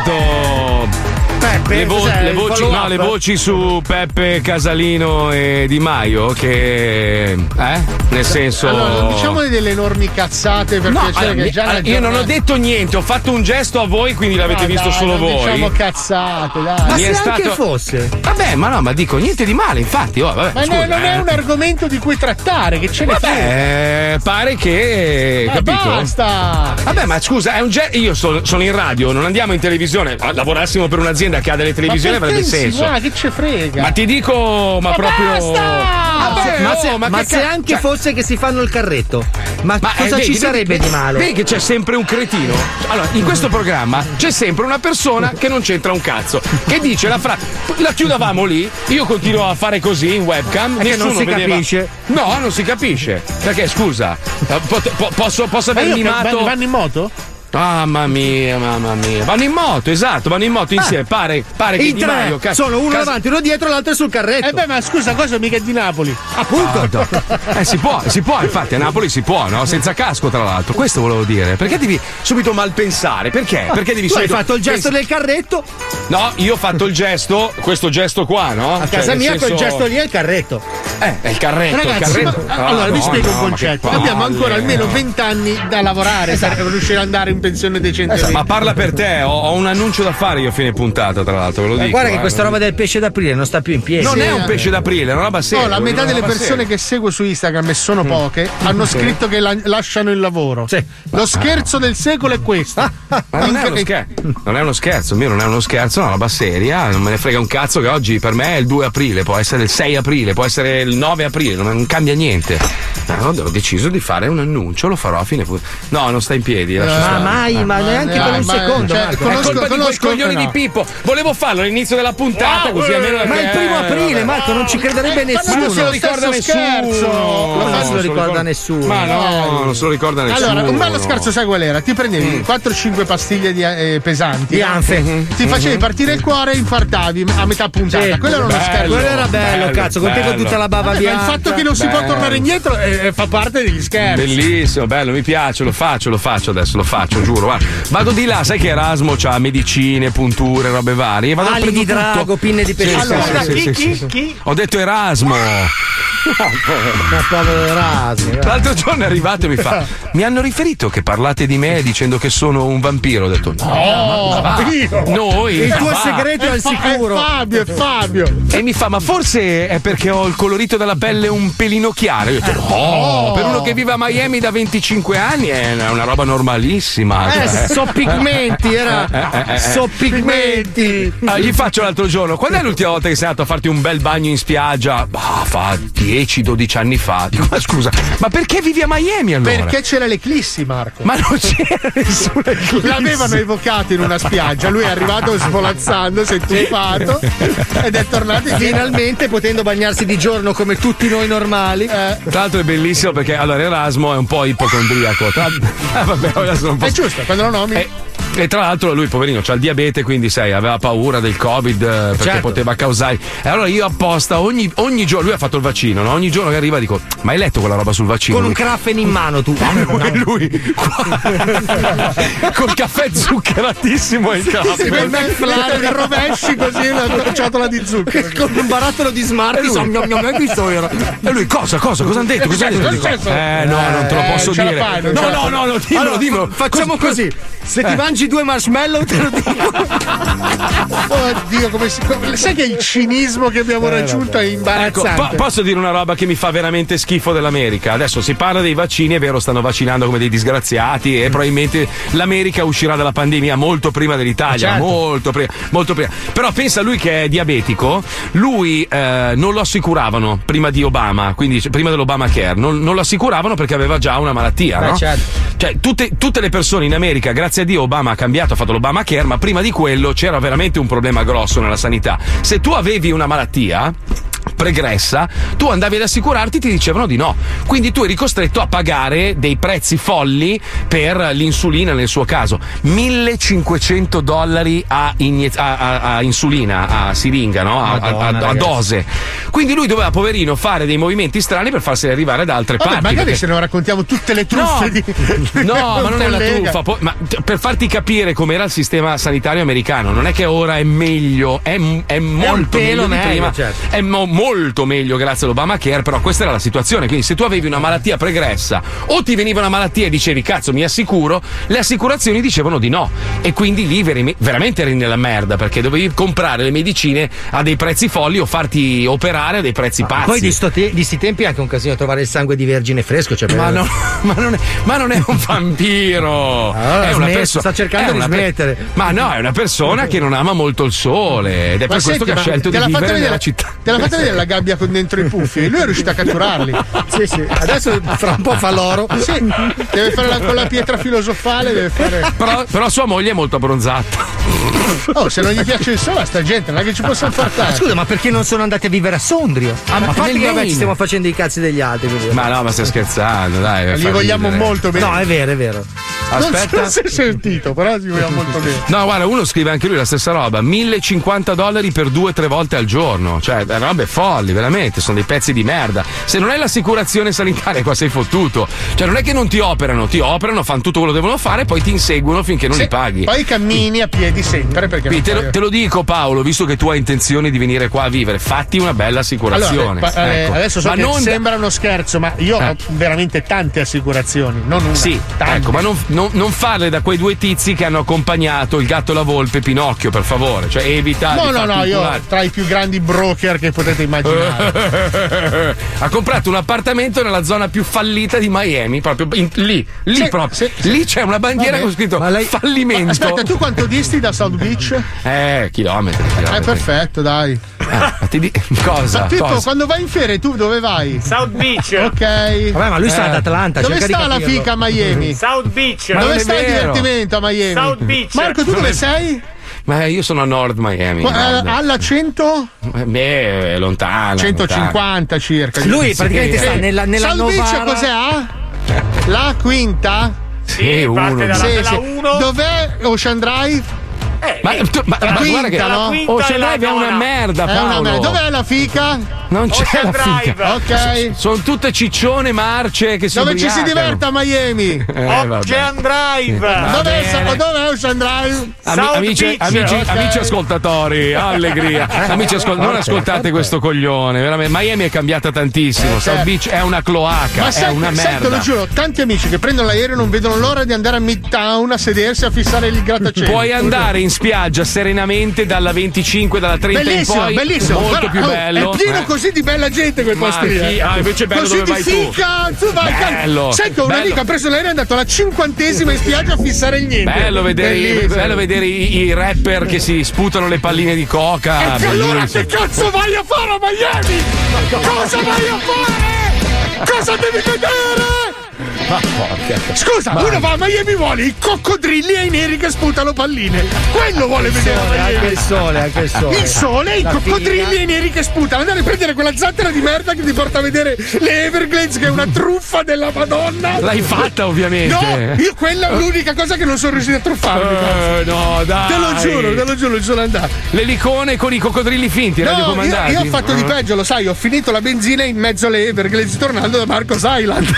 sentito Peppe, le, vo- cos'è, le il voci, follow no, up? le voci su Peppe Casalino e Di Maio che eh? Nel senso Allora, non diciamo delle enormi cazzate per No, piacere allora, che già allora, la io non ho giornata- detto niente, ho fatto un gesto a voi, quindi l'avete Ah, visto dai, solo non voi. diciamo cazzate, dai. Mi è stato- Vabbè, ma no, ma dico niente di male, infatti. Oh, vabbè, Ma scusa, no, non eh. è un argomento di cui trattare, che ce ne frega. Vabbè, pare che. Eh, capito? basta! Vabbè, ma scusa, è un ge- io sono, sono in radio, non andiamo in televisione. Ma lavorassimo per un'azienda che ha delle televisioni Ma avrebbe perché senso. insinuare? Che ce frega? Ma ti dico, ma, Ma proprio. basta! Vabbè, ma oh, se, ma ma che se ca- anche cioè- fosse che si fanno il carretto, ma, Ma cosa eh, ci vedi, sarebbe vedi, di male? Vedi che c'è sempre un cretino. Allora, in questo programma c'è sempre una persona che non c'entra un cazzo. Che dice la frase. La chiudavamo lì, io continuo a fare così in webcam. È che non nessuno si vedeva- capisce. No, non si capisce. Perché, scusa, eh, pot- po- posso, posso Ma aver io che- mimato. vanno- vanno in moto? Mamma mia, mamma mia. Vanno in moto, esatto, vanno in moto insieme. Pare, pare che In Di tre Maio. ca- sono uno cas- davanti, uno dietro, l'altro è sul carretto. Eh beh, ma scusa, cosa mica è di Napoli? Appunto. Eh, si può, si può, infatti a Napoli si può, no? Senza casco, tra l'altro. Questo volevo dire. Perché devi subito malpensare? Perché? Perché devi Tu hai subito. fatto il gesto Pensi- del carretto, No, io ho fatto il gesto, questo gesto qua, no? a Cioè, casa nel mia senso- quel gesto lì è il carretto. Eh, è il carretto, il Ragazzi, carretto. ma- allora vi Ah, spiego no, un ma che concetto. palle. Abbiamo ancora almeno vent'anni da lavorare per riuscire ad andare in pensione decentemente. Esatto, ma parla per te, ho, ho un annuncio da fare io a fine puntata, tra l'altro, ve lo Ma dico. guarda che eh. questa roba del pesce d'aprile non sta più in piedi. Non Sì, è un eh. pesce d'aprile, è una roba seria. No, la è metà una delle roba persone seria. che seguo su Instagram, e sono poche, hanno Sì. scritto che la- lasciano il lavoro. Lo scherzo del secolo è questo. Ma non è, uno scher- non è uno scherzo, mio non è uno scherzo, è una roba seria, non me ne frega un cazzo che oggi per me è il due aprile, può essere il sei aprile, può essere il nove aprile, non, non cambia niente. No, ho deciso di fare un annuncio, lo farò a fine. fu- No, non sta in piedi. lascia Ma stare. mai, ma neanche per un ma- secondo. cioè, Marco. È conosco- colpa di quei conosco- coglioni no. di Pippo. Volevo farlo all'inizio della puntata, così almeno. Ma è il primo aprile, Marco, non ci crederebbe Ma nessuno. non se lo ricorda stesso nessuno. scherzo. Ma non No, se lo ricorda nessuno. Ma no, non se lo ricorda nessuno. Allora, un bello scherzo, sai qual era? Ti prendevi quattro cinque pastiglie di, eh, pesanti, Di no? anfe. ti facevi partire il cuore e infartavi a metà puntata. Sì. Quello era uno Bello. scherzo. Quello era bello, Bello, cazzo, con te con bello. tutta la bava Vabbè, ma il bianca. fatto che non si può Bello. tornare indietro eh, fa parte degli scherzi. Bellissimo, bello, mi piace, lo faccio, lo faccio adesso, lo faccio, giuro. Guarda. Vado di là, sai che Erasmo c'ha medicine, punture, robe varie. Vado Ali prendo di drago, tutto. pinne di pesce. Sì, Allora, sì, sì, chi, sì, chi, sì. chi? Ho detto Erasmo. Ma povero Erasmo. dai. L'altro giorno è arrivato e mi fa: mi hanno riferito che parlate di me dicendo che sono un vampiro. Ho detto: no, Oh, ma va. io. Noi. Il ma tuo va. segreto è al Fa- sicuro. È Fabio, è Fabio. E mi fa: ma forse è perché ho il colorito della pelle un pelino chiaro. Io ho detto: no, per uno che vive a Miami da venticinque anni è una una roba normalissima. Eh, cioè. so pigmenti, era. Eh, eh, eh. So pigmenti. Ah, gli faccio l'altro giorno: quando è l'ultima volta che sei andato a farti un bel bagno in spiaggia? Bah, fa dieci dodici anni fa. Dico: ma scusa, ma perché vivi a Miami allora? Perché c'era l'eclissi, Marco. Ma non c'era nessuna eclissi. L'avevano evocato in una spiaggia. Lui è arrivato svolazzando, si è tuffato ed è tornato in Finalmente potendo bagnarsi di giorno come tutti noi normali. Tra l'altro è bellissimo perché allora Erasmo è un po' ipocondriaco. Tra... Eh, vabbè, adesso non È posso... giusto, quando lo nomi. E, e tra l'altro lui, poverino, c'ha il diabete, quindi sai, aveva paura del Covid eh, perché Certo. poteva causare. E allora io apposta ogni, ogni giorno, lui ha fatto il vaccino, no? Ogni giorno che arriva dico: ma hai letto quella roba sul vaccino? Con un Lui- craffen in mano tu. lui, lui qua, col caffè zuccheratissimo in capo. Sì, quel McFlurry rovesci così una ciotola di zucchero. Con un barattolo di Smarties. E lui- Gnom, gnom, gnom, hai visto? Era- E lui cosa, cosa, cosa hanno detto? Cosa hanno detto? Dico, eh no, non te lo Eh, posso ce la dire. fai, non no, ce la no, fai. no, no, dimmelo, Allora, dimmelo. Facciamo Cos- così. Se ti Eh. mangi due marshmallow te lo dico. Oddio, come si. come- sai che il cinismo che abbiamo raggiunto è Ecco, imbarazzante. po- posso dire una roba che mi fa veramente schifo dell'America? Adesso si parla dei vaccini, è vero, stanno vaccinando come dei disgraziati e probabilmente l'America uscirà dalla pandemia molto prima dell'Italia, Certo. molto prima, molto prima. Però pensa lui che è diabetico, lui eh, non lo assicuravano prima di Obama, quindi cioè, prima dell'Obamacare, non, non lo assicuravano perché aveva già una malattia, Beh, no? certo. Cioè, tutte, tutte le persone in America, grazie a Dio, Obama ha cambiato, ha fatto l'Obamacare, ma prima di quello c'era veramente un problema grosso nella sanità. Se tu avevi una malattia, pregressa, tu andavi ad assicurarti, ti dicevano di no, quindi tu eri costretto a pagare dei prezzi folli per l'insulina nel suo caso, millecinquecento dollari a, inie- a, a, a insulina, a siringa, no? a, Madonna, a, a, a dose, quindi lui doveva, poverino, fare dei movimenti strani per farseli arrivare da altre Vabbè, parti. magari perché... se non raccontiamo tutte le truffe no, di no ma non è una collega. truffa, poi, ma t- per farti capire com'era il sistema sanitario americano, non è che ora è meglio, è, è molto pelo meglio di meglio, prima, certo. è mo- molto meglio grazie all'Obamacare, però questa era la situazione, quindi se tu avevi una malattia pregressa o ti veniva una malattia e dicevi cazzo mi assicuro, le assicurazioni dicevano di no e quindi lì veri- veramente eri nella merda perché dovevi comprare le medicine a dei prezzi folli o farti operare a dei prezzi pazzi. Poi di sto te- di sti tempi è anche un casino trovare il sangue di vergine fresco, cioè ma, per- no, ma, non è, ma non è un vampiro, Allora, è una smesso, perso- sta cercando è di una per- smettere. ma no, è una persona che non ama molto il sole ed è Ma per senti, questo che ha ma scelto te di l'ha fatta vivere vedere- nella città. Te l'ha fatta vedere la gabbia con dentro i puffi? Lui è riuscito a catturarli. Sì, sì. Adesso fra un po' fa l'oro. Sì, deve fare la, con la pietra filosofale, deve fare. Però, però sua moglie è molto abbronzata. Oh, se non gli piace il sole a sta gente, non è che ci possiamo far Ma fare. scusa, ma perché non sono andati a vivere a Sondrio? Ah, ma a parte nel che vabbè, Maine. ci stiamo facendo i cazzi degli altri. quindi- Ma no, ma stai scherzando, dai. Li fa vogliamo ridere. molto bene. No, è vero, è vero. Aspetta. Non so se hai sentito, però ci vogliamo molto bene. No, guarda, uno scrive anche lui la stessa roba: millecinquanta dollari per due o tre volte al giorno. Cioè, è robe folli, veramente. Sono dei pezzi di merda. Se non hai l'assicurazione sanitaria, qua sei fottuto. Cioè, non è che non ti operano, ti operano, fanno tutto quello che devono fare, poi ti inseguono finché non Sì, li paghi. Poi cammini a piedi sempre perché. Quindi te, non lo, fai- te lo dico, Paolo, visto che tu hai intenzione di venire qua a vivere, fatti una bella assicurazione. Allora, pa- eh, Ecco. adesso so Ma che non da- sembra uno scherzo, ma io Eh. ho veramente tante assicurazioni, non una. Sì, tante. ecco, ma non, non- non farle da quei due tizi che hanno accompagnato il gatto e la volpe Pinocchio, per favore. Cioè, evita No, di no, farti no, io inculare. tra i più grandi broker che potete immaginare. Ha comprato un appartamento nella zona più fallita di Miami, proprio in- lì, lì Sì, proprio. sì, sì. Lì c'è una bandiera Vabbè. con scritto Ma lei- fallimento. Ma aspetta, tu quanto disti da South Beach? Eh, chilometri. È chilometri. perfetto, dai. Ma ti di- Cosa? Ma Pippo, Cosa? quando vai in ferie tu dove vai? South Beach. Ok. Vabbè, ma lui sta Eh. ad Atlanta. Dove cerca di sta la capirlo. fica a Miami? South Beach. Ma non Dove è sta il vero. divertimento a Miami? South Beach. Marco, tu Non dove è- sei? Ma io sono a Nord Miami. Qua- guarda. alla cento? Eh, Beh, è lontano. centocinquanta circa. Lui Sì. praticamente sta Sì. nella, nella South Beach Novara. cos'è? A? La quinta? Sì, uno. parte dalla Sì, dalla sì. uno. Dov'è Ocean Drive? Eh, Ma, tu- ma- La ma quinta, guarda che no? quinta Ocean è la Drive è una nona. merda, È una Paolo. merda. Dov'è la fica? Non c'è Ocean la fica. Drive. Ok. Sono tutte ciccione marce che si Dove ci si ubriacano. diverte a Miami? Eh, vabbè. Ocean Drive. Dov'è, bene. dov'è Ocean Drive? Ami- South amici, Beach, amici, ok. amici ascoltatori, allegria. Amici ascol- non ascoltate questo coglione, veramente. Miami è cambiata tantissimo. Eh, South certo. Beach è una cloaca, Ma è sai, una sai, te merda. lo giuro, tanti amici che prendono l'aereo non vedono l'ora di andare a Midtown a sedersi a fissare il grattacielo. Puoi andare in spiaggia serenamente dalla venticinque, dalla trenta Bellissimo, in poi, bellissimo. molto Guarda, più oh, bello. È pieno Eh. così di bella gente quel Ma posto lì. chi- eh. ah, invece è bello così dove di vai tu. fica, tu vai. Bello, Sai che un bello. amico ha preso l'aereo e è andato alla cinquantesima in spiaggia a fissare il niente. Bello vedere, i, Bellissimo. bello vedere i, i rapper che si sputano le palline di coca. E che allora bellissimo. che cazzo vai a fare a Miami? Cosa vai a fare? Cosa devi vedere? Ma porca. Scusa, Ma- uno va a Miami, vuole i coccodrilli e i neri che sputano palline. Quello vuole vedere a Miami. Anche il sole, anche il sole. Il sole, i La coccodrilli figa. e i neri che sputano. Andare a prendere quella zattera di merda che ti porta a vedere le Everglades, che è una truffa della Madonna. L'hai fatta, ovviamente. No, io quella è l'unica cosa che non sono riuscito a truffarmi. Eh, no, dai. Te lo giuro, te lo giuro, ci sono andato. L'elicone con i coccodrilli finti, No, io, radiocomandati. io ho fatto di peggio, lo sai, ho finito la benzina in mezzo alle Everglades tornando da Marcos Island.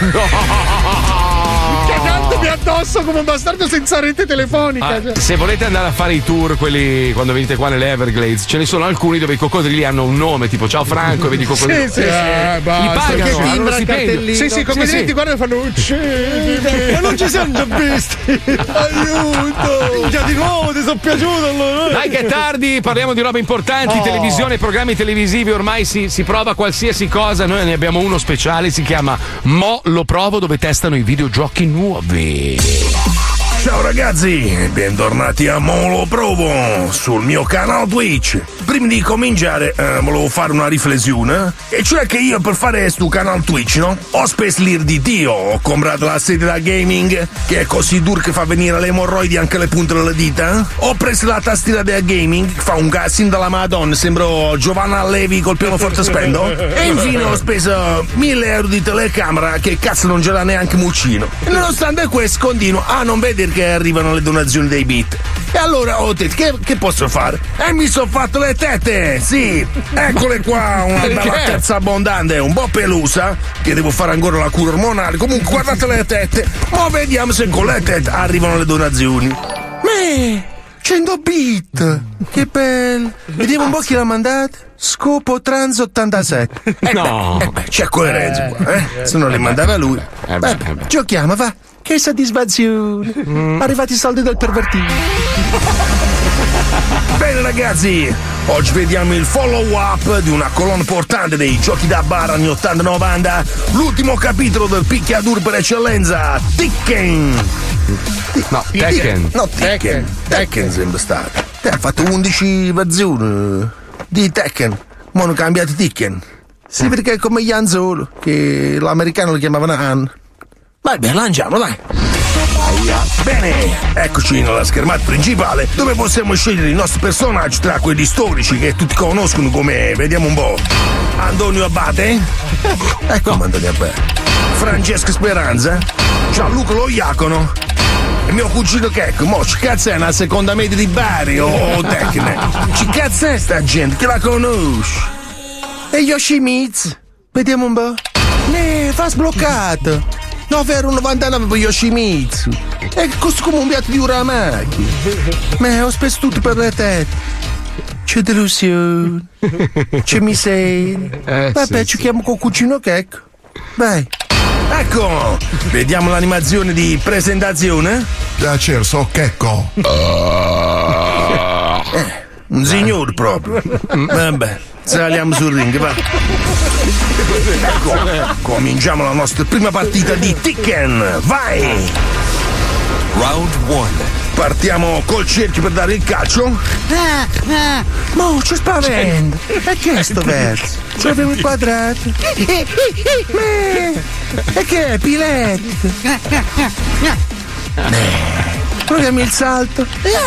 Cagandomi addosso come un bastardo senza rete telefonica. Ah, cioè. se volete andare a fare i tour, quelli quando venite qua nelle Everglades, ce ne sono alcuni dove i coccodrilli hanno un nome, tipo ciao Franco, e vedi i coccodrilli. Sì, sì, sì. Eh, Eh, li basta, pagano, che hanno lo timbra il stipendio. cartellino. Sì, sì, come Sì, vedete sì. ti guardano e fanno uccidimi. Ma non ci siamo già visti. Aiuto. Già di nuovo ti sono piaciuto allora. Dai che è tardi, parliamo di robe importanti, Oh. televisione, programmi televisivi, ormai si, si prova qualsiasi cosa, noi ne abbiamo uno speciale, si chiama Mo lo provo, dove testano i videogiochi nuovi. Ciao ragazzi, bentornati a Molo Provo sul mio canale Twitch. Prima di cominciare eh, volevo fare una riflessione, e cioè che io per fare sto canale Twitch, no? Ho speso l'ir di Dio, ho comprato la sedia da gaming che è così dura che fa venire le emorroidi anche le punte delle dita. Ho preso la tastiera da gaming che fa un casino dalla Madonna, sembro Giovanna Levi col pianoforte spento. E infine ho speso mille euro di telecamera che cazzo non ce l'ha neanche Muccino. E nonostante questo continuo a non vedere che arrivano le donazioni dei bit. E allora ho detto che, che posso fare? E mi sono fatto le tette, sì, eccole qua, una bella terza abbondante, un po' pelusa, che devo fare ancora la cura ormonale. Comunque guardate le tette, ma vediamo se con le tette arrivano le donazioni. Me, cento bit, che bello. Vediamo un po' chi l'ha mandato. Scopo Trans ottantasette. Eh no, beh, eh beh, c'è coerenza qua, eh? Se non le mandava lui. Eh beh, beh, beh. Giochiamo, va. Che soddisfazione! Mm. Arrivati i soldi del pervertito. Bene ragazzi, oggi vediamo il follow up di una colonna portante dei giochi da bar anni ottanta novanta, l'ultimo capitolo del picchiadur per eccellenza, Tekken. No, Tekken. No, Tekken. Tekken sembra stato. Te ha fatto undici versioni di Tekken, ma hanno cambiato Tekken. Sì, perché è come Jan Solo, che l'americano lo chiamavano Han. Vai bene, lanciamo, dai. Bene, eccoci nella schermata principale, dove possiamo scegliere i nostri personaggi tra quelli storici che tutti conoscono, come, vediamo un po', Antonio Abate, ecco Antonio Abate, Francesca Speranza, Gianluca Lo Iacono e mio cugino Checco. Mo, ci cazzo è una seconda media di Bari o, o Tecne? Ci cazzo è sta gente, che la conosci? E Yoshimitsu, vediamo un po'. Ne, fa sbloccato. nove virgola novantanove per Yoshimitsu. E costa come un piatto di uramaki. Ma ho speso tutto per le tette. C'è delusione. C'è miseria. Eh, Vabbè, sì, ci sì. chiamo con cucino Checco. Vai. Ecco, vediamo l'animazione di presentazione. Da Cerso Checco. Eh, un signor proprio. Vabbè, saliamo sul ring, va. Ecco, cominciamo la nostra prima partita di Tekken. Vai! Round one. Partiamo col cerchio per dare il calcio. Ah, ah. Mo, c'è spavento. E che è sto verso? Ce l'avevo inquadrato. E che è, Piletto? Proviamo il salto.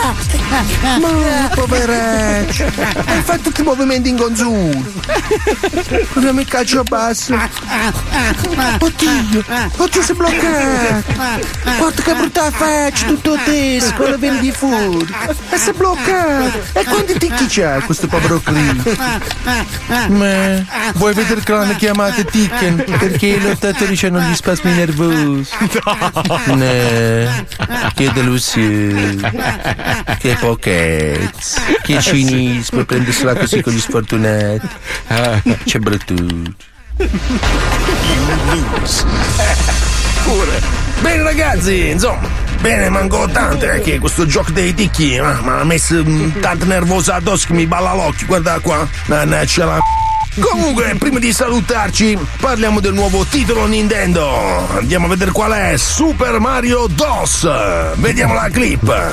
Ma poveretto, hai fatto tutti i movimenti in gonzulo. Proviamo il calcio basso. Oddio, oddio si è bloccato. Guarda che brutta faccia, tutto teso, con le vene di fuori. E si è bloccato. E quanti ticchi c'ha questo povero qui? Ma vuoi vedere che l'hanno chiamato Tekken? Perché i lottatori hanno gli spasmi nervosi. No, che delusione. Che pochezza, che cinismo prendersela così con gli sfortunati. C'è bruttuccio. Pure. Bene ragazzi, insomma, bene, manco tanto eh, che questo gioco dei ticchi ma mi ha messo mh, tanto nervoso addosso che mi balla l'occhio, guarda qua. Mannaggia la. Comunque, prima di salutarci, parliamo del nuovo titolo Nintendo. Andiamo a vedere qual è. Super Mario dos. Vediamo la clip.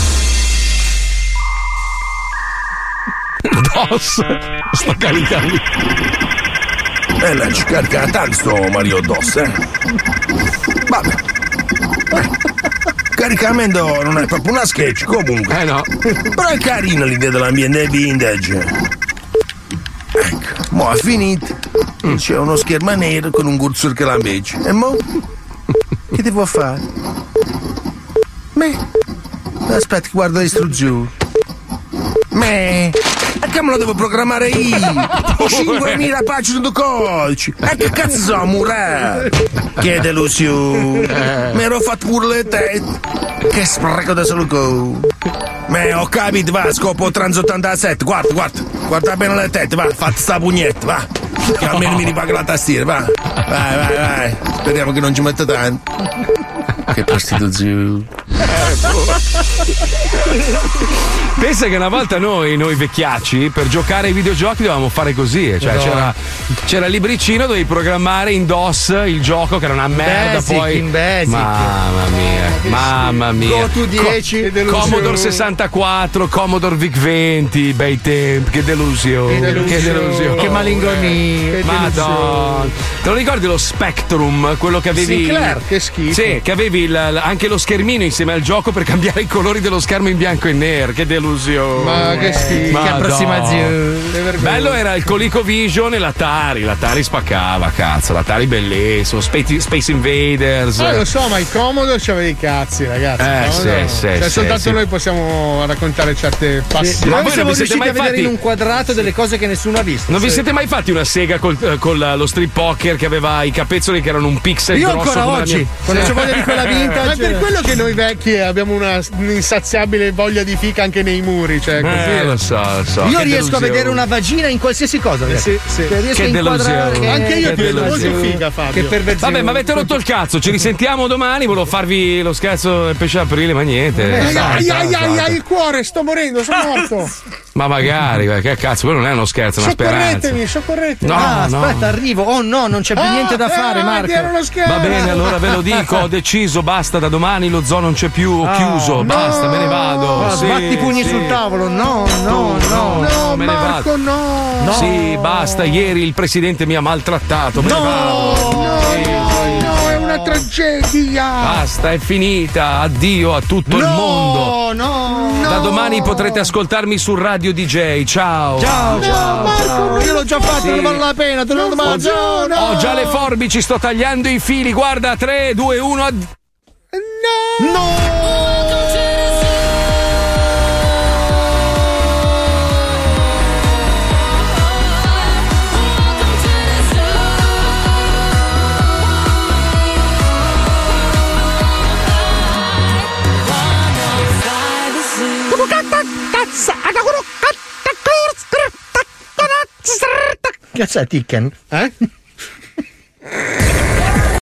dos? Sto caricando. Eh, la ci carica tanto sto Mario dos, eh. Vabbè. Eh. Caricamento non è proprio una sketch, comunque. Eh no. Però è carina l'idea dell'ambiente vintage. Ecco, mo' ha finito. C'è uno schermo nero con un cursor che lampeggia. E mo'? Che devo fare? Me? Aspetta, guarda le istruzioni. Me? E che me lo devo programmare io? cinquemila pagine di codice. E che cazzo sono, murato? Che delusione. Mi ero fatto pure le tette. Che spreco da solo go. Me, ho capito, va, scopo Trans ottantasette. Guarda, guarda. Guarda bene le tette, va, fate sta pugnetta, va. Che almeno mi ripaga la tastiera, va. Vai, vai, vai. Speriamo che non ci metta tanto. Che prostituzione. Pensa che una volta noi, noi vecchiacci, per giocare ai videogiochi dovevamo fare così, cioè No. c'era, c'era il libricino, dovevi programmare in DOS il gioco che era una merda, Basic, poi in Basic. mamma mia, mamma mia. Go to dieci. Co- Che delusione. Commodore sessantaquattro, Commodore VIC venti, bei tempi, che delusione, Che delusione. che delusione. Che malinconia. Che Madonna. Te lo ricordi lo Spectrum, quello che avevi? Sinclair, che schifo. Sì, che avevi il- anche lo schermino insieme al gioco per cambiare i colori dello schermo in bianco e nero. Che delusione. Ma che schifo. Madonna. Che approssimazione. Che vergogna. Bello era il ColecoVision e l'Atari. L'Atari spaccava, cazzo. L'Atari bellissimo. Space, Space Invaders. Ah, lo so, ma il Commodore c'aveva dei cazzi, ragazzi. Eh, Commodore- sì, sì, cioè, sì, soltanto sì. noi possiamo raccontare certe passioni. Ma voi noi siamo non vi siete riusciti mai a vedere fatti- in un quadrato delle cose che nessuno ha visto. Non vi Sì. siete mai fatti una sega col, eh, con la- lo strip poker che aveva i capezzoli che erano un pixel Io grosso ancora come la oggi, mia- quando c'ho voglia di quella vintage. Ma è per quello che noi vecchi abbiamo una insaziabile voglia di fica anche nei muri. Cioè, così. Eh, lo so, lo so. Io Che riesco delusione. a vedere una vagina in qualsiasi cosa. ragazzi. sì, sì. Cioè, riesco Che a inquadrare. delusione. Anche io Che ti vedo molto delusione. figa, Fabio. Che perversione. Vabbè, ma avete rotto il cazzo, ci risentiamo domani, volevo farvi lo scherzo del pesce aprile, ma niente. Ai, Basta, ai, ai, ai, basta. ai, il cuore, sto morendo, sono morto. Ma magari, guarda, che cazzo, quello non è uno scherzo, è una speranza. Soccorretemi, soccorretemi. No, Ah, no. aspetta, arrivo. Oh no, non c'è più Ah, niente da eh, fare, avanti, Marco. era uno scherzo. Va bene, allora ve lo dico, ho deciso, basta, da domani lo zoo non c'è più, ho Ah, chiuso, no. basta, me ne vado. Ah, Sì, sbatti i pugni sì. sul tavolo. No, no, no. No, me ne Marco, vado. no. No. Sì, basta, ieri il presidente mi ha maltrattato, me ne vado. No, no, è una tragedia. Basta, è finita, addio a tutto il mondo. No, no. Da domani potrete ascoltarmi su Radio D J, ciao. Ciao, No, ciao. Marco, ciao. non Io l'ho già fatto, Sì. non vale la pena, te lo Ho, domando. no. ho già le forbici, sto tagliando i fili, guarda, tre, due, uno, addio. No! Cazzo è Ticken? Eh?